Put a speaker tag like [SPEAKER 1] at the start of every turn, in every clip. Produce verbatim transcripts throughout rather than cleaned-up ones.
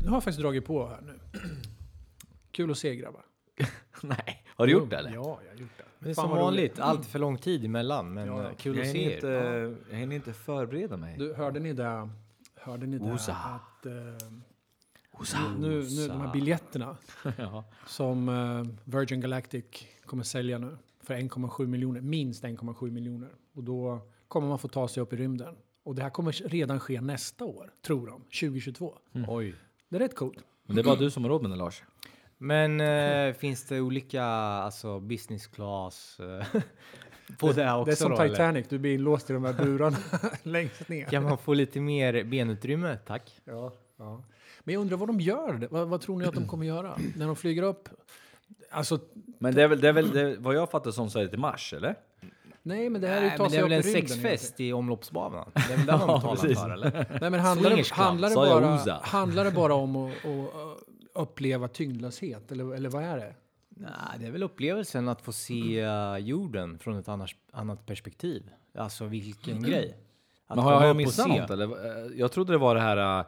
[SPEAKER 1] har jag faktiskt dragit på här nu. Kul att se, grabbar.
[SPEAKER 2] Nej, har du gjort det eller?
[SPEAKER 1] Ja, jag har gjort det.
[SPEAKER 3] Men det är
[SPEAKER 1] Fan,
[SPEAKER 3] som
[SPEAKER 1] vad
[SPEAKER 3] vanligt,
[SPEAKER 1] roligt.
[SPEAKER 3] allt för lång tid emellan. Men
[SPEAKER 1] Ja,
[SPEAKER 3] eh, kul
[SPEAKER 2] Jag
[SPEAKER 3] att
[SPEAKER 2] hinner
[SPEAKER 3] se
[SPEAKER 2] inte,
[SPEAKER 3] er.
[SPEAKER 2] jag hinner inte förbereda mig.
[SPEAKER 1] Du, hörde ni det? Hörde ni det?
[SPEAKER 2] Osa.
[SPEAKER 1] Att, eh,
[SPEAKER 2] Osa.
[SPEAKER 1] nu, nu de här biljetterna
[SPEAKER 2] Ja.
[SPEAKER 1] som eh, Virgin Galactic kommer sälja nu för en komma sju miljoner, minst en komma sju miljoner. Och då kommer man få ta sig upp i rymden. Och det här kommer redan ske nästa år, tror de, tjugo tjugotvå.
[SPEAKER 2] Mm.
[SPEAKER 3] Oj.
[SPEAKER 1] Det är rätt coolt.
[SPEAKER 2] Men det är bara du som har råd med det, Lars.
[SPEAKER 3] Men eh, finns det olika alltså business class eh, på det också?
[SPEAKER 1] Det är som
[SPEAKER 3] då,
[SPEAKER 1] Titanic, du blir inlåst i de här burarna längst ner.
[SPEAKER 3] eller? Kan man få lite mer benutrymme? Tack.
[SPEAKER 1] Ja, ja. Men jag undrar vad de gör. Vad, vad tror ni att de kommer göra när de flyger upp? Alltså,
[SPEAKER 2] Men det är väl, det är väl det, vad jag fattar som så är det till Mars, eller?
[SPEAKER 1] nej, men det här är ju
[SPEAKER 3] Nej,
[SPEAKER 1] ta
[SPEAKER 3] men det
[SPEAKER 1] sig
[SPEAKER 3] är
[SPEAKER 1] upp
[SPEAKER 3] väl
[SPEAKER 1] i
[SPEAKER 3] en
[SPEAKER 1] rymden
[SPEAKER 3] sexfest i omloppsbanan? Det är väl den de
[SPEAKER 2] Ja,
[SPEAKER 3] talar
[SPEAKER 2] precis.
[SPEAKER 3] för, eller?
[SPEAKER 1] Nej, men handlar det,
[SPEAKER 3] Swingers Club,
[SPEAKER 1] handlar, det
[SPEAKER 2] sa jag
[SPEAKER 1] bara,
[SPEAKER 2] Osa.
[SPEAKER 1] handlar det bara om att, att uppleva tyngdlöshet? Eller, eller vad är det?
[SPEAKER 3] Nej, det är väl upplevelsen att få se uh, jorden från ett annars, annat perspektiv. Alltså vilken grej. Att
[SPEAKER 2] Men har jag,
[SPEAKER 3] komma
[SPEAKER 2] har jag
[SPEAKER 3] upp och
[SPEAKER 2] missat
[SPEAKER 3] se.
[SPEAKER 2] något? Eller? Jag trodde det var det här uh,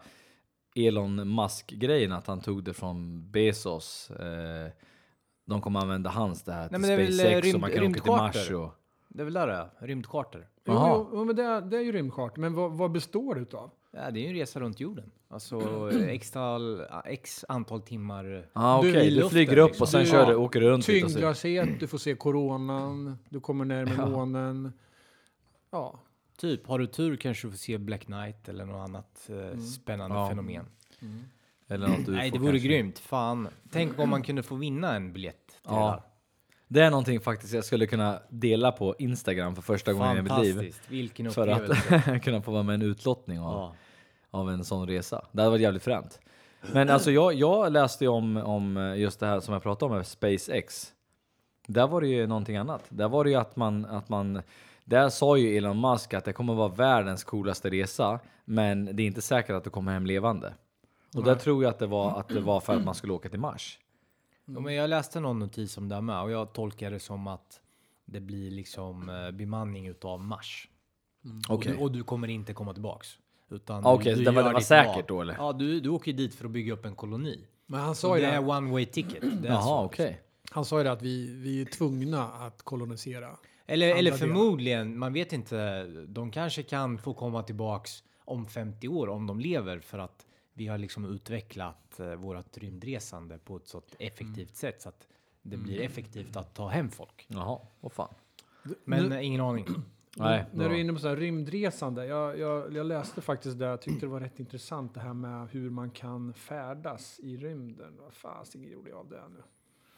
[SPEAKER 2] Elon Musk-grejen, att han tog det från Bezos. Uh, de kommer använda hans det här till
[SPEAKER 3] Nej, men det är väl,
[SPEAKER 2] SpaceX
[SPEAKER 3] rymd-
[SPEAKER 2] och man kan åka till Mars.
[SPEAKER 3] rymdkartor.
[SPEAKER 2] Och...
[SPEAKER 3] Det är väl där det är, rymdkartor.
[SPEAKER 1] Jo,
[SPEAKER 2] Jaha.
[SPEAKER 1] jo, men det, är, det är ju rymdkart. Men vad, vad består det utav?
[SPEAKER 3] Ja, det är ju en resa runt jorden. Alltså x, all, x antal timmar.
[SPEAKER 2] Ah,
[SPEAKER 1] Du
[SPEAKER 2] okej,
[SPEAKER 1] i
[SPEAKER 2] du,
[SPEAKER 1] luften,
[SPEAKER 2] flyger upp
[SPEAKER 1] liksom.
[SPEAKER 2] och sen
[SPEAKER 1] Du-
[SPEAKER 2] kör du,
[SPEAKER 1] ja.
[SPEAKER 2] åker du runt lite och så.
[SPEAKER 1] Tyngdlöshet, du får se coronan, du kommer närmare
[SPEAKER 2] Ja.
[SPEAKER 1] månen. Ja,
[SPEAKER 3] Typ, har du tur kanske du får se Black Knight eller något annat eh, spännande
[SPEAKER 2] Ja.
[SPEAKER 3] fenomen.
[SPEAKER 2] Eller något du
[SPEAKER 3] Nej,
[SPEAKER 2] får
[SPEAKER 3] det vore
[SPEAKER 2] kanske.
[SPEAKER 3] grymt. Fan. Tänk om man kunde få vinna en biljett till
[SPEAKER 2] Ja. Det är någonting faktiskt jag skulle kunna dela på Instagram för första
[SPEAKER 3] det där.
[SPEAKER 2] gången i mitt liv.
[SPEAKER 3] Fantastiskt. Vilken
[SPEAKER 2] För
[SPEAKER 3] upplevelse.
[SPEAKER 2] att kunna få vara med en utlottning av,
[SPEAKER 3] Ja.
[SPEAKER 2] av en sån resa. Det hade varit jävligt fränt. Men alltså jag, jag läste ju om, om just det här som jag pratade om med SpaceX. Där var det ju någonting annat. Där var det ju att man, att man där sa ju Elon Musk att det kommer vara världens coolaste resa, men det är inte säkert att du kommer hem levande. Och där tror jag att det var att det var för att man skulle åka till Mars.
[SPEAKER 3] Ja, men jag läste någon notis om det här med och jag tolkar det som att det blir liksom eh, bemanning utav Mars. Och,
[SPEAKER 2] Okej.
[SPEAKER 3] du, och du kommer inte komma tillbaks. Utan
[SPEAKER 2] Ah, okej,
[SPEAKER 3] du,
[SPEAKER 2] så
[SPEAKER 3] du
[SPEAKER 2] det var-
[SPEAKER 3] gör
[SPEAKER 2] det var
[SPEAKER 3] ditt
[SPEAKER 2] säkert
[SPEAKER 3] val.
[SPEAKER 2] då, eller?
[SPEAKER 3] Ja, du, du åker dit för att bygga upp en koloni.
[SPEAKER 1] men han
[SPEAKER 3] Så
[SPEAKER 1] sa ju
[SPEAKER 3] det
[SPEAKER 1] det,
[SPEAKER 3] är one way ticket. Det är
[SPEAKER 2] Jaha,
[SPEAKER 3] så.
[SPEAKER 2] okej.
[SPEAKER 1] han sa ju det att vi, vi är tvungna att kolonisera.
[SPEAKER 3] Eller,
[SPEAKER 1] Andra
[SPEAKER 3] eller
[SPEAKER 1] delar.
[SPEAKER 3] förmodligen, man vet inte, de kanske kan få komma tillbaks om femtio år om de lever för att vi har liksom utvecklat eh, vårat rymdresande på ett så effektivt sätt så att det blir effektivt att ta hem folk.
[SPEAKER 2] Jaha, vad fan.
[SPEAKER 3] Men
[SPEAKER 1] Nu-
[SPEAKER 3] eh, ingen aning.
[SPEAKER 2] Nej,
[SPEAKER 1] När du
[SPEAKER 2] bra.
[SPEAKER 1] är inne på så här rymdresande, jag, jag, jag läste faktiskt det, jag tyckte det var rätt intressant det här med hur man kan färdas i rymden. Vad fasiken gjorde jag av det nu?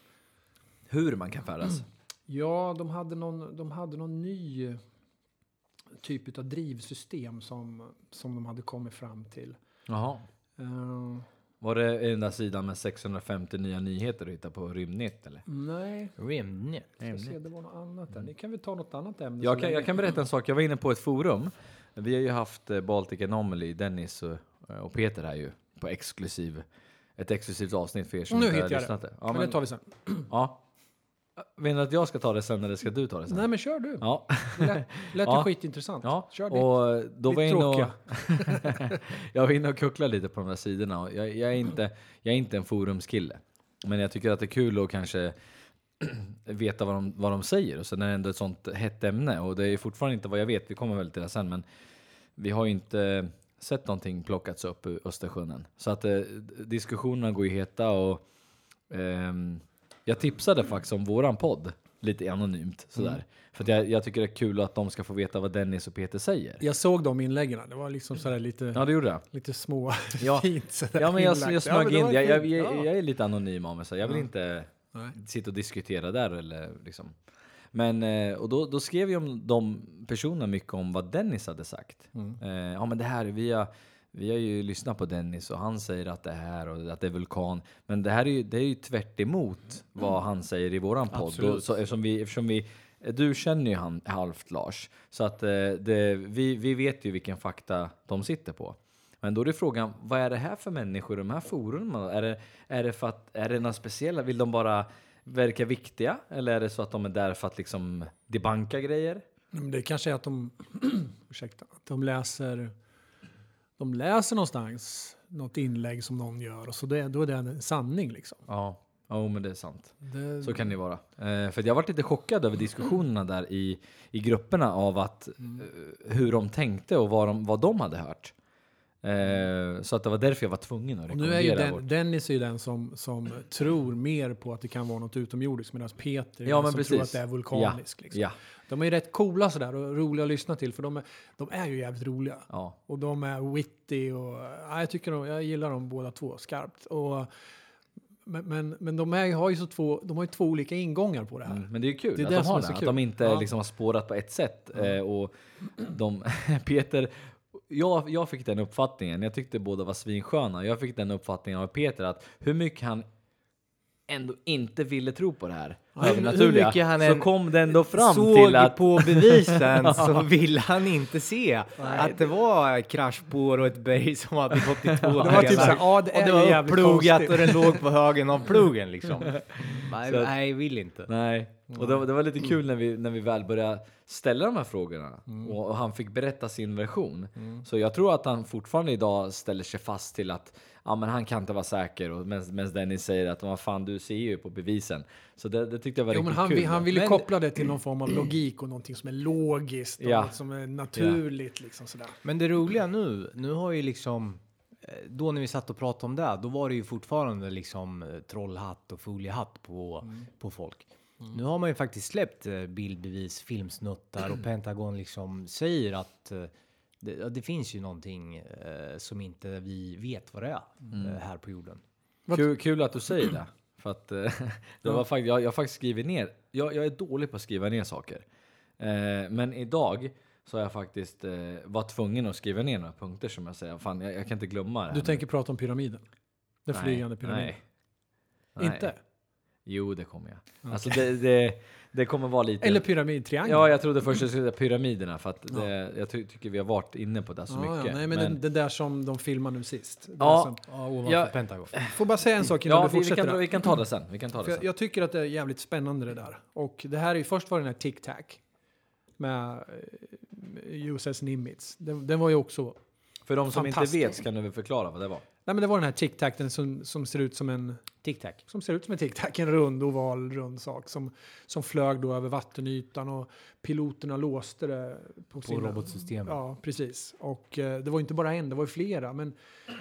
[SPEAKER 2] Hur man kan färdas.
[SPEAKER 1] Ja, de hade någon, de hade någon ny typ av drivsystem som, som de hade kommit fram till.
[SPEAKER 2] Jaha.
[SPEAKER 1] Eh,
[SPEAKER 2] Var det den där sidan med sexhundrafemtio nya nyheter du hittade på Rymdnytt eller?
[SPEAKER 1] nej,
[SPEAKER 3] Rymdnytt.
[SPEAKER 1] jag ska se, det var något annat där. Ni kan väl ta något annat ämne?
[SPEAKER 2] Jag
[SPEAKER 1] så
[SPEAKER 2] kan,
[SPEAKER 1] länge.
[SPEAKER 2] jag kan berätta en sak. Jag var inne på ett forum. Vi har ju haft eh, Baltic Anomaly, Dennis och, och Peter här ju på exklusiv, ett exklusivt avsnitt för er som
[SPEAKER 1] Nu
[SPEAKER 2] inte har
[SPEAKER 1] hittar jag
[SPEAKER 2] lyssnat. Det. Ja,
[SPEAKER 1] Men
[SPEAKER 2] men,
[SPEAKER 1] det tar vi sen.
[SPEAKER 2] ja. Vill du att jag ska ta det sen eller ska du ta det sen?
[SPEAKER 1] Nej, men kör du.
[SPEAKER 2] Ja.
[SPEAKER 1] Det lät, lät
[SPEAKER 2] Ja.
[SPEAKER 1] ju skitintressant.
[SPEAKER 2] Ja,
[SPEAKER 1] Kör ditt.
[SPEAKER 2] och då
[SPEAKER 1] Ditt
[SPEAKER 2] var jag inne och,
[SPEAKER 1] tråkiga.
[SPEAKER 2] jag var inne och kucklade lite på de där sidorna. Och jag, jag, är inte, jag är inte en forumskille. Men jag tycker att det är kul att kanske veta vad de, vad de säger. Och sen är det ändå ett sånt hett ämne. Och det är fortfarande inte vad jag vet. Vi kommer väl till det sen. Men vi har ju inte sett någonting plockats upp ur Östersjön än. Så att eh, diskussionerna går ju heta. Och ehm, jag tipsade faktiskt om våran podd. Lite anonymt sådär.
[SPEAKER 1] Mm.
[SPEAKER 2] För att jag, jag tycker det är kul att de ska få veta vad Dennis och Peter säger.
[SPEAKER 1] Jag såg de inläggen. Det var liksom sådär lite,
[SPEAKER 2] Ja, det gjorde jag.
[SPEAKER 1] lite små,
[SPEAKER 2] Ja.
[SPEAKER 1] fint sådär
[SPEAKER 2] Ja, men jag,
[SPEAKER 1] inlagt.
[SPEAKER 2] jag
[SPEAKER 1] Ja, men
[SPEAKER 2] smög
[SPEAKER 1] det
[SPEAKER 2] in.
[SPEAKER 1] var
[SPEAKER 2] Jag, jag,
[SPEAKER 1] fint.
[SPEAKER 2] jag,
[SPEAKER 1] Ja.
[SPEAKER 2] jag är lite anonym av mig. Så jag vill
[SPEAKER 1] Ja.
[SPEAKER 2] inte
[SPEAKER 1] Nej.
[SPEAKER 2] sitta och diskutera där. Eller, liksom. Men, eh, och då, då skrev jag om de personerna mycket om vad Dennis hade sagt.
[SPEAKER 1] Mm.
[SPEAKER 2] Eh, ja, men det här, vi har, vi har ju lyssnat på Dennis och han säger att det här och att det är vulkan. Men det här är ju, det är ju tvärt emot vad han säger i våran podd.
[SPEAKER 3] Absolut.
[SPEAKER 2] Då, så, eftersom vi, eftersom vi, du känner ju han halvt Lars. Så att eh, det, vi, vi vet ju vilken fakta de sitter på. Men då är det frågan, vad är det här för människor i de här forumen? Är det, är det för att, är det några speciella? Vill de bara verka viktiga? Eller är det så att de är där för att liksom debanka grejer?
[SPEAKER 1] Men det kanske är att de, ursäkta, att de läser, de läser någonstans något inlägg som någon gör. Och så det, då är det en sanning liksom.
[SPEAKER 2] Ja, ja men det är sant.
[SPEAKER 1] Det,
[SPEAKER 2] Så kan det vara. Eh, för jag varit lite chockad över diskussionerna där i, i grupperna av att mm. eh, hur de tänkte och vad de, vad de hade hört. Eh, så att det var därför jag var tvungen att rekommendera.
[SPEAKER 1] Och nu är ju den,
[SPEAKER 2] vårt...
[SPEAKER 1] Dennis är ju den som, som tror mer på att det kan vara något utomjordiskt, medan Peter är
[SPEAKER 2] ja,
[SPEAKER 1] den
[SPEAKER 2] men
[SPEAKER 1] som
[SPEAKER 2] precis.
[SPEAKER 1] tror att det är vulkaniskt.
[SPEAKER 2] Ja.
[SPEAKER 1] Liksom.
[SPEAKER 2] Ja.
[SPEAKER 1] De är ju rätt coola sådär och roliga att lyssna till, för de är, de är ju jävligt roliga.
[SPEAKER 2] Ja.
[SPEAKER 1] Och de är witty och ja, jag tycker de, jag gillar dem båda två skarpt. Och, men men, men de, är, har ju så två, de har ju två olika ingångar på det här.
[SPEAKER 2] Mm, men det är ju kul
[SPEAKER 1] det är
[SPEAKER 2] att
[SPEAKER 1] det
[SPEAKER 2] de
[SPEAKER 1] som
[SPEAKER 2] har
[SPEAKER 1] är så
[SPEAKER 2] det. Att
[SPEAKER 1] kul.
[SPEAKER 2] de inte
[SPEAKER 1] Ja.
[SPEAKER 2] liksom har spårat på ett sätt.
[SPEAKER 1] Ja.
[SPEAKER 2] Eh, och de, Peter... Jag, jag fick den uppfattningen, jag tyckte båda var svinsköna. Jag fick den uppfattningen av Peter att hur mycket han ändå inte ville tro på det här
[SPEAKER 3] Ja,
[SPEAKER 2] övernaturliga,
[SPEAKER 3] hur mycket han
[SPEAKER 2] så
[SPEAKER 3] än
[SPEAKER 2] kom det ändå fram
[SPEAKER 3] såg
[SPEAKER 2] till att
[SPEAKER 3] på bevisen så ville han inte se
[SPEAKER 1] Nej.
[SPEAKER 3] att det var kraschspår och ett berg som hade gått i två
[SPEAKER 1] Det var typ
[SPEAKER 3] delar.
[SPEAKER 1] såhär, ja det
[SPEAKER 3] Och
[SPEAKER 1] är
[SPEAKER 3] det
[SPEAKER 1] ju
[SPEAKER 3] var
[SPEAKER 1] jävligt
[SPEAKER 3] upplogat
[SPEAKER 1] konstigt.
[SPEAKER 3] och den låg på högen av plogen liksom. Nej,
[SPEAKER 2] Så att-
[SPEAKER 3] nej, jag vill inte.
[SPEAKER 2] nej. Och det, var- det var lite kul när vi, när vi väl började ställa de här frågorna och, och han fick berätta sin version. Så jag tror att han fortfarande idag ställer sig fast till att ja, men han kan inte vara säker, och medan Dennis säger att vad fan, du ser ju på bevisen. Så det, det tyckte jag var
[SPEAKER 1] Jo, men
[SPEAKER 2] riktigt
[SPEAKER 1] han,
[SPEAKER 2] kul.
[SPEAKER 1] vill, han vill ju
[SPEAKER 3] Men-
[SPEAKER 1] koppla det till någon form av logik och någonting som är logiskt och
[SPEAKER 2] Ja.
[SPEAKER 1] något som är naturligt liksom sådär.
[SPEAKER 3] Men det roliga nu, nu har ju liksom, eh, då när vi satt och pratade om det, då var det ju fortfarande liksom eh, trollhatt och foliehatt på, på folk. Nu har man ju faktiskt släppt eh, bildbevis, filmsnuttar och Pentagon liksom säger att eh, det, ja, det finns ju någonting eh, som inte vi vet vad det är eh, här på jorden.
[SPEAKER 2] Kul, kul att du säger det. För att, eh, det var fakt- jag, jag har faktiskt skrivit ner. Jag, jag är dålig på att skriva ner saker. Eh, men idag så har jag faktiskt eh, varit tvungen att skriva ner några punkter som jag säger. Fan, jag, jag kan inte glömma det här
[SPEAKER 1] Du
[SPEAKER 2] nu.
[SPEAKER 1] tänker prata om pyramiden? Den
[SPEAKER 2] Nej,
[SPEAKER 1] flygande pyramiden?
[SPEAKER 2] Nej. Nej.
[SPEAKER 1] Inte?
[SPEAKER 2] Jo, det kommer jag. Alltså det, det, det kommer vara lite...
[SPEAKER 1] Eller pyramidtriangel?
[SPEAKER 2] Ja, jag trodde först jag skulle säga pyramiderna. För att det, jag ty- tycker vi har varit inne på det så
[SPEAKER 1] Ja,
[SPEAKER 2] mycket.
[SPEAKER 1] ja, nej, men,
[SPEAKER 2] men
[SPEAKER 1] Det, det där som de filmar nu sist. Det
[SPEAKER 2] Ja.
[SPEAKER 1] där som,
[SPEAKER 3] Ja, ovanför
[SPEAKER 2] Ja.
[SPEAKER 3] Pentagon.
[SPEAKER 1] får bara säga en sak innan
[SPEAKER 2] ja,
[SPEAKER 1] du
[SPEAKER 2] vi, vi,
[SPEAKER 1] fortsätter.
[SPEAKER 2] kan,
[SPEAKER 1] där.
[SPEAKER 2] vi kan ta det sen. Vi kan ta
[SPEAKER 1] För
[SPEAKER 2] det
[SPEAKER 1] jag,
[SPEAKER 2] sen.
[SPEAKER 1] jag tycker att det är jävligt spännande det där. Och det här är ju, först var den här Tic Tac med eh, U S S Nimitz. Den, den var ju också...
[SPEAKER 2] För de som inte
[SPEAKER 1] fantastisk.
[SPEAKER 2] vet så kan du väl förklara vad det var.
[SPEAKER 1] Nej, men det var den här Tic Tac, den som, som ser ut som en...
[SPEAKER 3] Tic-tac.
[SPEAKER 1] Som ser ut som en Tic Tac, en rund, oval, rund sak som, som flög då över vattenytan och piloterna låste det på,
[SPEAKER 3] På
[SPEAKER 1] sina...
[SPEAKER 3] robotsystemet.
[SPEAKER 1] Ja, precis. Och eh, det var inte bara en, det var ju flera. Men,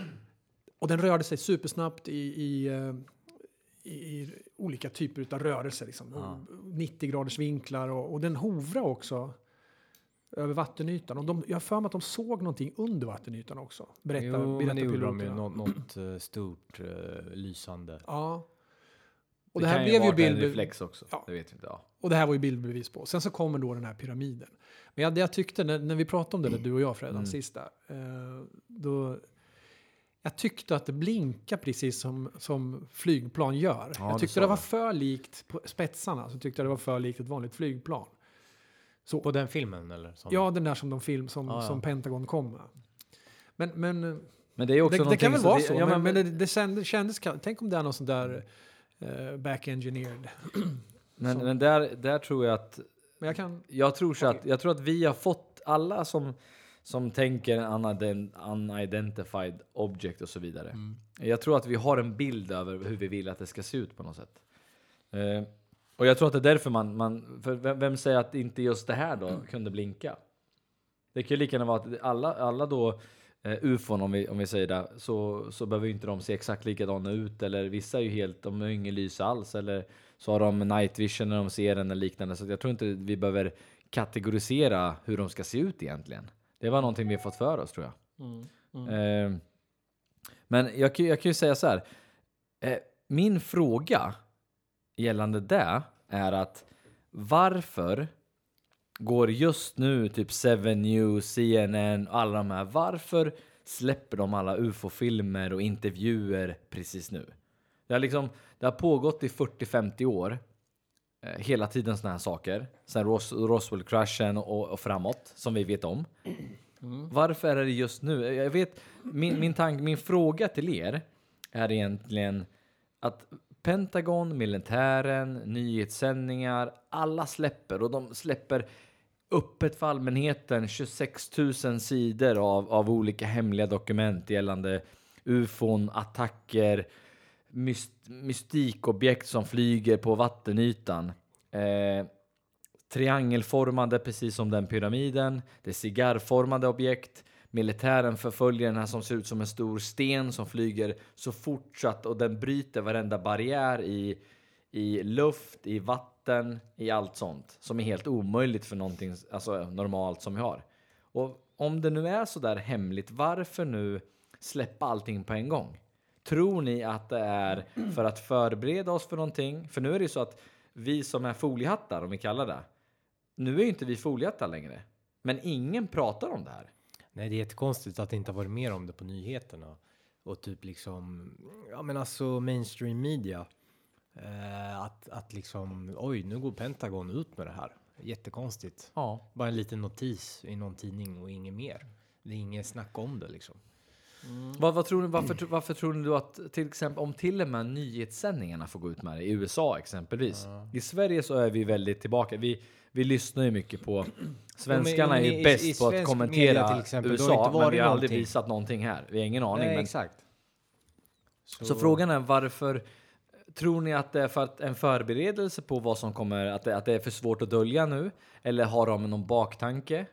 [SPEAKER 1] och den rörde sig supersnabbt i, i, eh, i, i olika typer av rörelser. Liksom.
[SPEAKER 3] Ja.
[SPEAKER 1] nittio graders vinklar och, och den hovra också över vattenytan. Och de, jag har för mig att de såg någonting under vattenytan också. Berättar,
[SPEAKER 3] Jo, men
[SPEAKER 1] berättar
[SPEAKER 3] det gjorde de ju
[SPEAKER 1] piloterna.
[SPEAKER 3] något, något eh, stort eh, lysande.
[SPEAKER 1] Ja. Och
[SPEAKER 2] Det,
[SPEAKER 1] det, här
[SPEAKER 2] kan
[SPEAKER 1] blev ju
[SPEAKER 2] vara en
[SPEAKER 1] bild...
[SPEAKER 2] reflex också.
[SPEAKER 1] Ja.
[SPEAKER 2] Det vet vi inte. Ja.
[SPEAKER 1] Och det här var ju bildbevis på. Sen så kommer då den här pyramiden. Men jag, det jag tyckte när, när vi pratade om det, där, du och jag Fredan,
[SPEAKER 2] Mm.
[SPEAKER 1] sista. Eh, då, jag tyckte att det blinkade precis som, som flygplan gör.
[SPEAKER 2] Ja,
[SPEAKER 1] jag
[SPEAKER 2] du
[SPEAKER 1] tyckte
[SPEAKER 2] sa
[SPEAKER 1] det var
[SPEAKER 2] det.
[SPEAKER 1] för likt på spetsarna. Så tyckte jag det var för likt ett vanligt flygplan. Så,
[SPEAKER 3] På den filmen eller? Som...
[SPEAKER 1] ja, den där som de film som,
[SPEAKER 3] Ja, ja.
[SPEAKER 1] som Pentagon kom med. Men, men
[SPEAKER 2] Men det är också
[SPEAKER 1] det, det kan
[SPEAKER 2] någonting
[SPEAKER 1] väl
[SPEAKER 2] som-
[SPEAKER 1] vara
[SPEAKER 2] det-
[SPEAKER 1] så.
[SPEAKER 2] ja,
[SPEAKER 1] men men det, det kändes, kändes, tänk om det är någon sån där uh, back-engineered.
[SPEAKER 2] Men,
[SPEAKER 1] som-
[SPEAKER 2] men där, där tror jag att
[SPEAKER 1] Men jag kan...
[SPEAKER 2] jag tror, så
[SPEAKER 1] Okej.
[SPEAKER 2] att jag tror att vi har fått alla som som tänker unident- unidentified object och så vidare.
[SPEAKER 1] Mm.
[SPEAKER 2] Jag tror att vi har en bild över hur vi vill att det ska se ut på något sätt. Eh, och jag tror att det är därför man, man för vem, vem säger att inte just det här då kunde blinka? Det kan ju lika gärna vara att alla, alla då eh, U F O n, om vi, om vi säger det, så, så behöver ju inte de se exakt likadana ut, eller vissa är ju helt, de har ju ingen lys alls, eller så har de night vision när de ser den eller liknande, så jag tror inte vi behöver kategorisera hur de ska se ut egentligen. Det var någonting vi har fått för oss, tror jag.
[SPEAKER 1] Mm, mm.
[SPEAKER 2] Eh, men jag, kan- jag kan ju säga så här. Eh, min fråga gällande det är att varför går just nu typ seven News, C N N, alla de här, varför släpper de alla U F O-filmer och intervjuer precis nu? Det har, liksom, det har pågått i fyrtio femtio år. Eh, hela tiden såna här saker. Sen Ros- Roswell-kraschen och, och framåt, som vi vet om. Varför är det just nu? Jag vet, min, min, tank, min fråga till er är egentligen att Pentagon, militären, nyhetssändningar, alla släpper, och de släpper öppet för allmänheten tjugosex tusen sidor av, av olika hemliga dokument gällande U F O, attacker, myst- mystikobjekt som flyger på vattenytan. Eh, triangelformade, precis som den pyramiden. Det är cigarrformade objekt. Militären förföljer den här som ser ut som en stor sten som flyger så fortsatt och den bryter varenda barriär i, i luft, i vatten, i allt sånt som är helt omöjligt för någonting alltså, normalt som vi har. Och om det nu är så där hemligt, varför nu släppa allting på en gång? Tror ni att det är för att förbereda oss för någonting? För nu är det så att vi som är foliehattar, om vi kallar det, nu är ju inte vi foliehattar längre. Men ingen pratar om det här.
[SPEAKER 3] Nej, det är jättekonstigt att det inte har varit mer om det på nyheterna. Och typ liksom, ja men alltså mainstream media. Eh, att, att liksom, oj nu går Pentagon ut med det här. Jättekonstigt.
[SPEAKER 2] Ja.
[SPEAKER 3] Bara en liten notis i någon tidning och inget mer. Det är inget snack om det liksom.
[SPEAKER 2] Mm. Vad, vad tror ni, varför, varför tror ni då att till exempel om till och med nyhetssändningarna får gå ut med det i U S A exempelvis? Ja. I Sverige så är vi väldigt tillbaka. Vi, vi lyssnar ju mycket på svenskarna är ju bäst på att kommentera till exempel, U S A, men vi har aldrig visat någonting här. Vi har ingen aning.
[SPEAKER 3] Nej,
[SPEAKER 2] men,
[SPEAKER 3] exakt.
[SPEAKER 2] Så. så frågan är varför tror ni att det är för att en förberedelse på vad som kommer, att det, att det är för svårt att dölja nu? Eller har de någon baktanke?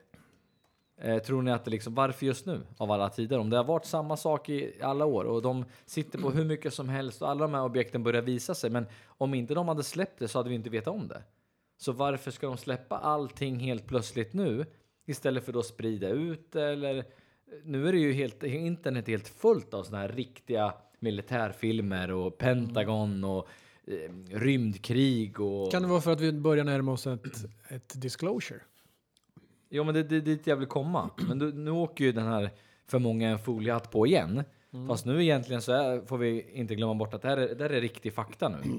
[SPEAKER 2] Eh, tror ni att det liksom, varför just nu av alla tider? Om det har varit samma sak i alla år och de sitter på hur mycket som helst och alla de här objekten börjar visa sig. Men om inte de hade släppt det så hade vi inte vetat om det. Så varför ska de släppa allting helt plötsligt nu istället för att sprida ut det? Eller, nu är det ju helt, internet helt fullt av såna här riktiga militärfilmer och Pentagon och eh, rymdkrig. Och...
[SPEAKER 1] Kan det vara för att vi börjar närma oss ett, ett disclosure?
[SPEAKER 2] Jo, men det är det, dit jag vill komma. Men du, nu åker ju den här för många en foliehatt på igen. Mm. Fast nu egentligen så är, får vi inte glömma bort att det här är, det här är riktig fakta nu.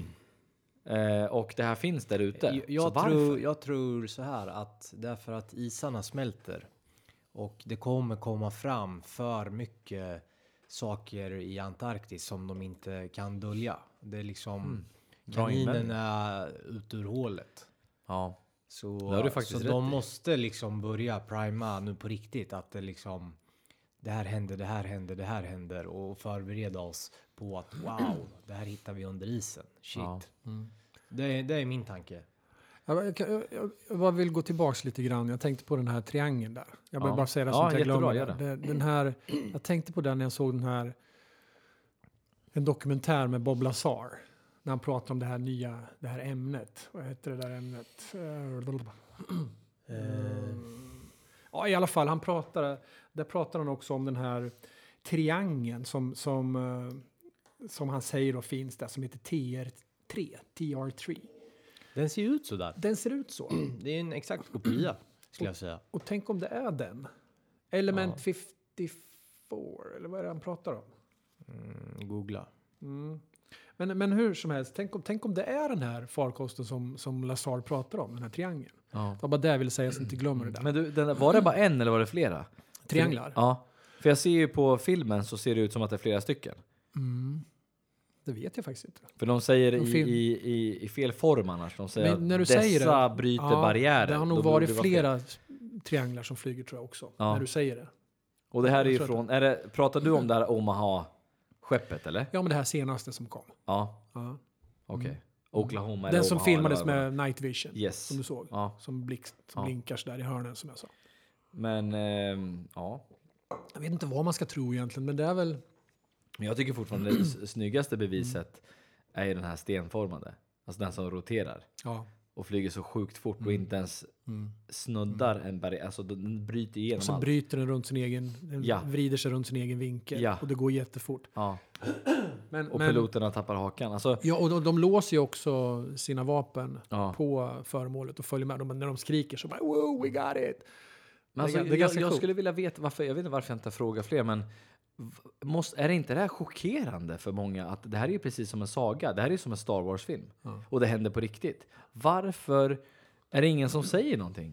[SPEAKER 2] Eh, och det här finns där ute.
[SPEAKER 3] Jag, jag, tror, jag tror så här att därför att isarna smälter och det kommer komma fram för mycket saker i Antarktis som de inte kan dölja. Det är liksom mm. kaninen är ut ur hålet.
[SPEAKER 2] Ja.
[SPEAKER 3] Så, det du så de måste liksom börja prima nu på riktigt att det liksom det här händer, det här händer, det här händer och förbereda oss på att wow, det här hittar vi under isen. Shit. Ja. Mm. Det, det är min tanke.
[SPEAKER 1] Jag, jag, jag, jag vill gå tillbaks lite grann. Jag tänkte på den här triangeln där. Jag vill
[SPEAKER 2] ja.
[SPEAKER 1] bara säga det
[SPEAKER 2] ja,
[SPEAKER 1] som jag glömmer.
[SPEAKER 2] Gör det.
[SPEAKER 1] Det, den här, jag tänkte på den när jag såg den här en dokumentär med Bob Lazar. När han pratar om det här nya, det här ämnet. Vad heter det där ämnet? Mm. Ja, i alla fall, han pratar, där pratar han också om den här triangeln som, som, som han säger då finns där, som heter T R tre. T R tre.
[SPEAKER 3] Den ser ut så där.
[SPEAKER 1] Den ser ut så.
[SPEAKER 3] Det är en exakt kopia, skulle jag säga.
[SPEAKER 1] Och, och tänk om det är den. Element ja. femtiofyra, eller vad är det han pratar om?
[SPEAKER 3] Mm, googla.
[SPEAKER 1] Mm. Men, men hur som helst, tänk om, tänk om det är den här farkosten som, som Lazar pratar om, den här triangeln. Ja. Det var bara det jag ville säga så inte glömmer det där.
[SPEAKER 2] Men du, den, var det bara en eller var det flera?
[SPEAKER 1] Trianglar?
[SPEAKER 2] Ja, för jag ser ju på filmen så ser det ut som att det är flera stycken.
[SPEAKER 1] Mm. Det vet jag faktiskt inte.
[SPEAKER 2] För de säger i, i, i, i fel form annars. De säger
[SPEAKER 1] men när du
[SPEAKER 2] att dessa
[SPEAKER 1] säger det,
[SPEAKER 2] bryter
[SPEAKER 1] ja,
[SPEAKER 2] barriärer.
[SPEAKER 1] Det har nog varit flera trianglar som flyger tror jag också. Ja. När du säger det.
[SPEAKER 2] Och det här är ju från, är det, pratar du om det här Omaha-skeppet eller?
[SPEAKER 1] Ja, men det här senaste som kom.
[SPEAKER 2] Ja,
[SPEAKER 1] ja.
[SPEAKER 2] okej. Okay. Oklahoma
[SPEAKER 1] Den
[SPEAKER 2] eller
[SPEAKER 1] som
[SPEAKER 2] Omaha,
[SPEAKER 1] filmades med Night Vision.
[SPEAKER 2] Yes.
[SPEAKER 1] Som du såg.
[SPEAKER 2] Ja.
[SPEAKER 1] Som blixt, som ja. blinkar så där i hörnen som jag sa.
[SPEAKER 2] Men, eh, ja.
[SPEAKER 1] Jag vet inte vad man ska tro egentligen, men det är väl...
[SPEAKER 2] Men jag tycker fortfarande det snyggaste beviset är ju den här stenformade. Alltså den som roterar.
[SPEAKER 1] Ja.
[SPEAKER 2] Och flyger så sjukt fort och mm. inte ens mm. snuddar mm. en barriär. Alltså den bryter igenom
[SPEAKER 1] och så
[SPEAKER 2] allt.
[SPEAKER 1] bryter den runt sin egen, den
[SPEAKER 2] ja.
[SPEAKER 1] vrider sig runt sin egen vinkel. Ja. Och det går jättefort.
[SPEAKER 2] Ja.
[SPEAKER 1] Men,
[SPEAKER 2] och
[SPEAKER 1] men,
[SPEAKER 2] piloterna tappar hakan. Alltså,
[SPEAKER 1] ja, och de, de låser ju också sina vapen
[SPEAKER 2] ja.
[SPEAKER 1] på föremålet och följer med. De, när de skriker så bara, wow, we got it!
[SPEAKER 2] Men alltså, det är, det är jag, jag skulle vilja veta varför, jag vet inte varför jag inte frågar fler, men måste, är det inte det här chockerande för många att det här är ju precis som en saga, det här är som en Star Wars-film ja. Och det händer på riktigt. Varför är det ingen som säger någonting?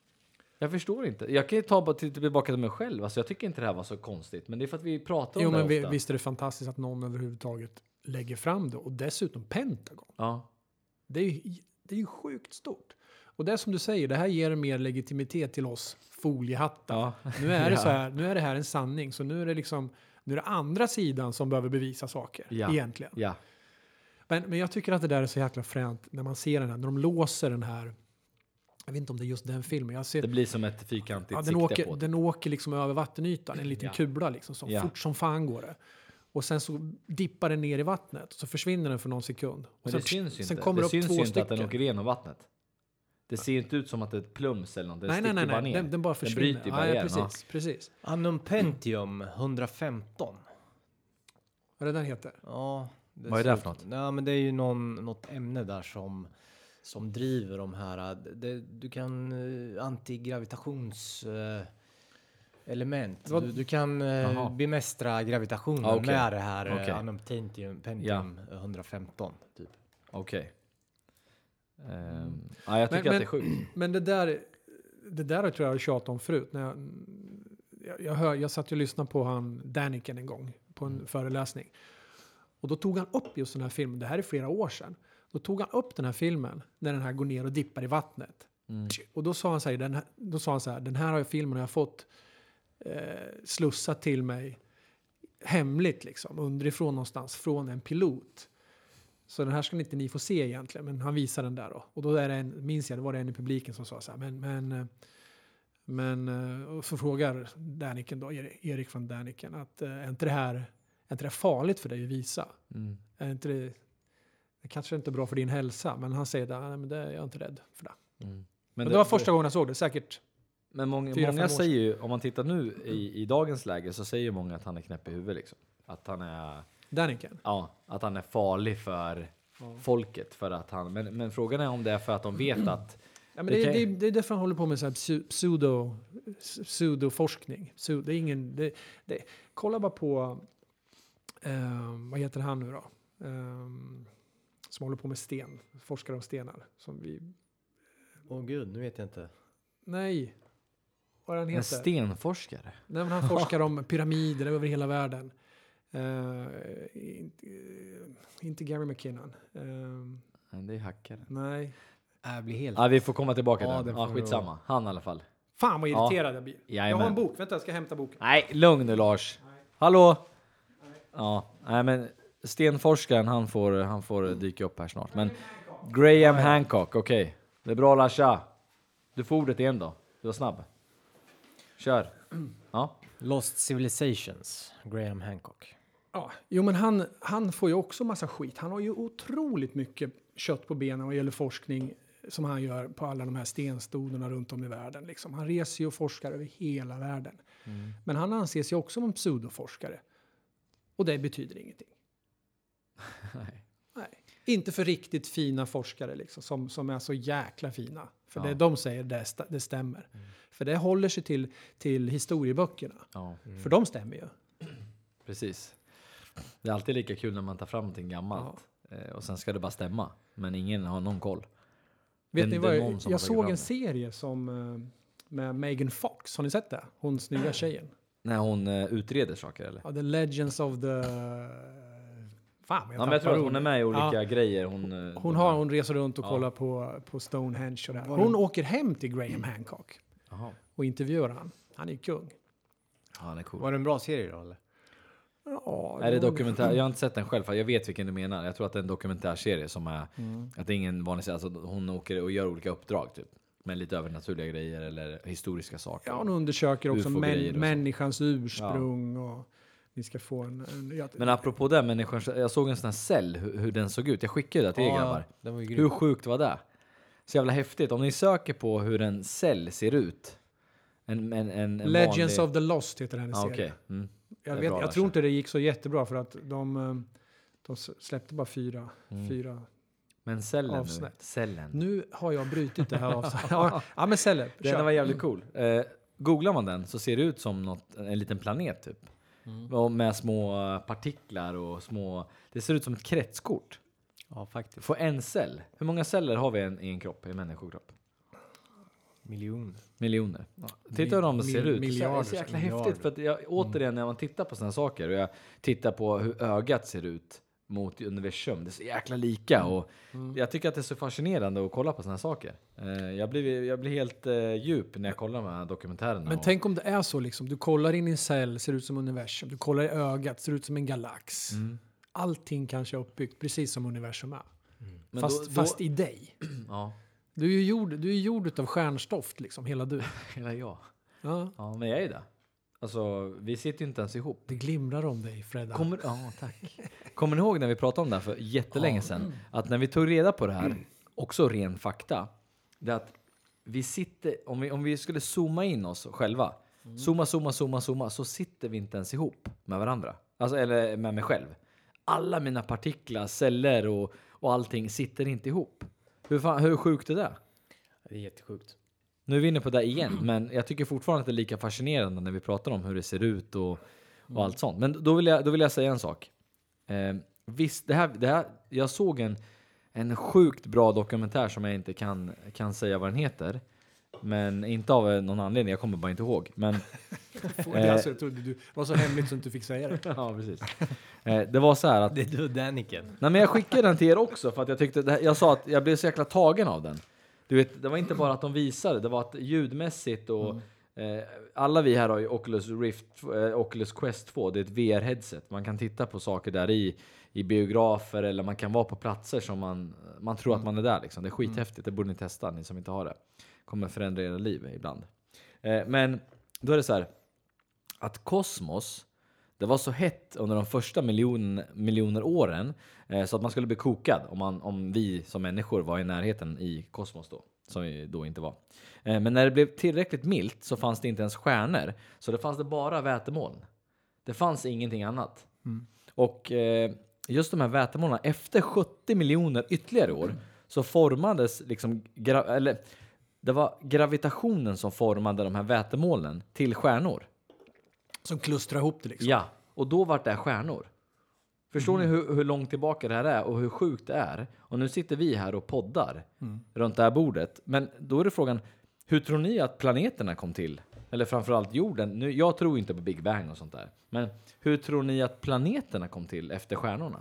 [SPEAKER 2] Jag förstår inte. Jag kan ju ta bara till, tillbaka till mig själv. Alltså, jag tycker inte det här var så konstigt, men det är för att vi pratar om
[SPEAKER 1] jo,
[SPEAKER 2] det
[SPEAKER 1] men
[SPEAKER 2] ofta.
[SPEAKER 1] Visst är det fantastiskt att någon överhuvudtaget lägger fram det och dessutom Pentagon.
[SPEAKER 2] Ja.
[SPEAKER 1] Det är ju, det är ju sjukt stort. Och det är som du säger, det här ger mer legitimitet till oss foliehattar.
[SPEAKER 2] Ja.
[SPEAKER 1] Nu är det
[SPEAKER 2] ja.
[SPEAKER 1] så här, nu är det här en sanning, så nu är det liksom Nu är det andra sidan som behöver bevisa saker,
[SPEAKER 2] Ja.
[SPEAKER 1] egentligen.
[SPEAKER 2] Ja.
[SPEAKER 1] Men, men jag tycker att det där är så jäkla fränt när man ser den här, när de låser den här, jag vet inte om det är just den filmen, jag ser,
[SPEAKER 2] Det blir som ett fyrkantigt
[SPEAKER 1] ja, den,
[SPEAKER 2] sikte
[SPEAKER 1] åker,
[SPEAKER 2] på det.
[SPEAKER 1] den åker liksom över vattenytan, en liten
[SPEAKER 2] Ja.
[SPEAKER 1] kula liksom, så
[SPEAKER 2] Ja.
[SPEAKER 1] fort som fan går det. Och sen så dippar den ner i vattnet, så försvinner den för någon sekund. Och
[SPEAKER 2] Men
[SPEAKER 1] sen,
[SPEAKER 2] det syns ju
[SPEAKER 1] sen
[SPEAKER 2] inte.
[SPEAKER 1] kommer
[SPEAKER 2] Det
[SPEAKER 1] upp
[SPEAKER 2] syns
[SPEAKER 1] två
[SPEAKER 2] ju inte
[SPEAKER 1] stycken.
[SPEAKER 2] att den åker igenom vattnet. Det ser inte ut som att det är ett plums eller något. Det
[SPEAKER 1] Nej, nej,
[SPEAKER 2] sticker
[SPEAKER 1] nej,
[SPEAKER 2] bara
[SPEAKER 1] nej.
[SPEAKER 2] ner.
[SPEAKER 1] Den, den bara försvinner.
[SPEAKER 2] bryter ju
[SPEAKER 1] ja, ja,
[SPEAKER 2] barriären,
[SPEAKER 1] precis, precis.
[SPEAKER 3] Annum Pentium hundrafemton.
[SPEAKER 1] Vad är det den heter?
[SPEAKER 3] Ja, det
[SPEAKER 2] Vad är det
[SPEAKER 3] ser
[SPEAKER 2] för
[SPEAKER 3] ut-
[SPEAKER 2] något?
[SPEAKER 3] Ja, men det är ju någon, något ämne där som, som driver de här. Det, du kan uh, antigravitations uh, element.
[SPEAKER 1] Vad-
[SPEAKER 3] Du, du kan uh,
[SPEAKER 2] Jaha.
[SPEAKER 3] bemästra gravitationen
[SPEAKER 2] Ah, okej.
[SPEAKER 3] med det här uh,
[SPEAKER 2] Okej.
[SPEAKER 3] Annum Pentium, Pentium hundrafemton. Typ.
[SPEAKER 2] Okej. Ehm, ja, jag tycker
[SPEAKER 1] Men-
[SPEAKER 2] att det är sjukt.
[SPEAKER 1] Men det där, det där tror jag jag tjatat om förut. När jag, jag, jag, hör, jag satt och lyssnade på han Daniken en gång på en föreläsning. Och då tog han upp just den här filmen. Det här är flera år sedan. Då tog han upp den här filmen när den här går ner och dippar i vattnet.
[SPEAKER 2] Mm.
[SPEAKER 1] Och då sa han så här, den här, då sa han så här, den här har jag filmen och jag har fått eh, slussat till mig hemligt liksom, underifrån någonstans, från en pilot. Så den här ska inte ni få se egentligen, men han visar den där då. Och då är det en, minns jag, det var det en i publiken som sa så här, men, men, eh, men eh, och så frågar Daniken då, Erik från Daniken, att eh, är inte det här, är inte det farligt för dig att visa?
[SPEAKER 2] Mm.
[SPEAKER 1] Är inte det, det kanske inte är bra för din hälsa, men han säger att men det är jag inte rädd för det.
[SPEAKER 2] Mm.
[SPEAKER 1] Men
[SPEAKER 2] Men
[SPEAKER 1] det, var första gången jag såg det, säkert.
[SPEAKER 2] Men många,
[SPEAKER 1] fyra, fem
[SPEAKER 2] många
[SPEAKER 1] år sedan.
[SPEAKER 2] säger ju, om man tittar nu i, i dagens läge, så säger många att han är knäpp i huvudet liksom. Att han är,
[SPEAKER 1] Daniken.
[SPEAKER 2] ja, att han är farlig för folket. För att han, men, men frågan är om det är för att de vet att
[SPEAKER 1] Ja, men
[SPEAKER 2] Det
[SPEAKER 1] det,
[SPEAKER 2] kan-
[SPEAKER 1] det, det är därför han håller på med så här pseu- pseudo, pseudoforskning. Pseudo, det är ingen, det, det, kolla bara på, eh, vad heter han nu då? Eh, som håller på med sten, forskare om stenar. Som vi,
[SPEAKER 3] Åh gud, nu vet jag inte.
[SPEAKER 1] nej, vad är han
[SPEAKER 2] en
[SPEAKER 1] heter?
[SPEAKER 2] stenforskare.
[SPEAKER 1] Nej, men han forskar om pyramider över hela världen. Eh, inte, inte Gary McKinnon. Eh,
[SPEAKER 2] Men det är hackare.
[SPEAKER 1] nej.
[SPEAKER 3] Jag blir helt...
[SPEAKER 2] Ja, vi får komma tillbaka
[SPEAKER 3] Ja,
[SPEAKER 2] till
[SPEAKER 3] det
[SPEAKER 2] den. Ja,
[SPEAKER 3] får vi
[SPEAKER 2] skitsamma. Han i alla fall.
[SPEAKER 1] Fan vad
[SPEAKER 2] Ja.
[SPEAKER 1] irriterad jag blir. Jag har
[SPEAKER 2] Jajamän.
[SPEAKER 1] en bok, vänta jag ska hämta boken.
[SPEAKER 2] Nej, lugn nu Lars. Hallå? Ja, nej men stenforskaren, han får, han får dyka upp här snart. Men Graham Hancock, okej. Det är bra Larsa. Du får ordet igen då. Du var snabb. Kör. Ja.
[SPEAKER 3] Lost Civilizations, Graham Hancock.
[SPEAKER 1] Ja, jo men han, han får ju också massa skit. Han har ju otroligt mycket kött på benen vad gäller forskning som han gör på alla de här stenstoderna runt om i världen. Liksom. Han reser ju och forskar över hela världen.
[SPEAKER 2] Mm.
[SPEAKER 1] Men han anses ju också som en pseudoforskare. Och det betyder ingenting.
[SPEAKER 2] Nej.
[SPEAKER 1] Nej. Inte för riktigt fina forskare liksom, som, som är så jäkla fina. För
[SPEAKER 2] Ja.
[SPEAKER 1] det de säger, det, st- det stämmer. För det håller sig till, till historieböckerna.
[SPEAKER 2] Ja,
[SPEAKER 1] För de stämmer ju.
[SPEAKER 2] precis. Det är alltid lika kul när man tar fram någonting gammalt. Eh, Och sen ska det bara stämma. Men ingen har någon koll.
[SPEAKER 1] Vet
[SPEAKER 2] Det-
[SPEAKER 1] ni
[SPEAKER 2] det
[SPEAKER 1] vad,
[SPEAKER 2] är
[SPEAKER 1] jag,
[SPEAKER 2] någon som har
[SPEAKER 1] jag
[SPEAKER 2] tagit
[SPEAKER 1] såg
[SPEAKER 2] fram
[SPEAKER 1] en
[SPEAKER 2] det.
[SPEAKER 1] serie som, eh, med Megan Fox. Har ni sett det? Hon snygga tjejen.
[SPEAKER 2] När hon eh, utreder saker eller?
[SPEAKER 1] Ja, The Legends of the... Fan,
[SPEAKER 2] Ja, men jag tror att hon är med i olika
[SPEAKER 1] Ja.
[SPEAKER 2] grejer. Hon, eh,
[SPEAKER 1] Hon, har, hon reser runt och
[SPEAKER 2] Ja.
[SPEAKER 1] kollar på, på Stonehenge och det här.
[SPEAKER 3] Var det-
[SPEAKER 1] Hon åker hem till Graham Hancock
[SPEAKER 2] Jaha.
[SPEAKER 1] och intervjuar han. Han är kung.
[SPEAKER 2] Ja, han är cool.
[SPEAKER 3] Var det en bra serie då eller?
[SPEAKER 1] Ja,
[SPEAKER 2] Är det
[SPEAKER 1] var-
[SPEAKER 2] dokumentär? Jag har inte sett den själv, för jag vet vilken du menar. Jag tror att det är en dokumentärserie som är,
[SPEAKER 1] Mm.
[SPEAKER 2] att det är ingen vanlig serie. Alltså, hon åker och gör olika uppdrag typ. Med lite övernaturliga grejer eller historiska saker.
[SPEAKER 1] Ja, hon undersöker också
[SPEAKER 2] U F O-grejer och
[SPEAKER 1] män,
[SPEAKER 2] så.
[SPEAKER 1] människans ursprung och vi ska få en... en ja,
[SPEAKER 2] Men apropå det, människan, jag såg en sån här cell, hur, hur den såg ut. Jag skickade det till er grabbar.
[SPEAKER 3] den var ju
[SPEAKER 2] Hur
[SPEAKER 3] grym.
[SPEAKER 2] sjukt var det? Så jävla häftigt. Om ni söker på hur en cell ser ut. En, en, en, en
[SPEAKER 1] Legends
[SPEAKER 2] vanlig...
[SPEAKER 1] of the Lost heter den
[SPEAKER 2] Ja,
[SPEAKER 1] serien.
[SPEAKER 2] okej. Mm.
[SPEAKER 1] Jag,
[SPEAKER 2] Det är
[SPEAKER 1] vet,
[SPEAKER 2] bra,
[SPEAKER 1] jag
[SPEAKER 2] Lars.
[SPEAKER 1] tror inte det gick så jättebra för att de, eh, de släppte bara fyra.
[SPEAKER 2] Mm.
[SPEAKER 1] fyra.
[SPEAKER 2] Men cellen nu.
[SPEAKER 1] Avsnitt.
[SPEAKER 2] Cellen.
[SPEAKER 1] Nu har jag brutit det här avsnittet. ja, ja, men celler.
[SPEAKER 2] Den
[SPEAKER 1] Kör.
[SPEAKER 2] var jävligt cool. Eh, googlar man den så ser det ut som något, en liten planet typ. Och med små eh, partiklar och små... Det ser ut som ett kretskort.
[SPEAKER 3] Ja, faktiskt.
[SPEAKER 2] För en cell. Hur många celler har vi en, i en kropp, i en människokropp?
[SPEAKER 3] Miljoner.
[SPEAKER 2] Miljoner. Ja. Titta hur de
[SPEAKER 1] Mil-
[SPEAKER 2] ser ut.
[SPEAKER 1] miljarder,
[SPEAKER 2] det är så jäkla
[SPEAKER 3] miljarder.
[SPEAKER 2] häftigt. För att jag, återigen, när man tittar på sådana saker och jag tittar på hur ögat ser ut mot universum. Det är så jäkla lika och
[SPEAKER 1] Mm.
[SPEAKER 2] jag tycker att det är så fascinerande att kolla på såna här saker. Eh, jag, blir, jag blir helt eh, djup när jag kollar de här dokumentärerna.
[SPEAKER 1] Men
[SPEAKER 2] och,
[SPEAKER 1] tänk om det är så liksom. Du kollar in i en cell, ser ut som universum. Du kollar i ögat, ser ut som en galax.
[SPEAKER 2] Mm.
[SPEAKER 1] Allting kanske är uppbyggt precis som universum är.
[SPEAKER 2] Men
[SPEAKER 1] Fast,
[SPEAKER 2] då- då-
[SPEAKER 1] fast i dig.
[SPEAKER 2] Ja,
[SPEAKER 1] Du är ju gjord, du är gjord av stjärnstoft liksom, hela du.
[SPEAKER 2] hela jag.
[SPEAKER 1] Ja,
[SPEAKER 2] Ja, men jag är det. Alltså, vi sitter ju inte ens ihop.
[SPEAKER 1] det glimrar om dig, Fredda.
[SPEAKER 2] Kommer, ja, tack. Kommer ni ihåg när vi pratade om det här för jättelänge sedan? Att när vi tog reda på det här, också ren fakta, det är att vi sitter, om vi, om vi skulle zooma in oss själva, zooma, zooma, zooma, zooma, så sitter vi inte ens ihop med varandra. Alltså, eller med mig själv. Alla mina partiklar, celler och, och allting sitter inte ihop. Hur, fan, hur sjukt är det?
[SPEAKER 3] Det är jättesjukt.
[SPEAKER 2] Nu är vi inne på det igen, men jag tycker fortfarande att det är lika fascinerande när vi pratar om hur det ser ut och, och allt sånt. Men då vill jag, då vill jag säga en sak. Eh, visst, det här, det här, jag såg en, en sjukt bra dokumentär som jag inte kan, kan säga vad den heter. Men inte av någon anledning, jag kommer bara inte ihåg. Men,
[SPEAKER 1] Det, alltså, jag trodde du det var så hemligt så du inte fick säga det.
[SPEAKER 2] ja, precis. Eh, det var så här att...
[SPEAKER 3] Det är du, Daniken.
[SPEAKER 2] Nej, men jag skickade den till er också för att jag tyckte, det här, jag sa att jag blev så jäkla tagen av den. Du vet, det var inte bara att de visade, det var att ljudmässigt och eh, alla vi här har ju Oculus Rift, eh, Oculus Quest två, det är ett V R-headset. Man kan titta på saker där i, i biografer eller man kan vara på platser som man, man tror att man är där liksom. Det är skithäftigt, det borde ni testa, ni som inte har det. Kommer förändra era liv ibland. Eh, men då är det så här, att kosmos, det var så hett under de första miljon, miljoner åren eh, så att man skulle bli kokad om, man, om vi som människor var i närheten i kosmos då, som vi då inte var. Eh, men när det blev tillräckligt milt så fanns det inte ens stjärnor, så det fanns det bara vätemoln. Det fanns ingenting annat.
[SPEAKER 1] Mm.
[SPEAKER 2] Och eh, just de här vätemolnen, efter sjuttio miljoner ytterligare år så formades liksom, gra- eller det var gravitationen som formade de här vätemolnen till stjärnor.
[SPEAKER 1] Som klustrar ihop det liksom.
[SPEAKER 2] Ja, och då var det stjärnor. Förstår
[SPEAKER 1] Mm.
[SPEAKER 2] ni hur, hur långt tillbaka det här är och hur sjukt det är? Och nu sitter vi här och poddar
[SPEAKER 1] Mm.
[SPEAKER 2] runt det här bordet. Men då är det frågan, hur tror ni att planeterna kom till? Eller framförallt jorden. Nu, jag tror inte på Big Bang och sånt där. Men hur tror ni att planeterna kom till efter stjärnorna?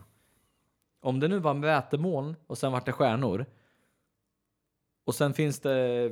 [SPEAKER 2] Om det nu var vätemoln och sen var det stjärnor. Och sen finns det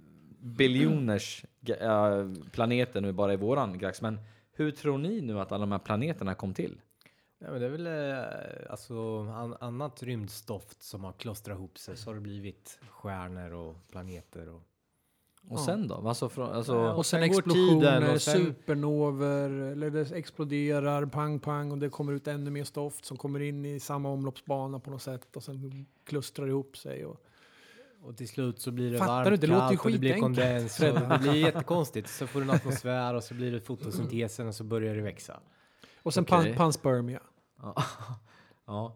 [SPEAKER 2] biljoners äh, planeter nu bara i våran galax. Men hur tror ni nu att alla de här planeterna kom till?
[SPEAKER 3] Ja, men det är väl eh, alltså an, annat rymdstoft som har klostrat ihop sig, så har det blivit stjärnor och planeter och
[SPEAKER 2] Och
[SPEAKER 1] Ja.
[SPEAKER 2] sen då? Alltså, från, alltså,
[SPEAKER 3] Ja,
[SPEAKER 1] Och sen
[SPEAKER 3] sen går
[SPEAKER 1] explosioner,
[SPEAKER 3] tiden och sen-
[SPEAKER 1] supernover, eller det exploderar, pang pang och det kommer ut ännu mer stoft som kommer in i samma omloppsbana på något sätt och sen klustrar ihop sig. Och
[SPEAKER 3] och till slut så blir det
[SPEAKER 1] Fattar
[SPEAKER 3] varmt,
[SPEAKER 1] du? Det låter ju
[SPEAKER 3] kallt och det blir
[SPEAKER 1] skitenkelt.
[SPEAKER 3] kondens och det blir jättekonstigt. Så får du en atmosfär och så blir det fotosyntesen och så börjar det växa.
[SPEAKER 1] och sen
[SPEAKER 2] Okej.
[SPEAKER 1] pan, panspermia.
[SPEAKER 2] ja. ja.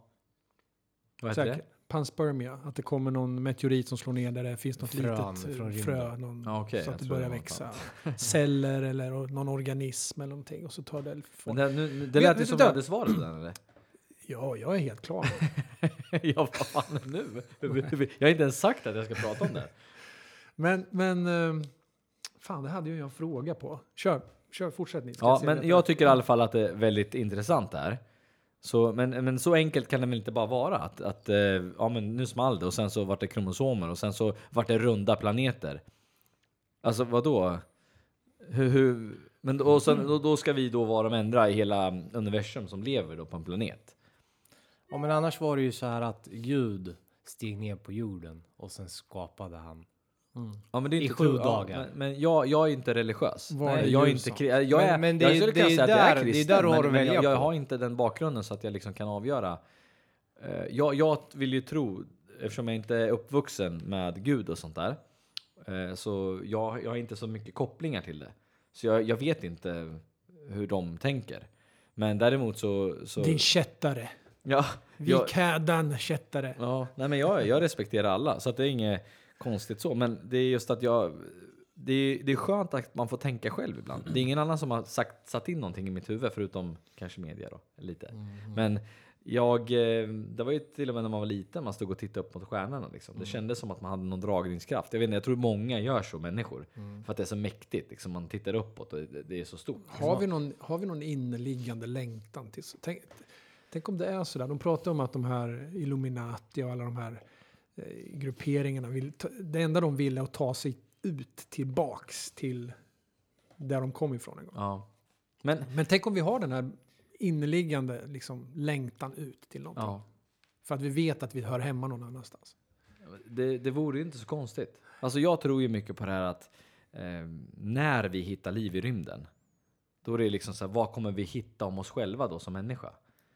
[SPEAKER 2] Vad heter
[SPEAKER 1] Säkert. Panspermia, att det kommer någon meteorit som slår ner där det finns något
[SPEAKER 3] Frön
[SPEAKER 1] litet
[SPEAKER 3] från
[SPEAKER 1] eh,
[SPEAKER 3] rymden.
[SPEAKER 1] frö, någon,
[SPEAKER 2] Ja, okej,
[SPEAKER 1] så
[SPEAKER 2] jag
[SPEAKER 1] att det
[SPEAKER 2] tror
[SPEAKER 1] börjar
[SPEAKER 2] det var
[SPEAKER 1] växa. Celler eller någon organism eller någonting och så tar det
[SPEAKER 2] Men
[SPEAKER 1] form.
[SPEAKER 2] det, nu, nu- det
[SPEAKER 1] Vet-
[SPEAKER 2] lät ju
[SPEAKER 1] vet
[SPEAKER 2] som
[SPEAKER 1] du-
[SPEAKER 2] du hade svaret där, eller?
[SPEAKER 1] Ja, jag är helt klar.
[SPEAKER 2] Ja, vad fan nu? Jag har inte ens sagt att jag ska prata om det.
[SPEAKER 1] Men, men eh, fan, det hade ju jag en fråga på. Kör, kör fortsätt ni. Ska
[SPEAKER 2] Ja,
[SPEAKER 1] se
[SPEAKER 2] men
[SPEAKER 1] detta.
[SPEAKER 2] jag tycker i alla fall att det är väldigt intressant där. Så, men, men så enkelt kan det väl inte bara vara att, att eh, ja, men nu small det och sen så vart det kromosomer och sen så vart det runda planeter. Alltså vad då? Hur, hur, men och sen, då, då ska vi då vara de enda i hela universum som lever då på en planet.
[SPEAKER 3] Ja, men annars var det ju så här att Gud steg ner på jorden och sen skapade han.
[SPEAKER 2] Ja, men det är
[SPEAKER 3] I
[SPEAKER 2] inte
[SPEAKER 3] sju
[SPEAKER 2] tro- ja,
[SPEAKER 3] dagar.
[SPEAKER 2] men, men jag, jag är inte religiös.
[SPEAKER 1] Var det
[SPEAKER 2] Nej, jag är
[SPEAKER 1] ljus
[SPEAKER 2] inte
[SPEAKER 1] som?
[SPEAKER 2] kri- jag är,
[SPEAKER 3] Men- men det
[SPEAKER 2] jag
[SPEAKER 3] är-
[SPEAKER 2] skulle
[SPEAKER 3] det
[SPEAKER 2] kunna
[SPEAKER 3] är
[SPEAKER 2] säga att
[SPEAKER 3] där-
[SPEAKER 2] jag är
[SPEAKER 3] det är
[SPEAKER 2] kristen,
[SPEAKER 3] där du har
[SPEAKER 2] men,
[SPEAKER 3] att
[SPEAKER 2] men
[SPEAKER 3] välja
[SPEAKER 2] jag, jag
[SPEAKER 3] på.
[SPEAKER 2] har inte den bakgrunden så att jag liksom kan avgöra. Eh, jag, jag vill ju tro, eftersom jag inte är uppvuxen med Gud och sånt där, eh, så jag, jag har inte så mycket kopplingar till det. Så jag, jag vet inte hur de tänker. Men däremot så... så
[SPEAKER 1] Din kättare.
[SPEAKER 2] ja,
[SPEAKER 1] Vi
[SPEAKER 2] jag,
[SPEAKER 1] kädan kättare.
[SPEAKER 2] ja, nej, men jag, jag respekterar alla, så att det är inget konstigt så. Men det är just att jag... Det är, det är skönt att man får tänka själv ibland. Det är ingen annan som har sagt, satt in någonting i mitt huvud förutom kanske media då, lite. Men jag, eh, det var ju till och med när man var liten man stod och tittade upp mot stjärnorna liksom. Det kändes som att man hade någon dragningskraft. Jag vet inte, jag tror många gör så, människor. För att det är så mäktigt, liksom, man tittar uppåt och det, det är så stort.
[SPEAKER 1] Har vi, någon, har vi någon inneliggande längtan till... Tänk, Tänk om det är så där. De pratar om att de här Illuminati och alla de här eh, grupperingarna, vill ta, det enda de vill är att ta sig ut tillbaks till där de kom ifrån en gång.
[SPEAKER 2] Ja. Men,
[SPEAKER 1] Men tänk om vi har den här inneliggande liksom, längtan ut till någonting.
[SPEAKER 2] ja.
[SPEAKER 1] För att vi vet att vi hör hemma någon annanstans.
[SPEAKER 2] Det, det vore ju inte så konstigt. Alltså jag tror ju mycket på det här att eh, när vi hittar liv i rymden, då är det liksom så här, vad kommer vi hitta om oss själva då som människa?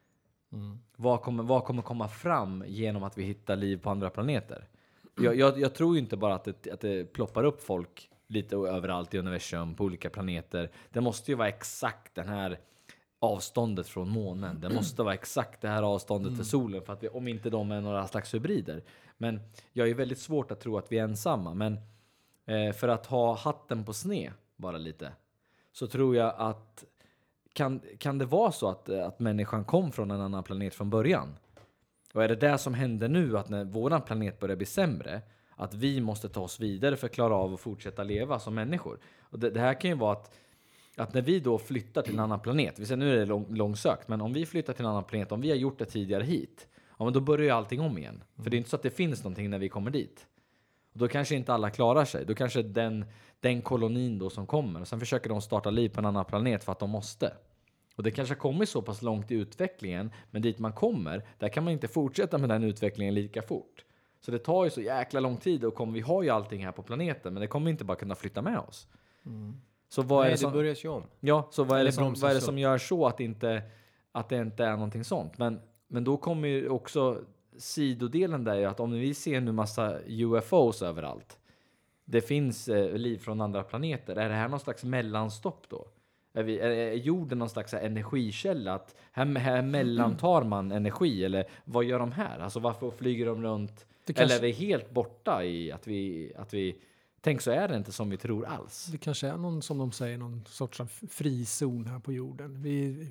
[SPEAKER 3] Mm.
[SPEAKER 2] Vad kommer, vad kommer komma fram genom att vi hittar liv på andra planeter? Jag, jag, jag tror ju inte bara att det, att det ploppar upp folk lite överallt i universum på olika planeter. Det måste ju vara exakt den här avståndet från månen. Det måste vara exakt det här avståndet till solen, för att vi, om inte de är några slags hybrider. Men jag är väldigt svårt att tro att vi är ensamma. Men eh, för att ha hatten på sned bara lite, så tror jag att kan, kan det vara så att, att människan kom från en annan planet från början? Och är det det som händer nu, att när våran planet börjar bli sämre, att vi måste ta oss vidare för att klara av att fortsätta leva som människor? Och det, det här kan ju vara att Att när vi då flyttar till en annan planet, vi säger nu är det lång, långsökt, men om vi flyttar till en annan planet, om vi har gjort det tidigare hit, ja, men då börjar ju allting om igen. Mm. För det är inte så att det finns någonting när vi kommer dit. Och då kanske inte alla klarar sig. Då kanske den, den kolonin då som kommer, och sen försöker de starta liv på en annan planet för att de måste. Och det kanske kommer så pass långt i utvecklingen, men dit man kommer, där kan man inte fortsätta med den utvecklingen lika fort. Så det tar ju så jäkla lång tid, och kommer, vi har ju allting här på planeten, men det kommer inte bara kunna flytta med oss.
[SPEAKER 3] Mm.
[SPEAKER 2] Så vad
[SPEAKER 3] Nej,
[SPEAKER 2] är det
[SPEAKER 3] det
[SPEAKER 2] som,
[SPEAKER 3] börjar ju om.
[SPEAKER 2] ja, så vad är,
[SPEAKER 3] Eller
[SPEAKER 2] det som,
[SPEAKER 3] bromsas
[SPEAKER 2] vad är det
[SPEAKER 3] upp.
[SPEAKER 2] som gör så att, inte, att det inte är någonting sånt? Men, men då kommer ju också sidodelen där, att om vi ser nu massa U F Os överallt, det finns eh, liv från andra planeter, är det här någon slags mellanstopp då? Är, vi, är, är jorden någon slags energikälla? Att här, här mellantar man energi, eller vad gör de här? Alltså varför flyger de runt?
[SPEAKER 1] Det kanske,
[SPEAKER 2] Eller är vi helt borta i att vi, att vi tänk, så är det inte som vi tror alls.
[SPEAKER 1] det kanske är någon, som de säger, någon sorts av frizon här på jorden. Vi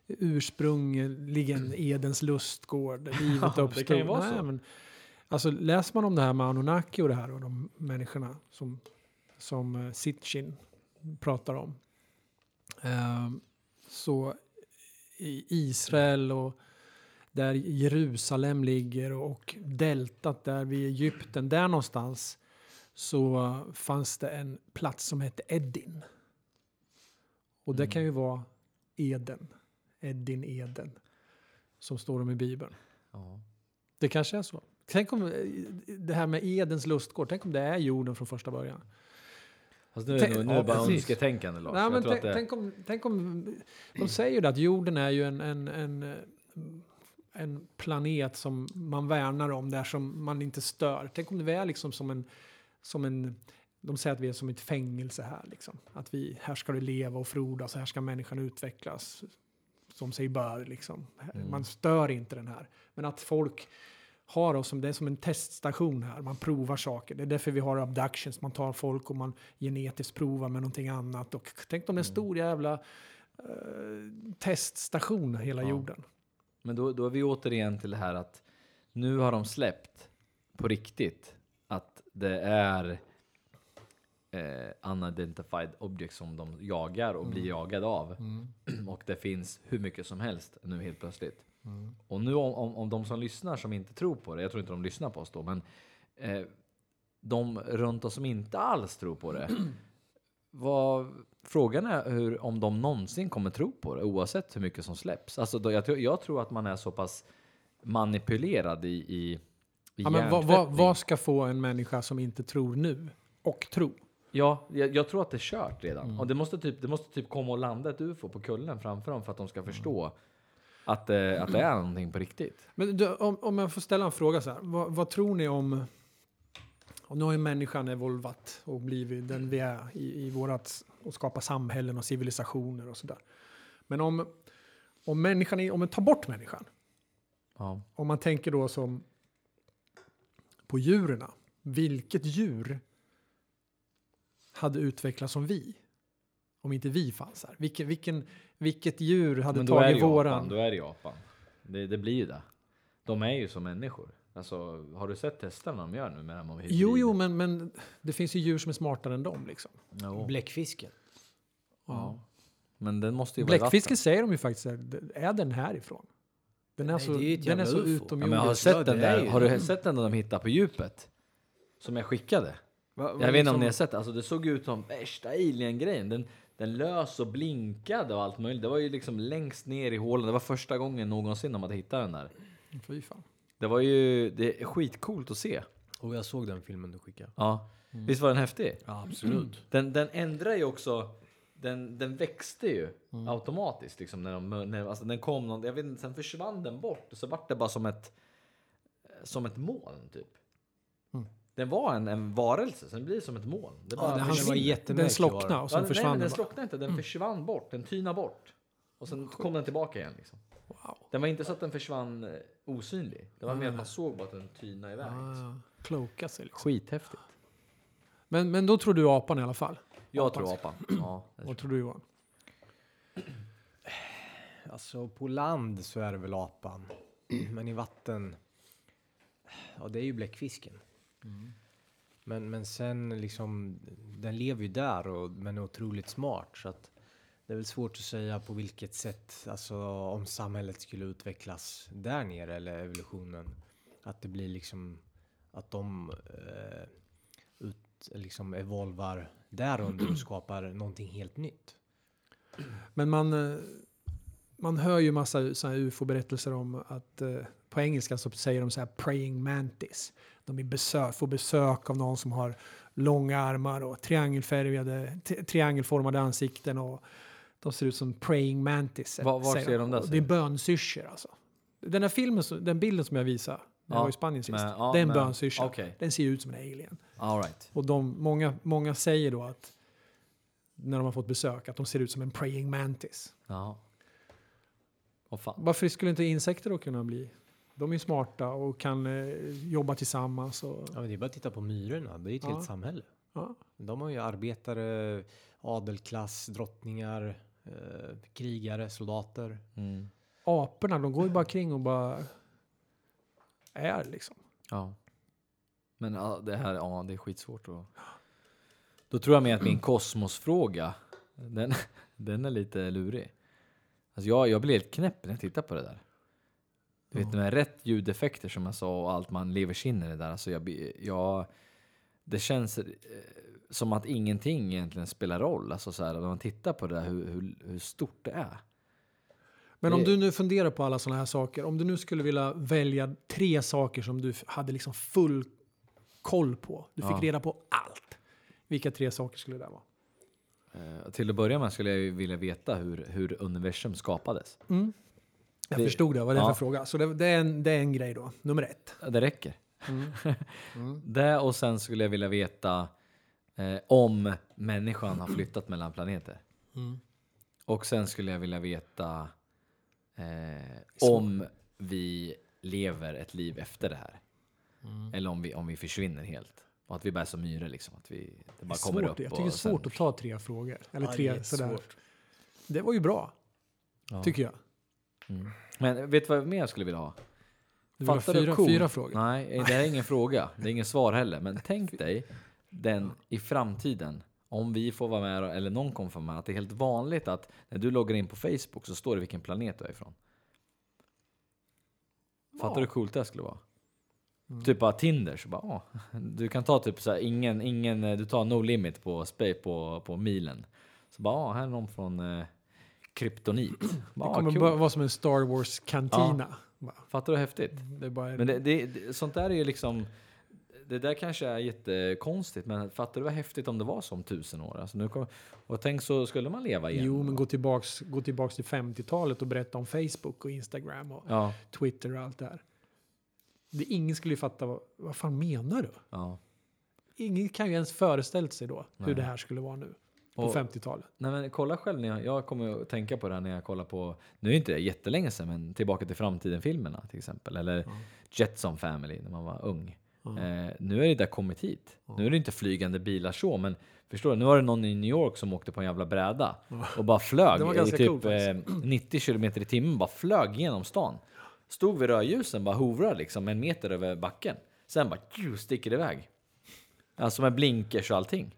[SPEAKER 1] ursprungligen Edens lustgård, livet
[SPEAKER 2] Ja,
[SPEAKER 1] uppstod.
[SPEAKER 2] det kan ju vara
[SPEAKER 1] Nej,
[SPEAKER 2] så.
[SPEAKER 1] men, alltså, läser man om det här med Anunnaki och det här, och de människorna som, som uh, Sitchin pratar om, uh, så i Israel och där Jerusalem ligger, och deltat där vid Egypten, där någonstans, så fanns det en plats som hette Eddin. Och det
[SPEAKER 2] Mm.
[SPEAKER 1] kan ju vara Eden. Eddin, Eden. Som står om i Bibeln.
[SPEAKER 2] Ja.
[SPEAKER 1] Det kanske är så. Tänk om det här med Edens lustgård. Tänk om det är jorden från första början.
[SPEAKER 2] Alltså nu,
[SPEAKER 1] Tänk-
[SPEAKER 2] nu, nu är
[SPEAKER 1] ja,
[SPEAKER 2] det bara
[SPEAKER 1] precis.
[SPEAKER 2] önsketänkande, Lars.
[SPEAKER 1] Nej,
[SPEAKER 2] Jag
[SPEAKER 1] men
[SPEAKER 2] tror
[SPEAKER 1] tänk,
[SPEAKER 2] att det,
[SPEAKER 1] tänk, om, tänk om... De säger ju det, att jorden är ju en, en, en, en planet som man värnar om. Där som man inte stör. Tänk om det är liksom som en... Som en de säger att vi är som ett fängelse här. Liksom. Att vi, här ska det leva och frodas. Här ska människan utvecklas. Som sig bör. Liksom.
[SPEAKER 2] Mm.
[SPEAKER 1] Man stör inte den här. Men att folk har oss som, det är som en teststation här. Man provar saker. Det är därför vi har abductions. Man tar folk och man genetiskt provar med någonting annat. Och tänk om det är en stor jävla uh, teststation hela
[SPEAKER 2] Ja.
[SPEAKER 1] jorden.
[SPEAKER 2] men då, då är vi återigen till det här att nu har de släppt på riktigt att det är eh, unidentified objects som de jagar och
[SPEAKER 3] Mm.
[SPEAKER 2] blir jagade av.
[SPEAKER 3] Mm.
[SPEAKER 2] Och det finns hur mycket som helst nu helt plötsligt.
[SPEAKER 3] Mm.
[SPEAKER 2] Och nu om, om, om de som lyssnar som inte tror på det, jag tror inte de lyssnar på oss då, men eh, de runt oss som inte alls tror på det, vad, frågan är hur, om de någonsin kommer tro på det, oavsett hur mycket som släpps. Alltså då, jag, tror- jag tror att man är så pass manipulerad i, i, i
[SPEAKER 1] Ja, men vad, vad,
[SPEAKER 2] hjärntvättning.
[SPEAKER 1] vad ska få en människa som inte tror nu och tro?
[SPEAKER 2] Ja, jag, jag tror att det är kört redan.
[SPEAKER 3] Mm.
[SPEAKER 2] Och det måste, typ, det måste typ komma och landa ett U F O på kullen framför dem för att de ska förstå att, eh, att det är någonting på riktigt.
[SPEAKER 1] Men du, om, om jag får ställa en fråga så här. Vad, vad tror ni om... Och nu har ju människan evolvat och blivit den vi är i, i vårat... Och skapa samhällen och civilisationer och sådär. Men om, om människan... är- Om man tar bort människan.
[SPEAKER 2] Ja.
[SPEAKER 1] Om man tänker då som... På djuren. Vilket djur hade utvecklats som vi? Om inte vi fanns här. Vilken, vilken, vilket djur hade
[SPEAKER 2] Men då är det
[SPEAKER 1] tagit
[SPEAKER 2] Japan,
[SPEAKER 1] våran...
[SPEAKER 2] då är det Japan. Det, det blir ju det. De är ju som människor. Alltså, har du sett testerna de gör nu med de här hybrider?
[SPEAKER 1] Jo, jo, men, men det finns ju djur som är smartare än dem. Liksom.
[SPEAKER 2] Jo.
[SPEAKER 3] Bläckfisken.
[SPEAKER 2] Ja. Men den måste ju vara i
[SPEAKER 1] Bläckfisken
[SPEAKER 2] vatten.
[SPEAKER 1] säger de ju faktiskt, är, är den härifrån? Den är
[SPEAKER 3] Nej,
[SPEAKER 1] så,
[SPEAKER 3] det är ju ett
[SPEAKER 1] den är
[SPEAKER 3] jävla
[SPEAKER 1] så
[SPEAKER 3] U F O.
[SPEAKER 2] Ja,
[SPEAKER 1] utomjordisk.
[SPEAKER 2] men jag har
[SPEAKER 3] Ja,
[SPEAKER 2] sett
[SPEAKER 3] det
[SPEAKER 2] den
[SPEAKER 3] är
[SPEAKER 2] där.
[SPEAKER 3] ju
[SPEAKER 2] Har du
[SPEAKER 3] det.
[SPEAKER 2] sett den när de hittar på djupet? Som jag skickade.
[SPEAKER 3] Va,
[SPEAKER 2] Jag vet inte om ni har sett det. Alltså det såg ut som värsta alien-grejen. Den, den lös och blinkade och allt möjligt. Det var ju liksom längst ner i hålen. Det var första gången någonsin de hade hittat den där.
[SPEAKER 1] Fy fan.
[SPEAKER 2] Det var ju det är skitcoolt att se.
[SPEAKER 3] Och jag såg den filmen du skickade.
[SPEAKER 2] Ja. Visst var den häftig?
[SPEAKER 3] Ja, absolut.
[SPEAKER 2] Den, den ändrar ju också. Den, den växte ju automatiskt. Liksom, när de, när, alltså, den kom någon, jag vet inte, sen försvann den bort. Och så var det bara som ett, som ett moln typ.
[SPEAKER 1] Mm.
[SPEAKER 2] Den var en, en varelse, sen blir det som ett moln. Det
[SPEAKER 1] Ja,
[SPEAKER 2] bara
[SPEAKER 1] det, han,
[SPEAKER 3] det var
[SPEAKER 2] försvinner.
[SPEAKER 3] jättemärkligt.
[SPEAKER 1] den slocknade och sen
[SPEAKER 2] Ja, nej,
[SPEAKER 1] försvann
[SPEAKER 2] men den
[SPEAKER 1] den bara.
[SPEAKER 2] slocknade inte, den försvann bort. Den tynade bort. Och sen kom den tillbaka igen. Liksom.
[SPEAKER 1] Wow.
[SPEAKER 2] Den var inte så att den försvann eh, osynlig. Det var mer
[SPEAKER 1] Nej.
[SPEAKER 2] att man såg bara att den tynade iväg. Liksom.
[SPEAKER 1] Ah, kloka sig liksom.
[SPEAKER 2] Skithäftigt.
[SPEAKER 1] Men, men då tror du apan i alla fall.
[SPEAKER 2] Jag
[SPEAKER 1] Apan.
[SPEAKER 2] tror apan. Ja, det
[SPEAKER 1] Vad tror du Johan?
[SPEAKER 3] Alltså på land så är det väl apan. Men i vatten, ja det är ju bläckfisken. Men, men sen liksom, den lever ju där och, men är otroligt smart. Så att det är väl svårt att säga på vilket sätt, alltså om samhället skulle utvecklas där nere eller evolutionen. Att det blir liksom, att de eh, ut, liksom evolvar där under och skapar någonting helt nytt.
[SPEAKER 1] Men man, eh, man hör ju massa såna här U F O-berättelser om att eh, på engelska så säger de så här praying mantis. De är besök, får besök av någon som har långa armar och triangelfärgade, t- triangelformade ansikten och de ser ut som praying mantis.
[SPEAKER 2] Var- var
[SPEAKER 1] säger
[SPEAKER 2] ser de där,
[SPEAKER 1] Och det
[SPEAKER 2] säger
[SPEAKER 1] är bönsyrsor alltså. Den här filmen, som- den bilden som jag visade när jag
[SPEAKER 2] Ja,
[SPEAKER 1] var i Spanien sist,
[SPEAKER 2] men- ja,
[SPEAKER 1] det är en
[SPEAKER 2] men-
[SPEAKER 1] bönsyrsa.
[SPEAKER 2] okej.
[SPEAKER 1] Den ser ju ut som en alien.
[SPEAKER 2] All right.
[SPEAKER 1] Och de, många, många säger då att när de har fått besök att de ser ut som en praying mantis.
[SPEAKER 2] Ja. Åh fan.
[SPEAKER 1] Varför skulle inte insekter då kunna bli? De är smarta och kan eh, jobba tillsammans. Och,
[SPEAKER 3] Ja, men det är bara att titta på myrorna, det är ett
[SPEAKER 1] Ja.
[SPEAKER 3] helt samhälle.
[SPEAKER 1] ja.
[SPEAKER 3] De har ju arbetare, adelklass, drottningar, eh, krigare, soldater.
[SPEAKER 2] Mm.
[SPEAKER 1] Aporna, de går ju bara kring och bara är liksom.
[SPEAKER 2] Ja. Men ja, det här, ja, det är skitsvårt att... Då tror jag mer att min kosmosfråga, den, den är lite lurig. Alltså jag, jag blir helt knäpp när jag tittar på det där. Du vet, med rätt ljudeffekter som jag sa och allt man lever sig in i det där. Alltså jag, blir- jag, det känns eh, som att ingenting egentligen spelar roll. Alltså så här, när man tittar på det där, hur, hur, hur stort det är.
[SPEAKER 1] Men om
[SPEAKER 2] Det-
[SPEAKER 1] du nu funderar på alla sådana här saker. Om du nu skulle vilja välja tre saker som du f- hade liksom full koll på. Du fick
[SPEAKER 2] Ja.
[SPEAKER 1] reda på allt. Vilka tre saker skulle det vara?
[SPEAKER 2] Eh, till att börja med skulle jag ju vilja veta hur, hur universum skapades.
[SPEAKER 1] Mm. Jag
[SPEAKER 2] Det-
[SPEAKER 1] förstod det, vad det är
[SPEAKER 2] ja.
[SPEAKER 1] för fråga. Så det, det, är en, det är en grej då. Nummer ett.
[SPEAKER 2] Ja, det räcker.
[SPEAKER 1] Mm. Mm.
[SPEAKER 2] Det och sen skulle jag vilja veta eh, om människan har flyttat mellan planeter.
[SPEAKER 1] Mm.
[SPEAKER 2] Och sen skulle jag vilja veta eh,
[SPEAKER 1] Svårt.
[SPEAKER 2] om vi lever ett liv efter det här.
[SPEAKER 1] Mm.
[SPEAKER 2] Eller om vi, om vi försvinner helt. Och att vi bara är som myror liksom. Att vi, det bara
[SPEAKER 1] Det är
[SPEAKER 2] kommer
[SPEAKER 1] svårt,
[SPEAKER 2] upp.
[SPEAKER 1] jag
[SPEAKER 2] och
[SPEAKER 1] tycker det är svårt
[SPEAKER 2] sen,
[SPEAKER 1] att ta tre frågor. Eller
[SPEAKER 3] Ja,
[SPEAKER 1] tre
[SPEAKER 3] det är
[SPEAKER 1] sådär.
[SPEAKER 3] svårt.
[SPEAKER 1] Det var ju bra,
[SPEAKER 2] ja.
[SPEAKER 1] tycker jag.
[SPEAKER 2] Mm. Men vet du vad mer jag skulle vilja ha?
[SPEAKER 1] Du vill ha
[SPEAKER 2] Fattar du
[SPEAKER 1] fyra,
[SPEAKER 2] cool?
[SPEAKER 1] fyra frågor.
[SPEAKER 2] Nej, det är ingen fråga. Det är ingen svar heller. Men tänk dig den i framtiden. Om vi får vara med, eller någon kommer få vara med, att det är helt vanligt att när du loggar in på Facebook så står det vilken planet du är ifrån. Fattar
[SPEAKER 1] Ja.
[SPEAKER 2] du hur coolt det skulle vara?
[SPEAKER 1] Mm.
[SPEAKER 2] Typ bara Tinder, så bara, åh, du kan ta typ så här, ingen, ingen, du tar no limit på spay på, på milen. Så bara, åh, här är någon från eh, kryptonit.
[SPEAKER 1] Det
[SPEAKER 2] Bara,
[SPEAKER 1] kommer
[SPEAKER 2] cool.
[SPEAKER 1] bara vara som en Star Wars-kantina. Bara,
[SPEAKER 2] Fattar du hur häftigt?
[SPEAKER 1] det är bara,
[SPEAKER 2] Men det, det, det, sånt där är ju liksom, det där kanske är jättekonstigt, men fattar du vad häftigt om det var som tusen år? Alltså nu kom, och tänk så skulle man leva igen.
[SPEAKER 1] jo, men gå tillbaks, gå tillbaks till femtiotalet och berätta om Facebook och Instagram och
[SPEAKER 2] Ja,
[SPEAKER 1] Twitter och allt det här. Det, ingen skulle ju fatta, vad, vad fan menar du?
[SPEAKER 2] ja.
[SPEAKER 1] Ingen kan ju ens föreställt sig då hur
[SPEAKER 2] Nej.
[SPEAKER 1] det här skulle vara nu på
[SPEAKER 2] Och-
[SPEAKER 1] femtiotalet.
[SPEAKER 2] Nej men kolla själv, när jag, jag kommer att tänka på det här när jag kollar på, nu är det inte det jättelänge sedan, men Tillbaka till framtiden-filmerna till exempel. Eller
[SPEAKER 1] Ja.
[SPEAKER 2] Jetson Family när man var ung.
[SPEAKER 1] Ja.
[SPEAKER 2] Eh, nu är det där kommit hit.
[SPEAKER 1] Ja.
[SPEAKER 2] Nu är det inte flygande bilar så, men förstår du, nu var det någon i New York som åkte på en jävla bräda
[SPEAKER 1] Ja.
[SPEAKER 2] och bara flög
[SPEAKER 1] Det var
[SPEAKER 2] i
[SPEAKER 1] ganska
[SPEAKER 2] typ
[SPEAKER 1] coolt
[SPEAKER 2] eh, nittio kilometer i timmen, bara flög genom stan. Stod vid rödljusen, bara hovrar liksom en meter över backen. Sen bara tju, sticker det iväg. Alltså med blinkers och allting.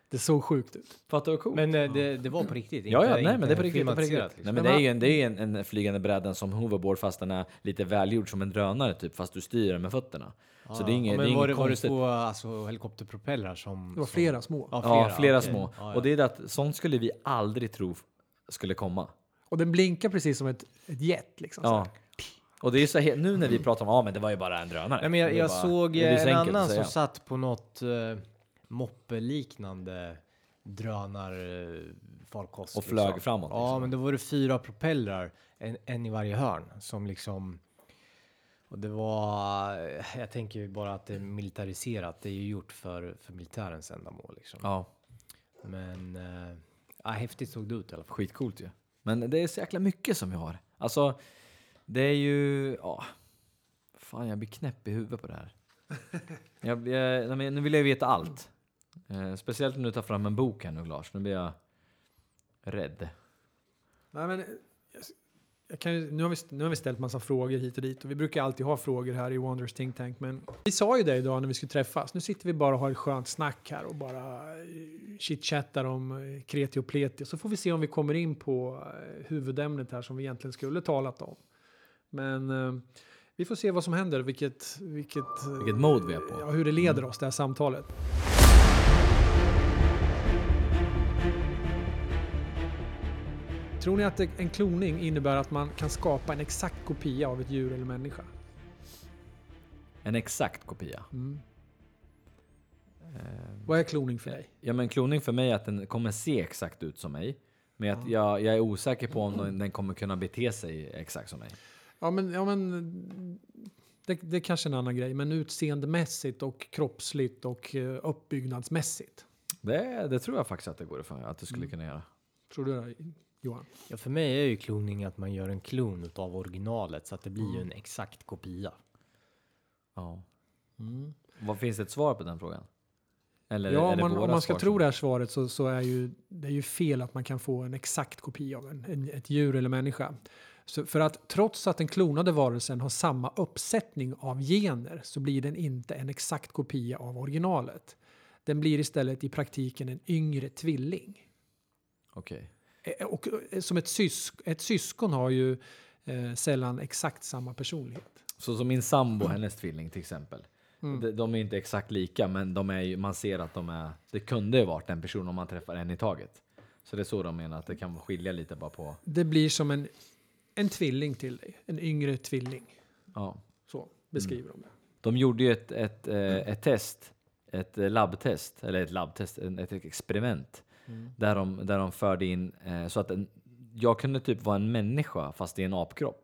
[SPEAKER 1] Det såg sjukt ut.
[SPEAKER 2] Fattar du vad coolt?
[SPEAKER 3] Men eh, det, det var på riktigt.
[SPEAKER 2] Ja, ja,
[SPEAKER 3] inte-
[SPEAKER 2] nej, men det är på
[SPEAKER 3] inte
[SPEAKER 2] riktigt. Det är på riktigt.
[SPEAKER 3] filmatiserat, liksom.
[SPEAKER 2] Nej, men det är ju en, det är en, en flygande brädan som hoverboard fast den är lite välgjord som en drönare typ, fast du styr den med fötterna. Så det är inget,
[SPEAKER 3] Ja,
[SPEAKER 2] det är
[SPEAKER 3] men var, det,
[SPEAKER 2] inget
[SPEAKER 3] var det
[SPEAKER 2] konstigt.
[SPEAKER 3] två alltså, helikopterpropellrar som...
[SPEAKER 1] Det var
[SPEAKER 3] som-
[SPEAKER 1] flera små.
[SPEAKER 2] Ja, flera
[SPEAKER 3] okej.
[SPEAKER 2] små.
[SPEAKER 3] Ja, ja.
[SPEAKER 2] Och det är det att sånt skulle vi aldrig tro skulle komma.
[SPEAKER 1] Och den blinkar precis som ett, ett jet. Liksom, så
[SPEAKER 2] Ja.
[SPEAKER 1] här.
[SPEAKER 2] Och det är så he- nu när vi pratar om, ja men det var ju bara en drönare.
[SPEAKER 3] Nej, men jag,
[SPEAKER 2] Det är
[SPEAKER 3] jag
[SPEAKER 2] bara-
[SPEAKER 3] såg
[SPEAKER 2] det är
[SPEAKER 3] eh,
[SPEAKER 2] så
[SPEAKER 3] en
[SPEAKER 2] enkelt att
[SPEAKER 3] annan
[SPEAKER 2] säga.
[SPEAKER 3] som satt på något eh, moppeliknande drönarfarkost.
[SPEAKER 2] Och flög framåt,
[SPEAKER 3] Ja,
[SPEAKER 2] liksom.
[SPEAKER 3] men då var det fyra propellrar, en, en i varje hörn, som liksom... Och det var... Jag tänker ju bara att det är militariserat. Det är ju gjort för, för militärens ändamål, liksom.
[SPEAKER 2] Ja,
[SPEAKER 3] Men... Eh, ja, häftigt såg det ut i alla fall.
[SPEAKER 2] skitcoolt ju. Men det är så jäkla mycket som vi har. Alltså, det är ju... Ja. Fan, jag blir knäpp i huvudet på det här. jag, jag, nej, men nu vill jag veta allt. Eh, speciellt när du tar fram en bok här nu, Lars. Nu blir jag rädd.
[SPEAKER 1] Nej, men, jag, jag kan, ju- nu, har vi, nu har vi ställt massa frågor hit och dit. Och vi brukar alltid ha frågor här i Wanderers Think Tank. Men vi sa ju det idag när vi skulle träffas. Nu sitter vi bara och har ett skönt snack här och bara eh, chitchattar om eh, kreti och pleti. Så får vi se om vi kommer in på eh, huvudämnet här som vi egentligen skulle talat om. Men eh, vi får se vad som händer. Vilket, vilket, eh,
[SPEAKER 2] Vilket mode vi är på.
[SPEAKER 1] Ja, hur det leder oss, det här samtalet. Tror ni att det- en kloning innebär att man kan skapa en exakt kopia av ett djur eller människa?
[SPEAKER 2] En exakt kopia.
[SPEAKER 1] Mm. Vad är kloning för dig?
[SPEAKER 2] Ja, men kloning för mig är att den kommer se exakt ut som mig. Men att jag, jag är osäker på om den, den kommer kunna bete sig exakt som mig.
[SPEAKER 1] Ja, men, ja, men det, det är kanske en annan grej. Men utseendemässigt och kroppsligt och eh, uppbyggnadsmässigt.
[SPEAKER 2] Det, det tror jag faktiskt att det går för att det skulle kunna göra.
[SPEAKER 1] Tror du det, Johan?
[SPEAKER 3] Ja, för mig är ju kloning att man gör en klon utav originalet så att det blir ju en exakt kopia.
[SPEAKER 2] Ja. Vad finns det ett svar på den frågan? Eller
[SPEAKER 1] Ja,
[SPEAKER 2] är
[SPEAKER 1] om
[SPEAKER 2] det
[SPEAKER 1] man,
[SPEAKER 2] våra
[SPEAKER 1] om man ska
[SPEAKER 2] svar
[SPEAKER 1] tro
[SPEAKER 2] som-
[SPEAKER 1] det här svaret så, så är ju, det är ju fel att man kan få en exakt kopia av en, en, ett djur eller människa. Så för att trots att den klonade varelsen har samma uppsättning av gener så blir den inte en exakt kopia av originalet. Den blir istället i praktiken en yngre tvilling.
[SPEAKER 2] Okej.
[SPEAKER 1] Eh, Och eh, som ett, sysk, ett syskon har ju eh, sällan exakt samma personlighet.
[SPEAKER 2] Så som min sambo, hennes tvilling till exempel.
[SPEAKER 1] Mm.
[SPEAKER 2] De, de är inte exakt lika, men de är ju, man ser att de är... Det kunde ju varit en person om man träffar en i taget. Så det är så de menar, att det kan skilja lite bara på...
[SPEAKER 1] Det blir som en, en tvilling till dig. En yngre tvilling.
[SPEAKER 2] Ja.
[SPEAKER 1] Så beskriver de det.
[SPEAKER 2] De gjorde ju ett, ett, eh, ett test, ett eh, labbtest, eller ett labbtest, en- ett experiment. Där, de, där de förde in eh, så att en, jag kunde typ vara en människa fast i en apkropp.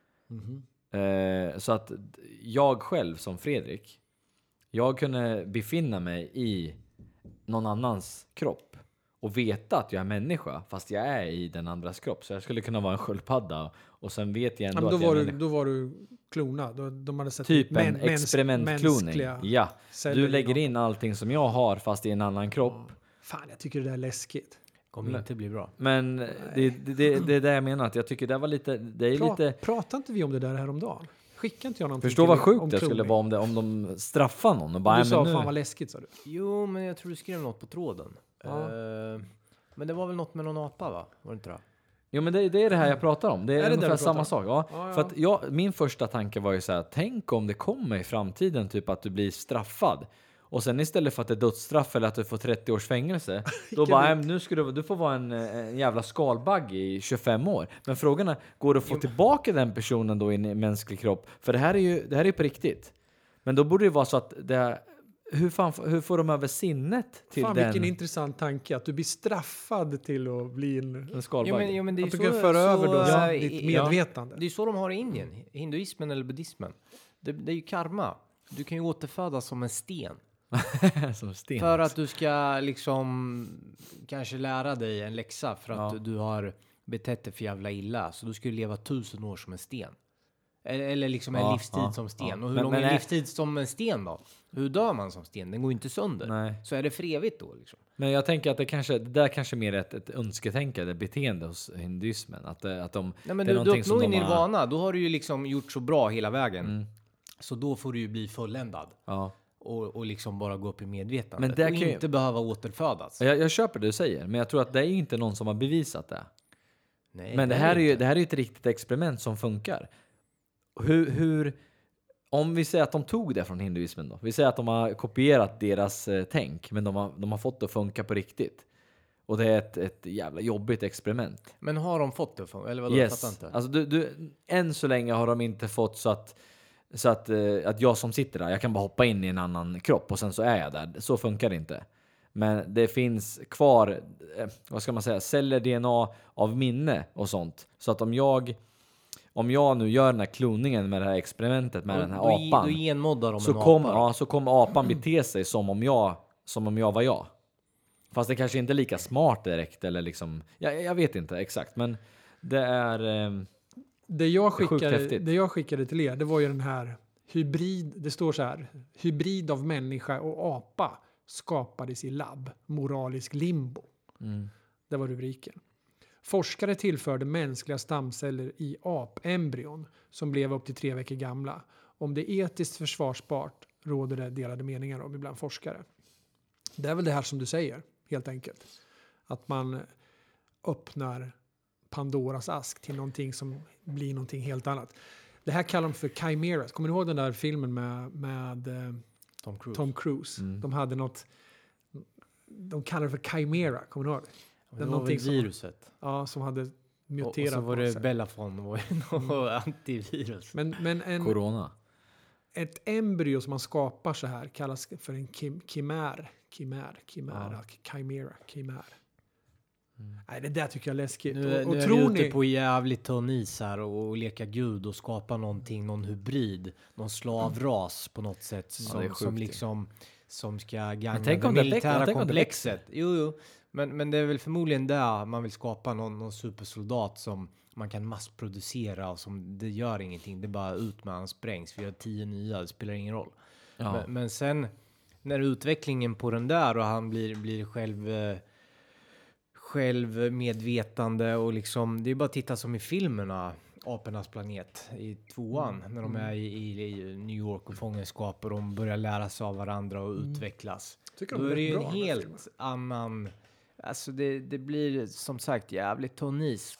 [SPEAKER 2] Eh, så att jag själv som Fredrik, jag kunde befinna mig i någon annans kropp och veta att jag är människa fast jag är i den andras kropp. Så jag skulle kunna vara en sköldpadda och sen vet jag
[SPEAKER 1] Ja,
[SPEAKER 2] ändå
[SPEAKER 1] men då,
[SPEAKER 2] att jag
[SPEAKER 1] var
[SPEAKER 2] är
[SPEAKER 1] du,
[SPEAKER 2] människa.
[SPEAKER 1] då var du klonad. Då, de hade sett
[SPEAKER 2] Typ
[SPEAKER 1] ut män-
[SPEAKER 2] en
[SPEAKER 1] mäns-
[SPEAKER 2] experimentkloning.
[SPEAKER 1] mänskliga
[SPEAKER 2] Ja,
[SPEAKER 1] celler
[SPEAKER 2] du
[SPEAKER 1] i
[SPEAKER 2] lägger
[SPEAKER 1] dem.
[SPEAKER 2] in allting som jag har fast i en annan kropp.
[SPEAKER 1] Fan, jag tycker det där är läskigt.
[SPEAKER 3] Kommer
[SPEAKER 2] Nej.
[SPEAKER 3] inte bli bra.
[SPEAKER 2] Men det, det, det, det är det jag menar, att jag tycker det var lite, det är
[SPEAKER 1] Pra,
[SPEAKER 2] lite...
[SPEAKER 1] Pratar inte vi om det där häromdagen? Skickar inte jag någonting
[SPEAKER 2] Förstå vad
[SPEAKER 1] till-
[SPEAKER 2] sjukt
[SPEAKER 1] om
[SPEAKER 2] det skulle
[SPEAKER 1] kloning?
[SPEAKER 2] vara om, det, om de straffar någon och bara,
[SPEAKER 1] Du
[SPEAKER 2] "Nej,
[SPEAKER 1] sa
[SPEAKER 2] men
[SPEAKER 1] fan
[SPEAKER 2] nu."
[SPEAKER 1] vad läskigt, sa du.
[SPEAKER 3] Jo, men jag tror du skrev något på tråden.
[SPEAKER 1] Ja.
[SPEAKER 3] Eh, men det var väl något med någon apa, va? Var det inte det?
[SPEAKER 2] Jo, men det, det är det här jag pratar om. Det är,
[SPEAKER 1] Är det det
[SPEAKER 2] ungefär
[SPEAKER 1] du pratar
[SPEAKER 2] samma
[SPEAKER 1] om?
[SPEAKER 2] sak. Ja.
[SPEAKER 1] Ja, ja.
[SPEAKER 2] För att jag, min första tanke var ju så här, tänk om det kommer i framtiden typ att du blir straffad. Och sen istället för att det är dödsstraff eller att du får trettio års fängelse, då bara, "Nej, nu ska du, du får vara en, en jävla skalbagge i tjugofem år. Men frågan är, går det att få tillbaka den personen då in i en mänsklig kropp? För det här är ju det här är på riktigt. Men då borde det vara så att det, hur, fan, hur får de över sinnet till
[SPEAKER 1] Fan,
[SPEAKER 2] den
[SPEAKER 1] vilken intressant tanke. Att du blir straffad till att bli en...
[SPEAKER 2] en skalbagge?
[SPEAKER 3] Jo, men, jo, men det är
[SPEAKER 1] Att
[SPEAKER 3] ju
[SPEAKER 1] du
[SPEAKER 3] så,
[SPEAKER 1] kan föra över då
[SPEAKER 3] så,
[SPEAKER 1] ditt
[SPEAKER 3] i-
[SPEAKER 1] medvetande.
[SPEAKER 3] Ja, det är ju så de har i Indien. Hinduismen eller buddhismen. Det, det är ju karma. Du kan ju återfödas som en sten.
[SPEAKER 2] Som sten.
[SPEAKER 3] För att du ska liksom kanske lära dig en läxa för att
[SPEAKER 2] Ja.
[SPEAKER 3] du har betett dig för jävla illa. Så du skulle leva tusen år som en sten. Eller, eller liksom en
[SPEAKER 2] Ja,
[SPEAKER 3] livstid
[SPEAKER 2] ja,
[SPEAKER 3] som sten.
[SPEAKER 2] ja.
[SPEAKER 3] Och hur
[SPEAKER 2] Men-
[SPEAKER 3] lång
[SPEAKER 2] men
[SPEAKER 3] är en
[SPEAKER 2] är-
[SPEAKER 3] livstid som en sten då? Hur dör man som sten? Den går ju inte sönder.
[SPEAKER 2] Nej.
[SPEAKER 3] Så är det för evigt då liksom.
[SPEAKER 2] Men jag tänker att det kanske, det där kanske mer är ett, ett önsketänkande beteende hos hinduismen. Att, det- att de,
[SPEAKER 3] Nej, men
[SPEAKER 2] det är
[SPEAKER 3] du, du
[SPEAKER 2] någonting som
[SPEAKER 3] uppnår ju
[SPEAKER 2] de har-
[SPEAKER 3] nirvana. Då har du ju liksom gjort så bra hela vägen.
[SPEAKER 2] Mm.
[SPEAKER 3] Så då får du ju bli fulländad.
[SPEAKER 2] Ja.
[SPEAKER 3] och, och liksom bara gå upp i medvetande.
[SPEAKER 2] Men det
[SPEAKER 3] och
[SPEAKER 2] kan ju-
[SPEAKER 3] inte behöva återfödas.
[SPEAKER 2] Jag, jag köper det du säger, men jag tror att det är ju inte någon som har bevisat det.
[SPEAKER 3] Nej,
[SPEAKER 2] Men det här är ju
[SPEAKER 3] inte.
[SPEAKER 2] det här är ju ett riktigt experiment som funkar. Hur, hur om vi säger att de tog det från hinduismen då. Vi säger att de har kopierat deras eh, tänk, men de har, de har fått det att funka på riktigt. Och det är ett, ett jävla jobbigt experiment.
[SPEAKER 3] Men har de fått det? För, eller vadå? Jag fattar
[SPEAKER 2] Yes.
[SPEAKER 3] inte.
[SPEAKER 2] Alltså du, du, än så länge har de inte fått så att så att, eh, att jag som sitter där, jag kan bara hoppa in i en annan kropp och sen så är jag där. Så funkar det inte. Men det finns kvar, eh, vad ska man säga, celler, D N A av minne och sånt. Så att om jag om jag nu gör den här kloningen med det här experimentet med
[SPEAKER 3] Och
[SPEAKER 2] den här
[SPEAKER 3] då,
[SPEAKER 2] apan,
[SPEAKER 3] Då genmoddar de
[SPEAKER 2] så
[SPEAKER 3] en
[SPEAKER 2] kom,
[SPEAKER 3] apa.
[SPEAKER 2] ja, så kommer apan bete sig som om jag som om jag var jag. Fast det kanske inte är lika smart direkt eller liksom, jag, jag vet inte exakt, men det är eh,
[SPEAKER 1] Det jag,
[SPEAKER 2] sjukt
[SPEAKER 1] skickade,
[SPEAKER 2] häftigt.
[SPEAKER 1] det jag skickade till er, det var ju den här hybrid, det står så här, hybrid av människa och apa skapades i labb, moralisk limbo.
[SPEAKER 2] mm.
[SPEAKER 1] Det var rubriken. Forskare tillförde mänskliga stamceller i apembryon som blev upp till tre veckor gamla. Om det är etiskt försvarsbart råder det delade meningar om ibland forskare. Det är väl det här som du säger, helt enkelt. Att man öppnar Pandoras ask till någonting som blir någonting helt annat. Det här kallar de för chimeras. Kommer ni ihåg den där filmen med, med eh,
[SPEAKER 3] Tom Cruise.
[SPEAKER 1] Tom Cruise?
[SPEAKER 2] Mm.
[SPEAKER 1] De hade något, de kallar det för chimera, kommer ni ihåg det?
[SPEAKER 3] Det var
[SPEAKER 1] någonting
[SPEAKER 3] väl
[SPEAKER 1] som-
[SPEAKER 3] viruset.
[SPEAKER 1] Ja, som hade
[SPEAKER 3] Och, och
[SPEAKER 1] muterat
[SPEAKER 3] så var
[SPEAKER 1] på
[SPEAKER 3] det
[SPEAKER 1] sig.
[SPEAKER 3] Bellafon, var ju något antivirus.
[SPEAKER 1] Men, men en,
[SPEAKER 2] Corona.
[SPEAKER 1] ett embryo som man skapar så här kallas för en kim, kimär. Kimär, kimär, chimera, kimär. Nej, det där tycker jag är läskigt.
[SPEAKER 3] Nu,
[SPEAKER 1] och och
[SPEAKER 3] nu är
[SPEAKER 1] tror
[SPEAKER 3] vi ute
[SPEAKER 1] ni...
[SPEAKER 3] på jävligt tunn is här och, och leka gud och skapa någonting, någon hybrid, någon slavras på något sätt
[SPEAKER 2] Ja, det är
[SPEAKER 3] som,
[SPEAKER 2] sjukt
[SPEAKER 3] som
[SPEAKER 2] ju.
[SPEAKER 3] liksom som ska gagna
[SPEAKER 2] tänk
[SPEAKER 3] det
[SPEAKER 2] om det
[SPEAKER 3] militära
[SPEAKER 2] växer, tänk om det
[SPEAKER 3] komplexet. Jo, jo. Men, men det är väl förmodligen där man vill skapa någon, någon supersoldat som man kan massproducera och som det gör ingenting. Det är bara ut med han sprängs. Vi har tio nya, det spelar ingen roll.
[SPEAKER 2] Ja.
[SPEAKER 3] Men, men sen när utvecklingen på den där och han blir, blir själv, eh, själv medvetande och liksom, det är bara att titta som i filmerna, Apornas planet i tvåan, när de är i, i, i New York och fångenskap och de börjar lära sig av varandra och utvecklas.
[SPEAKER 1] Tycker
[SPEAKER 3] Då
[SPEAKER 1] de
[SPEAKER 3] är det ju
[SPEAKER 1] rätt
[SPEAKER 3] en
[SPEAKER 1] bra, den här
[SPEAKER 3] helt
[SPEAKER 1] filmen.
[SPEAKER 3] annan, alltså det, det blir som sagt jävligt tunn is.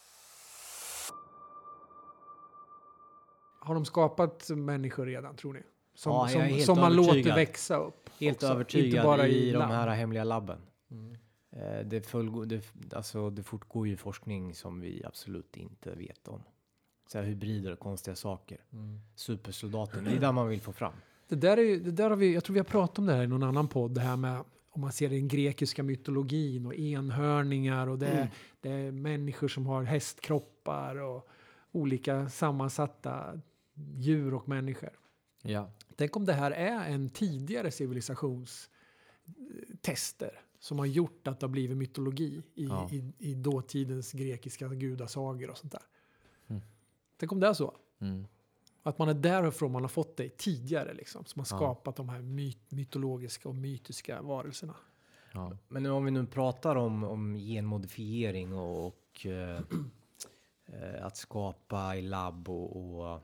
[SPEAKER 1] Har de skapat människor redan, tror ni? Som,
[SPEAKER 3] Ja, jag är
[SPEAKER 1] som,
[SPEAKER 3] helt
[SPEAKER 1] som man låter
[SPEAKER 3] övertygad.
[SPEAKER 1] växa upp.
[SPEAKER 3] Helt
[SPEAKER 1] också.
[SPEAKER 3] övertygad
[SPEAKER 1] Inte bara
[SPEAKER 3] i, de
[SPEAKER 1] labb.
[SPEAKER 3] här hemliga labben.
[SPEAKER 1] Mm.
[SPEAKER 3] Eh, Det, fullgår, det, alltså, det fortgår ju forskning som vi absolut inte vet om. Så här hybrider och konstiga saker.
[SPEAKER 1] Mm.
[SPEAKER 3] Supersoldaten, det är där man vill få fram.
[SPEAKER 1] Det där är, ju- det där har vi, jag tror vi har pratat om det här i någon annan podd, det här med om man ser den grekiska mytologin och enhörningar och det,
[SPEAKER 3] Mm.
[SPEAKER 1] det är människor som har hästkroppar och olika sammansatta djur och människor.
[SPEAKER 2] Ja.
[SPEAKER 1] Tänk om det här är en tidigare civilisationstester som har gjort att det har blivit mytologi i,
[SPEAKER 2] Ja.
[SPEAKER 1] i, i dåtidens grekiska gudasagor och sånt där.
[SPEAKER 2] Mm.
[SPEAKER 1] Tänk om det är så.
[SPEAKER 2] Mm.
[SPEAKER 1] Att man är därifrån man har fått det tidigare, liksom, som har
[SPEAKER 2] Ja.
[SPEAKER 1] skapat de här my- mytologiska och mytiska varelserna.
[SPEAKER 2] Ja.
[SPEAKER 3] Men nu, om vi nu pratar om, om genmodifiering och, och eh, eh, att skapa i labb och, och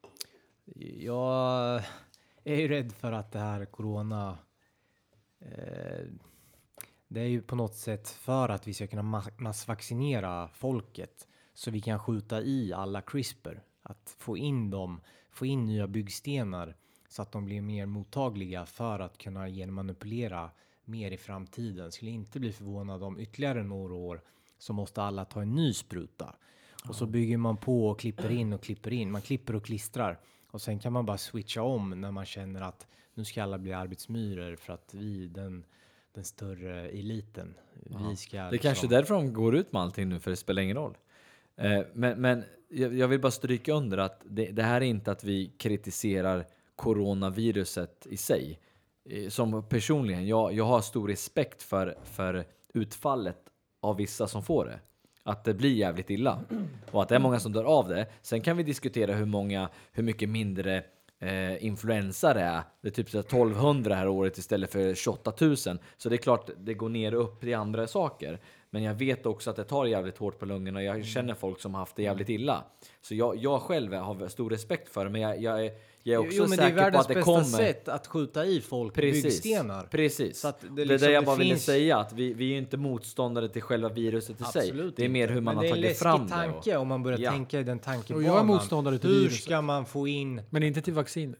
[SPEAKER 3] jag är ju rädd för att det här corona eh, det är ju på något sätt för att vi ska kunna ma- massvaccinera folket så vi kan skjuta i alla CRISPR, att få in dem, få in nya byggstenar så att de blir mer mottagliga för att kunna genmanipulera mer i framtiden. Skulle inte bli förvånad om ytterligare några år så måste alla ta en ny spruta. Och så bygger man på och klipper in och klipper in. Man klipper och klistrar. Och sen kan man bara switcha om när man känner att nu ska alla bli arbetsmyror för att vi, den, den större eliten, vi ska...
[SPEAKER 2] Det är kanske är därför de går ut med allting nu, för det spelar ingen roll. Eh, men men jag, jag vill bara stryka under att det, det här är inte att vi kritiserar coronaviruset i sig. Eh, Som personligen, jag, jag har stor respekt för, för utfallet av vissa som får det. Att det blir jävligt illa. Och att det är många som dör av det. Sen kan vi diskutera hur många, hur mycket mindre eh, influensa det är. Det är typ så här tolvhundra här året istället för tjugoåtta tusen. Så det är klart det går ner och upp i andra saker. Men jag vet också att det tar jävligt hårt på lungorna. Och jag
[SPEAKER 3] Mm.
[SPEAKER 2] känner folk som har haft det jävligt illa. Så jag, jag själv har stor respekt för det. Men jag, jag, är, jag är också
[SPEAKER 3] jo, men
[SPEAKER 2] säker
[SPEAKER 3] det är
[SPEAKER 2] på att det
[SPEAKER 3] världens bästa
[SPEAKER 2] kommer.
[SPEAKER 3] sätt att skjuta i folk
[SPEAKER 2] Precis.
[SPEAKER 3] byggstenar.
[SPEAKER 2] Precis.
[SPEAKER 3] Så att det,
[SPEAKER 2] det,
[SPEAKER 3] liksom,
[SPEAKER 2] det jag
[SPEAKER 3] det
[SPEAKER 2] bara ville
[SPEAKER 3] finns...
[SPEAKER 2] säga. Att vi, vi är ju inte motståndare till själva viruset i sig.
[SPEAKER 3] Absolut
[SPEAKER 2] Det är mer hur man
[SPEAKER 3] men
[SPEAKER 2] har tagit fram det.
[SPEAKER 3] Det är en läskig tanke om man börjar
[SPEAKER 2] Ja.
[SPEAKER 3] tänka i den
[SPEAKER 1] Och
[SPEAKER 3] tankebanan.
[SPEAKER 1] jag är motståndare till
[SPEAKER 3] Hur
[SPEAKER 1] viruset.
[SPEAKER 3] ska man få in...
[SPEAKER 1] Men inte till vaccinet.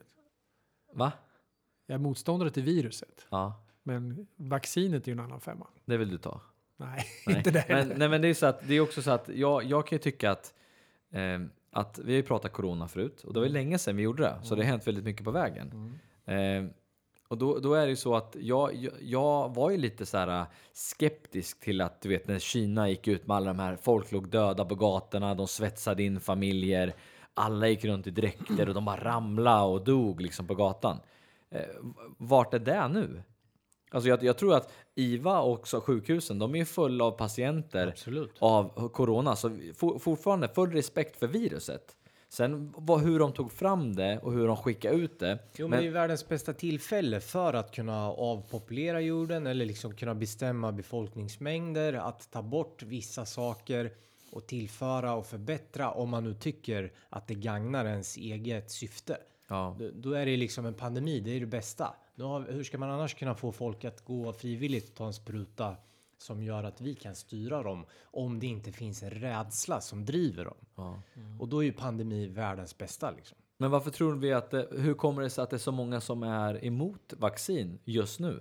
[SPEAKER 2] Va?
[SPEAKER 1] Jag är motståndare till viruset.
[SPEAKER 2] Ja,
[SPEAKER 1] Men vaccinet är ju en annan femma.
[SPEAKER 2] det vill du ta.
[SPEAKER 1] Nej,
[SPEAKER 2] Nej.
[SPEAKER 1] inte det.
[SPEAKER 2] Men, nej, men det är så att det är också så att jag, jag kan ju tycka att eh, att vi har ju pratat corona förut och det var ju länge sedan vi gjorde det, så det har hänt väldigt mycket på vägen. Eh, och då, då är det ju så att jag, jag, jag var ju lite så här skeptisk till att, du vet, när Kina gick ut med alla de här, folk låg döda på gatorna, de svetsade in familjer, alla gick runt i dräkter och de bara ramlade och dog liksom på gatan. Eh, vart är det nu? Alltså jag, jag tror att I V A och också sjukhusen, de är ju fulla av patienter
[SPEAKER 3] Absolut.
[SPEAKER 2] av corona. Så for, fortfarande full respekt för viruset. Sen vad, hur de tog fram det och hur de skickade ut det.
[SPEAKER 3] Jo, men,
[SPEAKER 2] men
[SPEAKER 3] det är ju världens bästa tillfälle för att kunna avpopulera jorden eller liksom kunna bestämma befolkningsmängder, att ta bort vissa saker och tillföra och förbättra om man nu tycker att det gagnar ens eget syfte.
[SPEAKER 2] ja,
[SPEAKER 3] Då, då är det liksom en pandemi, det är det bästa. Då har, hur ska man annars kunna få folk att gå frivilligt och ta en spruta som gör att vi kan styra dem om det inte finns en rädsla som driver dem?
[SPEAKER 2] ja.
[SPEAKER 3] Och då är ju pandemi världens bästa liksom.
[SPEAKER 2] Men varför tror vi att det, hur kommer det sig att det är så många som är emot vaccin just nu?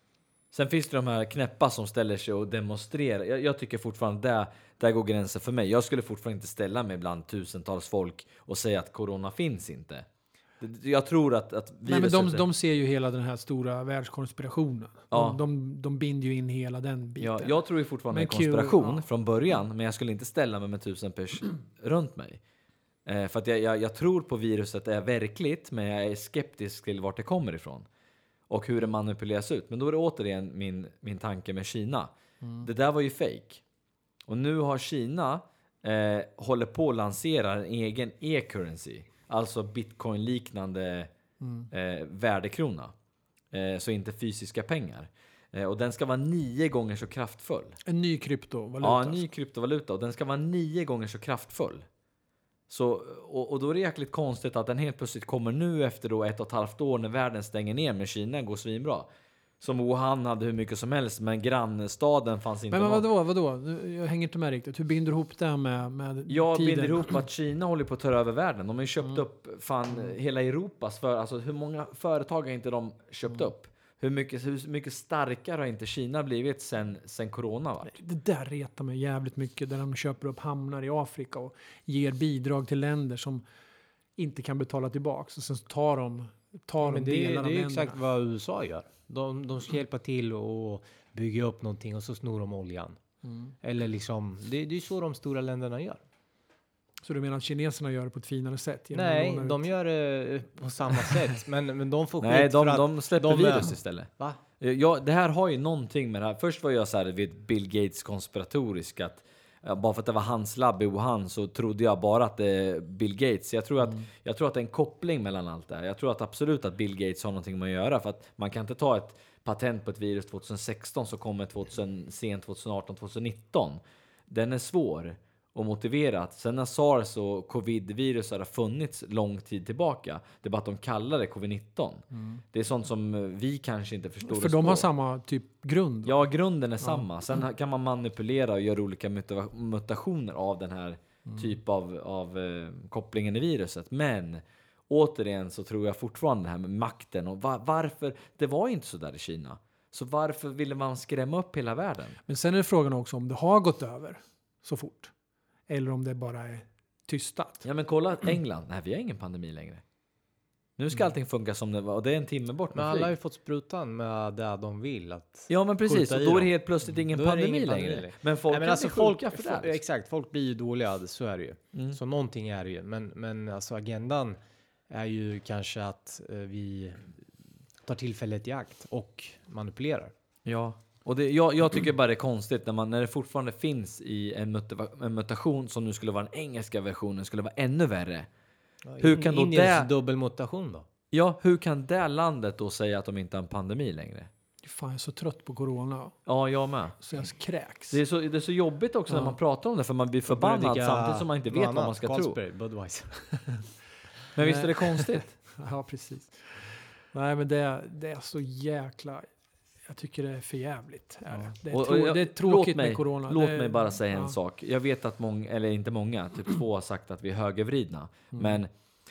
[SPEAKER 2] Sen finns det de här knäppa som ställer sig och demonstrerar. Jag, jag tycker fortfarande där, där går gränsen för mig. Jag skulle fortfarande inte ställa mig bland tusentals folk och säga att corona finns inte. Jag tror att, att
[SPEAKER 1] Nej, men de,
[SPEAKER 2] viruset-
[SPEAKER 1] de ser ju hela den här stora världskonspirationen.
[SPEAKER 2] Ja.
[SPEAKER 1] De, de, de binder ju in hela den biten.
[SPEAKER 2] Ja, jag tror ju fortfarande
[SPEAKER 1] Men
[SPEAKER 2] en konspiration
[SPEAKER 1] Q- ja.
[SPEAKER 2] från början, men jag skulle inte ställa mig med tusen pers runt mig. Eh, för att jag, jag, jag tror på viruset är verkligt, men jag är skeptisk till vart det kommer ifrån. Och hur det manipuleras ut. Men då är det återigen min, min tanke med Kina. Det där var ju fake. Och nu har Kina eh, håller på att lansera en egen e-currency. Alltså bitcoin-liknande eh, värdekrona. Eh, så inte fysiska pengar. Eh, och den ska vara nio gånger så kraftfull.
[SPEAKER 1] En ny kryptovaluta.
[SPEAKER 2] Ja, en ny kryptovaluta. Och den ska vara nio gånger så kraftfull. Så, och, och då är det jäkligt konstigt att den helt plötsligt kommer nu efter då ett och ett halvt år när världen stänger ner, med Kina går svinbra. Som Wuhan hade hur mycket som helst, men grannstaden fanns inte.
[SPEAKER 1] Men, men
[SPEAKER 2] någon.
[SPEAKER 1] vadå, vadå? Jag hänger inte med riktigt. Hur binder du ihop det här med, med
[SPEAKER 2] Jag
[SPEAKER 1] tiden?
[SPEAKER 2] binder ihop att Kina håller på att ta över världen. De har ju köpt
[SPEAKER 1] Mm.
[SPEAKER 2] upp fan hela Europas för, alltså hur många företag har inte de köpt
[SPEAKER 1] Mm.
[SPEAKER 2] upp? Hur mycket, hur mycket starkare har inte Kina blivit sen, sen corona var?
[SPEAKER 1] Det där retar mig jävligt mycket. Där de köper upp hamnar i Afrika och ger bidrag till länder som inte kan betala tillbaks. Och sen tar de, tar de
[SPEAKER 3] Men det, är-
[SPEAKER 1] delar
[SPEAKER 3] det
[SPEAKER 1] av
[SPEAKER 3] är ju
[SPEAKER 1] länderna.
[SPEAKER 3] exakt vad U S A gör. De, de ska hjälpa till och bygga upp någonting och så snor de oljan.
[SPEAKER 1] Mm.
[SPEAKER 3] Eller liksom, det, det är ju så de stora länderna gör.
[SPEAKER 1] Så du menar att kineserna gör det på ett finare sätt? genom att
[SPEAKER 3] Nej,
[SPEAKER 1] låna
[SPEAKER 3] de
[SPEAKER 1] ut?
[SPEAKER 3] gör det på samma sätt. Men, men de får
[SPEAKER 2] Nej,
[SPEAKER 3] skit
[SPEAKER 2] de,
[SPEAKER 3] för att...
[SPEAKER 2] de släpper
[SPEAKER 3] de är-
[SPEAKER 2] virus istället.
[SPEAKER 3] Va?
[SPEAKER 2] Ja, det här har ju någonting med det här. Först var jag så här vid Bill Gates konspiratorisk att ja, bara för att det var hans labb i Wuhan så trodde jag bara att det är Bill Gates. Jag tror att,
[SPEAKER 1] Mm.
[SPEAKER 2] jag tror att det är en koppling mellan allt det här. Jag tror att absolut att Bill Gates har någonting med att göra, för att man kan inte ta ett patent på ett virus tjugohundrasexton så kommer tjugohundra, sent tjugoarton tjugonitton. Den är svår och motiverat. Sen när SARS och covid-virus har funnits lång tid tillbaka, det är bara att de kallar det covid nitton. Det är sånt som vi kanske inte förstår.
[SPEAKER 1] För
[SPEAKER 2] oss
[SPEAKER 1] de
[SPEAKER 2] på.
[SPEAKER 1] har samma typ grund.
[SPEAKER 2] Ja, grunden är samma. Sen kan man manipulera och göra olika muta- mutationer av den här typ av, av eh, kopplingen i viruset. Men återigen så tror jag fortfarande det här med makten och va- varför, det var inte så där i Kina. Så varför ville man skrämma upp hela världen?
[SPEAKER 1] Men sen är det frågan också om det har gått över så fort. Eller om det bara är tystat.
[SPEAKER 2] Ja, men kolla England. Nej, vi har ingen pandemi längre. Nu ska allting funka som det var och det är en timme bort
[SPEAKER 3] Men
[SPEAKER 2] med
[SPEAKER 3] alla har
[SPEAKER 2] flyg.
[SPEAKER 3] ju fått sprutan med det de vill. Att...
[SPEAKER 2] Ja, men precis.
[SPEAKER 3] skjuta
[SPEAKER 2] Och
[SPEAKER 3] i
[SPEAKER 2] då är det
[SPEAKER 3] dem.
[SPEAKER 2] helt plötsligt ingen
[SPEAKER 3] Då är det
[SPEAKER 2] pandemi,
[SPEAKER 3] ingen pandemi
[SPEAKER 2] längre.
[SPEAKER 3] längre.
[SPEAKER 2] Men folk
[SPEAKER 3] Nej, men
[SPEAKER 2] kan
[SPEAKER 3] alltså
[SPEAKER 2] bli
[SPEAKER 3] folk,
[SPEAKER 2] sjuka för det
[SPEAKER 3] fo-
[SPEAKER 2] här.
[SPEAKER 3] exakt, folk blir ju dåliga, så är det ju.
[SPEAKER 2] Mm.
[SPEAKER 3] Så någonting är det ju. Men, men alltså agendan är ju kanske att eh, vi tar tillfället i akt och manipulerar.
[SPEAKER 2] Ja, och det, jag, jag tycker bara det är konstigt när, man, när det fortfarande finns i en, muta, en mutation som nu skulle vara den engelska versionen, skulle vara ännu värre. Hur kan då
[SPEAKER 3] Indiens
[SPEAKER 2] det-
[SPEAKER 3] dubbelmutation då?
[SPEAKER 2] Ja, hur kan det landet då säga att de inte har en pandemi längre?
[SPEAKER 1] fan, jag är så trött på corona.
[SPEAKER 2] Ja, jag med.
[SPEAKER 1] Så jag kräks.
[SPEAKER 2] Det är så, det är så jobbigt också
[SPEAKER 1] Ja.
[SPEAKER 2] när man pratar om det, för man blir förbannad samtidigt som man inte vet vad man ska
[SPEAKER 3] Carlsberg,
[SPEAKER 2] tro.
[SPEAKER 3] Budweiser.
[SPEAKER 2] Men visst är det konstigt?
[SPEAKER 1] Ja, precis. Nej, men det, det är så jäkla... Jag tycker det är för jävligt. Är det. Det, är
[SPEAKER 2] Och- och
[SPEAKER 1] trå-
[SPEAKER 2] jag-
[SPEAKER 1] det är tråkigt
[SPEAKER 2] låt mig,
[SPEAKER 1] med corona.
[SPEAKER 2] Låt
[SPEAKER 1] det,
[SPEAKER 2] mig bara säga
[SPEAKER 1] ja.
[SPEAKER 2] en sak. Jag vet att många, eller inte många, typ två har sagt att vi är högervridna.
[SPEAKER 1] Mm.
[SPEAKER 2] Men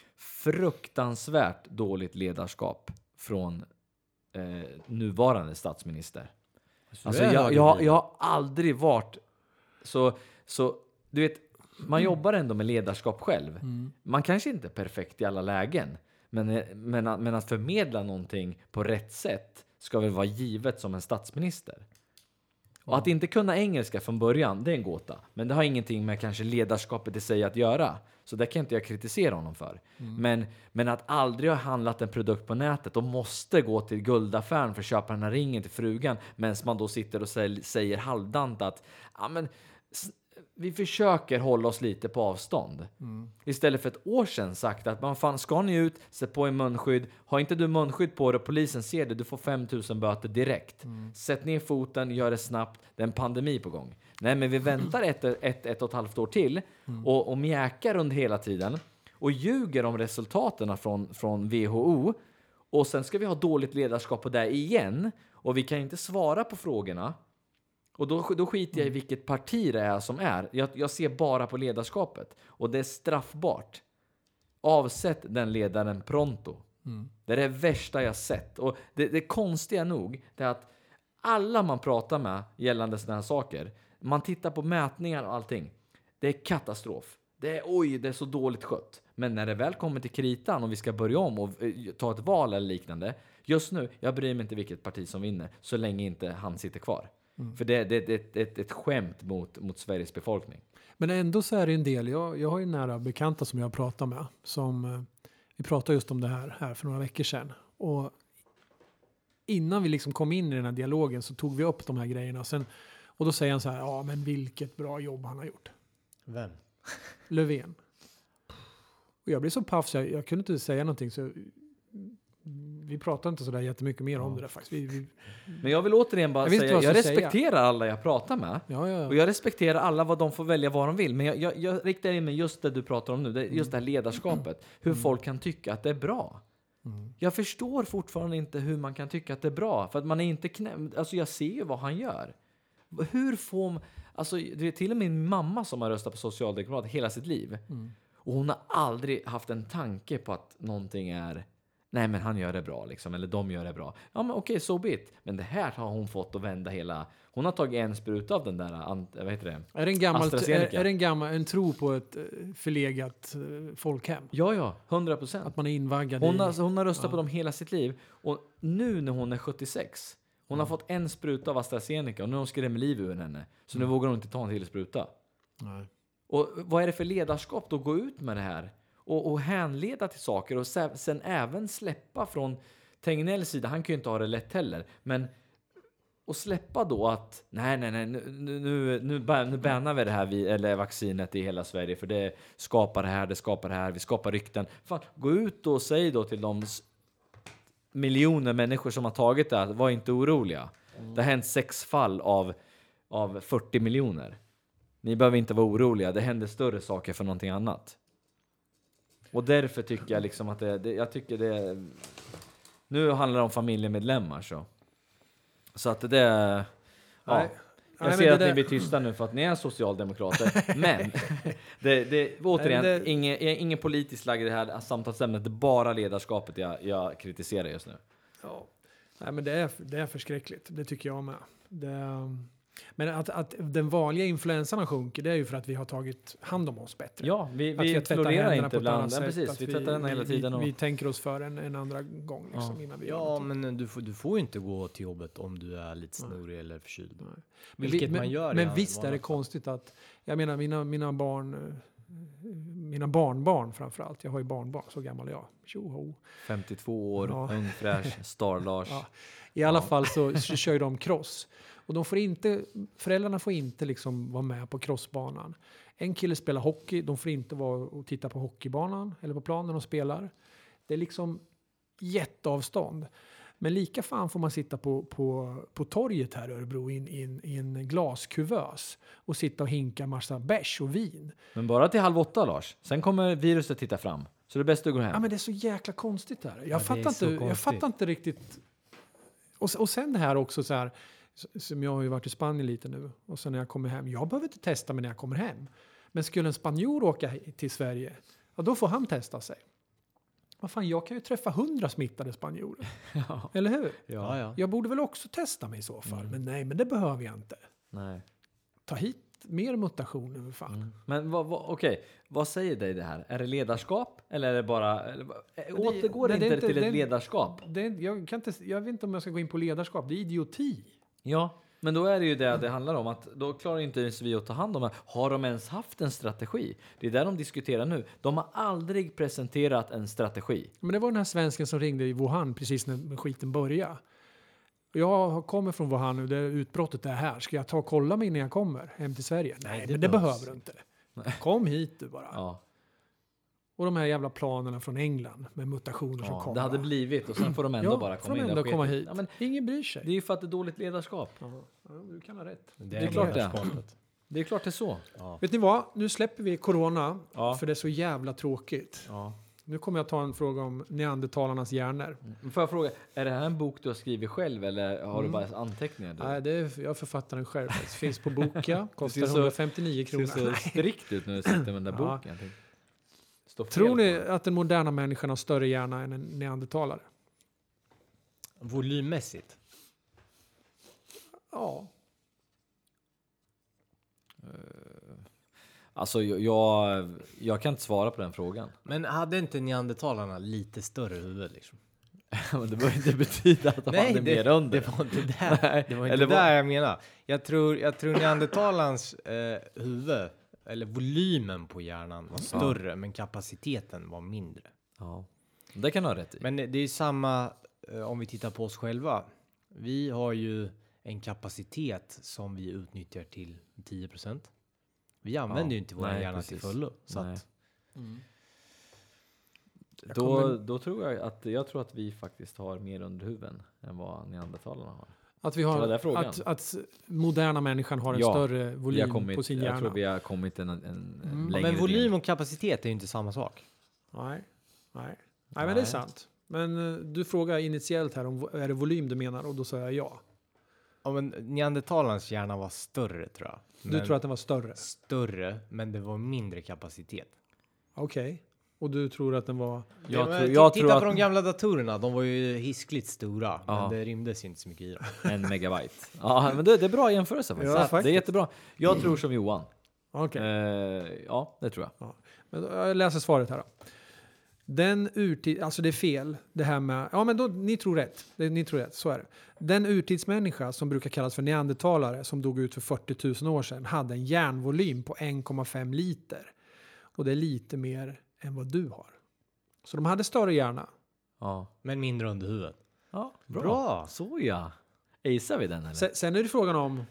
[SPEAKER 2] fruktansvärt dåligt ledarskap från eh, nuvarande statsminister. Alltså
[SPEAKER 3] du är
[SPEAKER 2] jag, jag,
[SPEAKER 3] högervriden.
[SPEAKER 2] jag har aldrig varit så, så, du vet, man jobbar ändå med ledarskap själv.
[SPEAKER 1] Mm.
[SPEAKER 2] Man kanske inte är perfekt i alla lägen, men, men, att- men att förmedla någonting på rätt sätt ska väl vara givet som en statsminister. Och att inte kunna engelska från början, det är en gåta. Men det har ingenting med kanske ledarskapet i sig att göra. Så det kan inte jag kritisera honom för. Men, men att aldrig ha handlat en produkt på nätet och måste gå till guldaffären för att köpa den här ringen till frugan, medan man då sitter och säger, säger halvdant att ja, men, s- vi försöker hålla oss lite på avstånd. Istället för ett år sedan sagt att man fan, ska ni ut, sätt på en munskydd. Har inte du munskydd på dig och polisen ser det, du får fem tusen böter direkt. Sätt ner foten, gör det snabbt. Det är en pandemi på gång. Nej, men vi väntar ett, ett, ett och ett halvt år till och, och mjäkar under hela tiden och ljuger om resultaten från, från W H O. Och sen ska vi ha dåligt ledarskap på det igen. Och vi kan inte svara på frågorna. Och då, då skiter jag i vilket parti det är som är. Jag, jag ser bara på ledarskapet. Och det är straffbart. Avsätt den ledaren pronto.
[SPEAKER 1] Mm.
[SPEAKER 2] Det är det värsta jag sett. Och det, det konstiga nog, det är att alla man pratar med gällande sådana här saker, man tittar på mätningar och allting. Det är katastrof. Det är oj, det är så dåligt skött. Men när det väl kommer till kritan och vi ska börja om och eh, ta ett val eller liknande. Just nu, jag bryr mig inte vilket parti som vinner. Så länge inte han sitter kvar. För det, det, det, det är ett, ett skämt mot, mot Sveriges befolkning.
[SPEAKER 1] Men ändå så är det en del. Jag, jag har ju nära bekanta som jag pratar med. Som, eh, vi pratade just om det här, här för några veckor sedan. Och innan vi liksom kom in i den här dialogen så tog vi upp de här grejerna. Sen, och då säger han så här, ja men vilket bra jobb han har gjort.
[SPEAKER 3] Vem?
[SPEAKER 1] Löfven. Och jag blev så paff så jag, jag kunde inte säga någonting. Så vi pratar inte så där jättemycket mer om det där faktiskt. Vi, vi,
[SPEAKER 2] Men jag vill återigen bara
[SPEAKER 1] Jag vet inte
[SPEAKER 2] säga,
[SPEAKER 1] vad
[SPEAKER 2] jag
[SPEAKER 1] jag ska
[SPEAKER 2] respekterar alla jag pratar med.
[SPEAKER 1] ja, ja,
[SPEAKER 2] Och jag respekterar alla vad de får välja vad de vill. Men jag, jag, jag riktar in mig just det du pratar om nu. Det, just det här ledarskapet. Hur folk kan tycka att det är bra.
[SPEAKER 1] Mm.
[SPEAKER 2] Jag förstår fortfarande inte hur man kan tycka att det är bra. För att man är inte knä... Alltså jag ser ju vad han gör. Hur får man... Alltså det är till och med min mamma som har röstat på Socialdemokraterna hela sitt liv.
[SPEAKER 1] Mm.
[SPEAKER 2] Och hon har aldrig haft en tanke på att någonting är... Nej, men han gör det bra liksom. Eller de gör det bra. Ja, men okej, so be it. Men det här har hon fått att vända hela... Hon har tagit en spruta av den där... ant- Vad heter det?
[SPEAKER 1] Är det en gammal, är,
[SPEAKER 2] AstraZeneca.
[SPEAKER 1] är det en gammal en tro på ett eh, förlegat eh, folkhem?
[SPEAKER 2] Ja, ja. hundra procent.
[SPEAKER 1] Att man är invaggad
[SPEAKER 2] Hon
[SPEAKER 1] i...
[SPEAKER 2] har, hon har röstat
[SPEAKER 1] Ja.
[SPEAKER 2] på dem hela sitt liv. Och nu när hon är sjuttiosex. Hon har fått en spruta av AstraZeneca. Och nu har hon skrämt liv ur henne. Så nu vågar hon inte ta en till spruta.
[SPEAKER 1] Nej.
[SPEAKER 2] Och vad är det för ledarskap då att gå ut med det här? Och, och hänleda till saker. Och sen, sen även släppa från Tegnells sida. Han kan ju inte ha det lätt heller. Men och släppa då att nej, nej, nej, nu, nu, nu, nu, ban- nu bannar vi det här vi, eller vaccinet i hela Sverige. För det skapar det här, det skapar det här. Vi skapar rykten. Fan, gå ut och säg då till de s- miljoner människor som har tagit det här, var inte oroliga. Det har hänt sex fall av, av fyrtio miljoner. Ni behöver inte vara oroliga. Det händer större saker för någonting annat. Och därför tycker jag liksom att det, det jag tycker det nu handlar det om familjemedlemmar så. Så att det ja.
[SPEAKER 1] Nej.
[SPEAKER 2] Jag
[SPEAKER 1] Nej,
[SPEAKER 2] ser
[SPEAKER 1] men
[SPEAKER 2] att
[SPEAKER 1] det
[SPEAKER 2] ni
[SPEAKER 1] där-
[SPEAKER 2] blir tysta nu för att ni är socialdemokrater. Men det, det, återigen,
[SPEAKER 1] Nej, men det-
[SPEAKER 2] ingen, ingen politisk lagd i det här samtalsämnet. Det är bara ledarskapet jag, jag kritiserar just nu.
[SPEAKER 1] Ja. Nej, men det är, det är förskräckligt. Det tycker jag med. Det, men att, att den vanliga influensan sjunker, det är ju för att vi har tagit hand om oss bättre.
[SPEAKER 2] Ja, vi,
[SPEAKER 1] Att
[SPEAKER 2] vi
[SPEAKER 1] har tvättat
[SPEAKER 2] florerar
[SPEAKER 1] händerna
[SPEAKER 2] inte
[SPEAKER 1] på ett
[SPEAKER 2] bland...
[SPEAKER 1] annat
[SPEAKER 2] Ja,
[SPEAKER 1] sätt,
[SPEAKER 2] precis,
[SPEAKER 1] att
[SPEAKER 2] vi tvättar händerna hela tiden.
[SPEAKER 1] Vi,
[SPEAKER 2] Och,
[SPEAKER 1] vi tänker oss för en, en andra gång liksom,
[SPEAKER 2] Ja.
[SPEAKER 1] innan vi gör
[SPEAKER 3] Ja,
[SPEAKER 1] någonting.
[SPEAKER 3] men du får, du får ju inte gå till jobbet om du är lite snorig eller förkyld.
[SPEAKER 1] Men,
[SPEAKER 3] Vilket
[SPEAKER 1] vi,
[SPEAKER 3] man gör i
[SPEAKER 1] men
[SPEAKER 3] alla-
[SPEAKER 1] visst är det
[SPEAKER 3] vanliga fall.
[SPEAKER 1] konstigt att, jag menar mina, mina barn, eh, mina barnbarn framförallt, jag har ju barnbarn, så gammal är jag. Tjoho.
[SPEAKER 2] femtiotvå år,
[SPEAKER 1] Ja.
[SPEAKER 2] ung, fräsch, Star-Lars.
[SPEAKER 1] Ja. I alla
[SPEAKER 2] Ja.
[SPEAKER 1] fall så, så kör ju de cross. Och de får inte, föräldrarna får inte liksom vara med på crossbanan. En kille spelar hockey, de får inte vara och titta på hockeybanan eller på planen de spelar. Det är liksom jätteavstånd. Men lika fan får man sitta på, på, på torget här i Örebro i in, in, in en glaskuvös och sitta och hinka massa bärs och vin.
[SPEAKER 2] Men bara till halv åtta, Lars. Sen kommer viruset titta fram. Så det är bäst att gå hem.
[SPEAKER 1] Ja, men det är så jäkla konstigt där. Jag,
[SPEAKER 3] Ja,
[SPEAKER 1] fattar,
[SPEAKER 3] det är så
[SPEAKER 1] inte, jag
[SPEAKER 3] konstigt.
[SPEAKER 1] fattar inte riktigt. Och, och sen det här också så här, som jag har ju varit i Spanien lite nu. Och sen när jag kommer hem, jag behöver inte testa mig när jag kommer hem. Men skulle en spanjor åka hit till Sverige, ja, då får han testa sig. Vad fan, jag kan ju träffa hundra smittade spanjorer.
[SPEAKER 2] Ja.
[SPEAKER 1] Eller hur?
[SPEAKER 3] Ja, ja.
[SPEAKER 1] Jag borde väl också testa mig i så fall.
[SPEAKER 2] Mm.
[SPEAKER 1] Men nej, men det behöver jag inte.
[SPEAKER 2] Nej.
[SPEAKER 1] Ta hit mer mutationer för fan.
[SPEAKER 2] Mm. Men vad, vad, okej, vad säger dig det här? Är det ledarskap? Eller är det bara... Eller,
[SPEAKER 1] det-
[SPEAKER 2] återgår
[SPEAKER 1] nej,
[SPEAKER 2] det
[SPEAKER 1] det är
[SPEAKER 2] inte
[SPEAKER 1] inte-
[SPEAKER 2] till ett
[SPEAKER 1] det-
[SPEAKER 2] ledarskap?
[SPEAKER 1] Det, jag, kan inte, jag vet inte om jag ska gå in på ledarskap. Det är idioti.
[SPEAKER 2] Ja, men då är det ju det det handlar om. Att då klarar inte ens vi att ta hand om det. Har de ens haft en strategi? Det är där de diskuterar nu. De har aldrig presenterat en strategi.
[SPEAKER 1] Men det var den här svensken som ringde i Wuhan precis när skiten började. Jag kommer från Wuhan nu, det utbrottet är här. Ska jag ta och kolla mig innan jag kommer hem till Sverige? Nej,
[SPEAKER 3] Nej, det
[SPEAKER 1] men det
[SPEAKER 3] behövs.
[SPEAKER 1] behöver du inte. Kom hit du bara.
[SPEAKER 2] Ja,
[SPEAKER 1] Och de här jävla planerna från England med mutationer som
[SPEAKER 2] ja
[SPEAKER 1] kommer.
[SPEAKER 2] det hade blivit och sen får de ändå
[SPEAKER 1] ja,
[SPEAKER 2] bara
[SPEAKER 1] får
[SPEAKER 2] komma
[SPEAKER 1] de
[SPEAKER 2] in
[SPEAKER 1] ändå
[SPEAKER 2] och
[SPEAKER 1] komma
[SPEAKER 2] sketa.
[SPEAKER 1] hit.
[SPEAKER 2] Ja, men
[SPEAKER 1] Ingen bryr sig.
[SPEAKER 2] det är ju för att det är dåligt ledarskap.
[SPEAKER 1] Ja, ja, du kan ha rätt.
[SPEAKER 3] Det,
[SPEAKER 2] Det är klart det.
[SPEAKER 3] ledarskapet.
[SPEAKER 2] Det är klart det är så.
[SPEAKER 3] Ja.
[SPEAKER 1] Vet ni vad? Nu släpper vi corona
[SPEAKER 2] Ja.
[SPEAKER 1] för det är så jävla tråkigt.
[SPEAKER 2] Ja.
[SPEAKER 1] Nu kommer jag ta en fråga om neandertalarnas hjärnor.
[SPEAKER 2] Men får jag fråga, är det här en bok du har skrivit själv eller har
[SPEAKER 1] Mm.
[SPEAKER 2] du bara anteckningar? Du?
[SPEAKER 1] Nej, det är, jag författar den själv. Det finns på Boka, kostar
[SPEAKER 2] ser så-
[SPEAKER 1] hundrafemtionio
[SPEAKER 2] Det
[SPEAKER 1] kronor.
[SPEAKER 2] ser så strikt ut när du sitter med den där
[SPEAKER 1] Ja.
[SPEAKER 2] boken. Jag tänkte, står fel
[SPEAKER 1] Tror
[SPEAKER 2] på
[SPEAKER 1] ni
[SPEAKER 2] den.
[SPEAKER 1] att den moderna människan har större hjärna än en neandertalare?
[SPEAKER 3] Volymmässigt.
[SPEAKER 1] Ja.
[SPEAKER 2] Alltså jag, jag, jag kan inte svara på den frågan.
[SPEAKER 3] Men hade inte neandertalarna lite större huvud liksom?
[SPEAKER 2] Men det behöver inte betyda att de hade mer under.
[SPEAKER 3] det var inte där.
[SPEAKER 2] Nej,
[SPEAKER 3] Det var inte
[SPEAKER 2] eller
[SPEAKER 3] där
[SPEAKER 2] vad-
[SPEAKER 3] jag menar. Jag tror, jag tror neandertalarens eh, huvud, eller volymen på hjärnan var större, men kapaciteten var mindre.
[SPEAKER 2] Ja, det kan du ha rätt i.
[SPEAKER 3] Men det är samma eh, om vi tittar på oss själva. Vi har ju en kapacitet som vi utnyttjar till tio procent. Vi använder
[SPEAKER 2] Ja,
[SPEAKER 3] ju inte våra
[SPEAKER 2] nej,
[SPEAKER 3] hjärna
[SPEAKER 2] precis.
[SPEAKER 3] till fullo. Så
[SPEAKER 2] Nej.
[SPEAKER 3] att,
[SPEAKER 1] Jag
[SPEAKER 2] Då,
[SPEAKER 1] kommer-
[SPEAKER 2] då tror jag att jag tror att vi faktiskt har mer under huven än vad neandertalarna har.
[SPEAKER 1] Att, vi
[SPEAKER 2] Det var
[SPEAKER 1] har,
[SPEAKER 2] där frågan.
[SPEAKER 1] att, att moderna människan har en
[SPEAKER 2] Ja,
[SPEAKER 1] större
[SPEAKER 2] Vi
[SPEAKER 1] volym
[SPEAKER 2] har kommit,
[SPEAKER 1] på sin
[SPEAKER 2] jag
[SPEAKER 1] hjärna.
[SPEAKER 2] tror vi har kommit en, en, en
[SPEAKER 1] Mm.
[SPEAKER 3] ja,
[SPEAKER 2] längre
[SPEAKER 3] men volym
[SPEAKER 2] del.
[SPEAKER 3] och kapacitet är ju inte samma sak.
[SPEAKER 1] Nej. Nej. Nej, men det är
[SPEAKER 2] Nej.
[SPEAKER 1] sant. Men eh, du frågar initiellt här om är det volym du menar och då sa jag ja.
[SPEAKER 3] Ja, men neandertalarens hjärna var större tror jag.
[SPEAKER 1] Du
[SPEAKER 3] Men-
[SPEAKER 1] tror att den var större?
[SPEAKER 3] Större, men det var mindre kapacitet.
[SPEAKER 1] Okej. Och du tror att den var...
[SPEAKER 2] Jag
[SPEAKER 3] men
[SPEAKER 2] tror-
[SPEAKER 3] t-
[SPEAKER 2] jag
[SPEAKER 3] titta
[SPEAKER 2] tror
[SPEAKER 3] på
[SPEAKER 2] att-
[SPEAKER 3] de gamla datorerna, de var ju hiskligt stora,
[SPEAKER 2] Ja.
[SPEAKER 3] men det rymdes inte så mycket i dem.
[SPEAKER 2] En megabyte. Ja, men det, det är bra jämförelse faktiskt.
[SPEAKER 1] Ja,
[SPEAKER 2] Så att
[SPEAKER 1] faktiskt.
[SPEAKER 2] Det är jättebra. Jag tror som Johan.
[SPEAKER 1] Okej.
[SPEAKER 2] Eh, ja, det tror jag.
[SPEAKER 1] Men då- jag läser svaret här då. Den urtid, alltså det är fel. Det här med, ja men då, ni tror rätt. Det, ni tror rätt, så är det. Den urtidsmänniska som brukar kallas för neandertalare som dog ut för fyrtio tusen år sedan hade en järnvolym på en komma fem liter. Och det är lite mer än vad du har. Så de hade större hjärna.
[SPEAKER 2] Ja,
[SPEAKER 3] Men mindre under huvudet.
[SPEAKER 2] ja bra.
[SPEAKER 3] Bra.
[SPEAKER 2] Så ja. Acear vi den eller?
[SPEAKER 1] Sen, sen är det frågan om...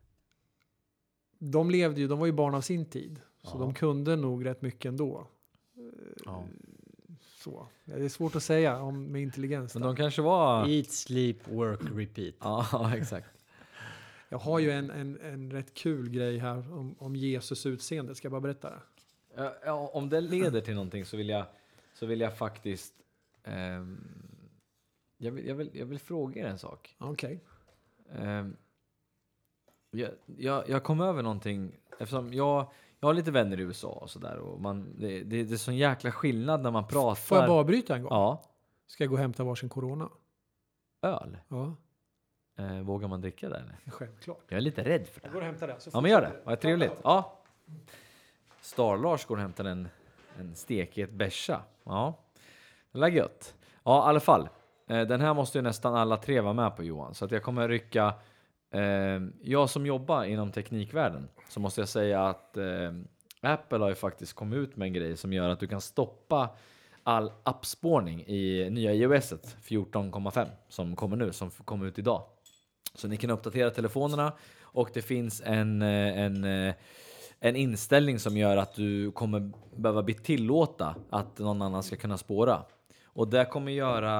[SPEAKER 1] De levde ju, de var ju barn av sin tid. Så
[SPEAKER 2] Ja.
[SPEAKER 1] de kunde nog rätt mycket ändå.
[SPEAKER 2] Ja.
[SPEAKER 1] Så. Det är svårt att säga om med intelligens.
[SPEAKER 2] Men
[SPEAKER 1] där.
[SPEAKER 2] de kanske var...
[SPEAKER 3] Eat, sleep, work, repeat.
[SPEAKER 2] Ja, exakt.
[SPEAKER 1] Jag har ju en, en, en rätt kul grej här om, om Jesus utseende. Ska jag bara berätta det?
[SPEAKER 2] Ja, ja, om det leder till någonting så vill jag, så vill jag faktiskt... ehm, jag, vill, jag, vill, jag vill fråga er en sak.
[SPEAKER 1] Okej.
[SPEAKER 2] Ehm, jag, jag, jag kom över någonting, eftersom jag, jag har lite vänner i U S A och sådär. Och man, det, det, det är sån jäkla skillnad när man pratar...
[SPEAKER 1] Får jag bara avbryta en gång?
[SPEAKER 2] Ja,
[SPEAKER 1] Ska jag gå och hämta varsin corona?
[SPEAKER 2] öl.
[SPEAKER 1] Ja,
[SPEAKER 2] Eh, vågar man dricka det eller?
[SPEAKER 1] självklart.
[SPEAKER 2] Jag är lite rädd för det.
[SPEAKER 1] Jag går och hämtar det. Så
[SPEAKER 2] Ja, men gör det. Vad trevligt. Ja. Star-Lars går och hämtar en, en stekhet bärsa. Ja, det är gött. Ja, i alla fall. Eh, den här måste ju nästan alla tre vara med på, Johan. Så att jag kommer rycka... Eh, jag som jobbar inom teknikvärlden, så måste jag säga att eh, Apple har ju faktiskt kommit ut med en grej som gör att du kan stoppa all appspårning i nya iOS fjorton komma fem som kommer nu, som kommer ut idag. Så ni kan uppdatera telefonerna och det finns en, eh, en, eh, en inställning som gör att du kommer behöva bli tillåta att någon annan ska kunna spåra. Och det kommer göra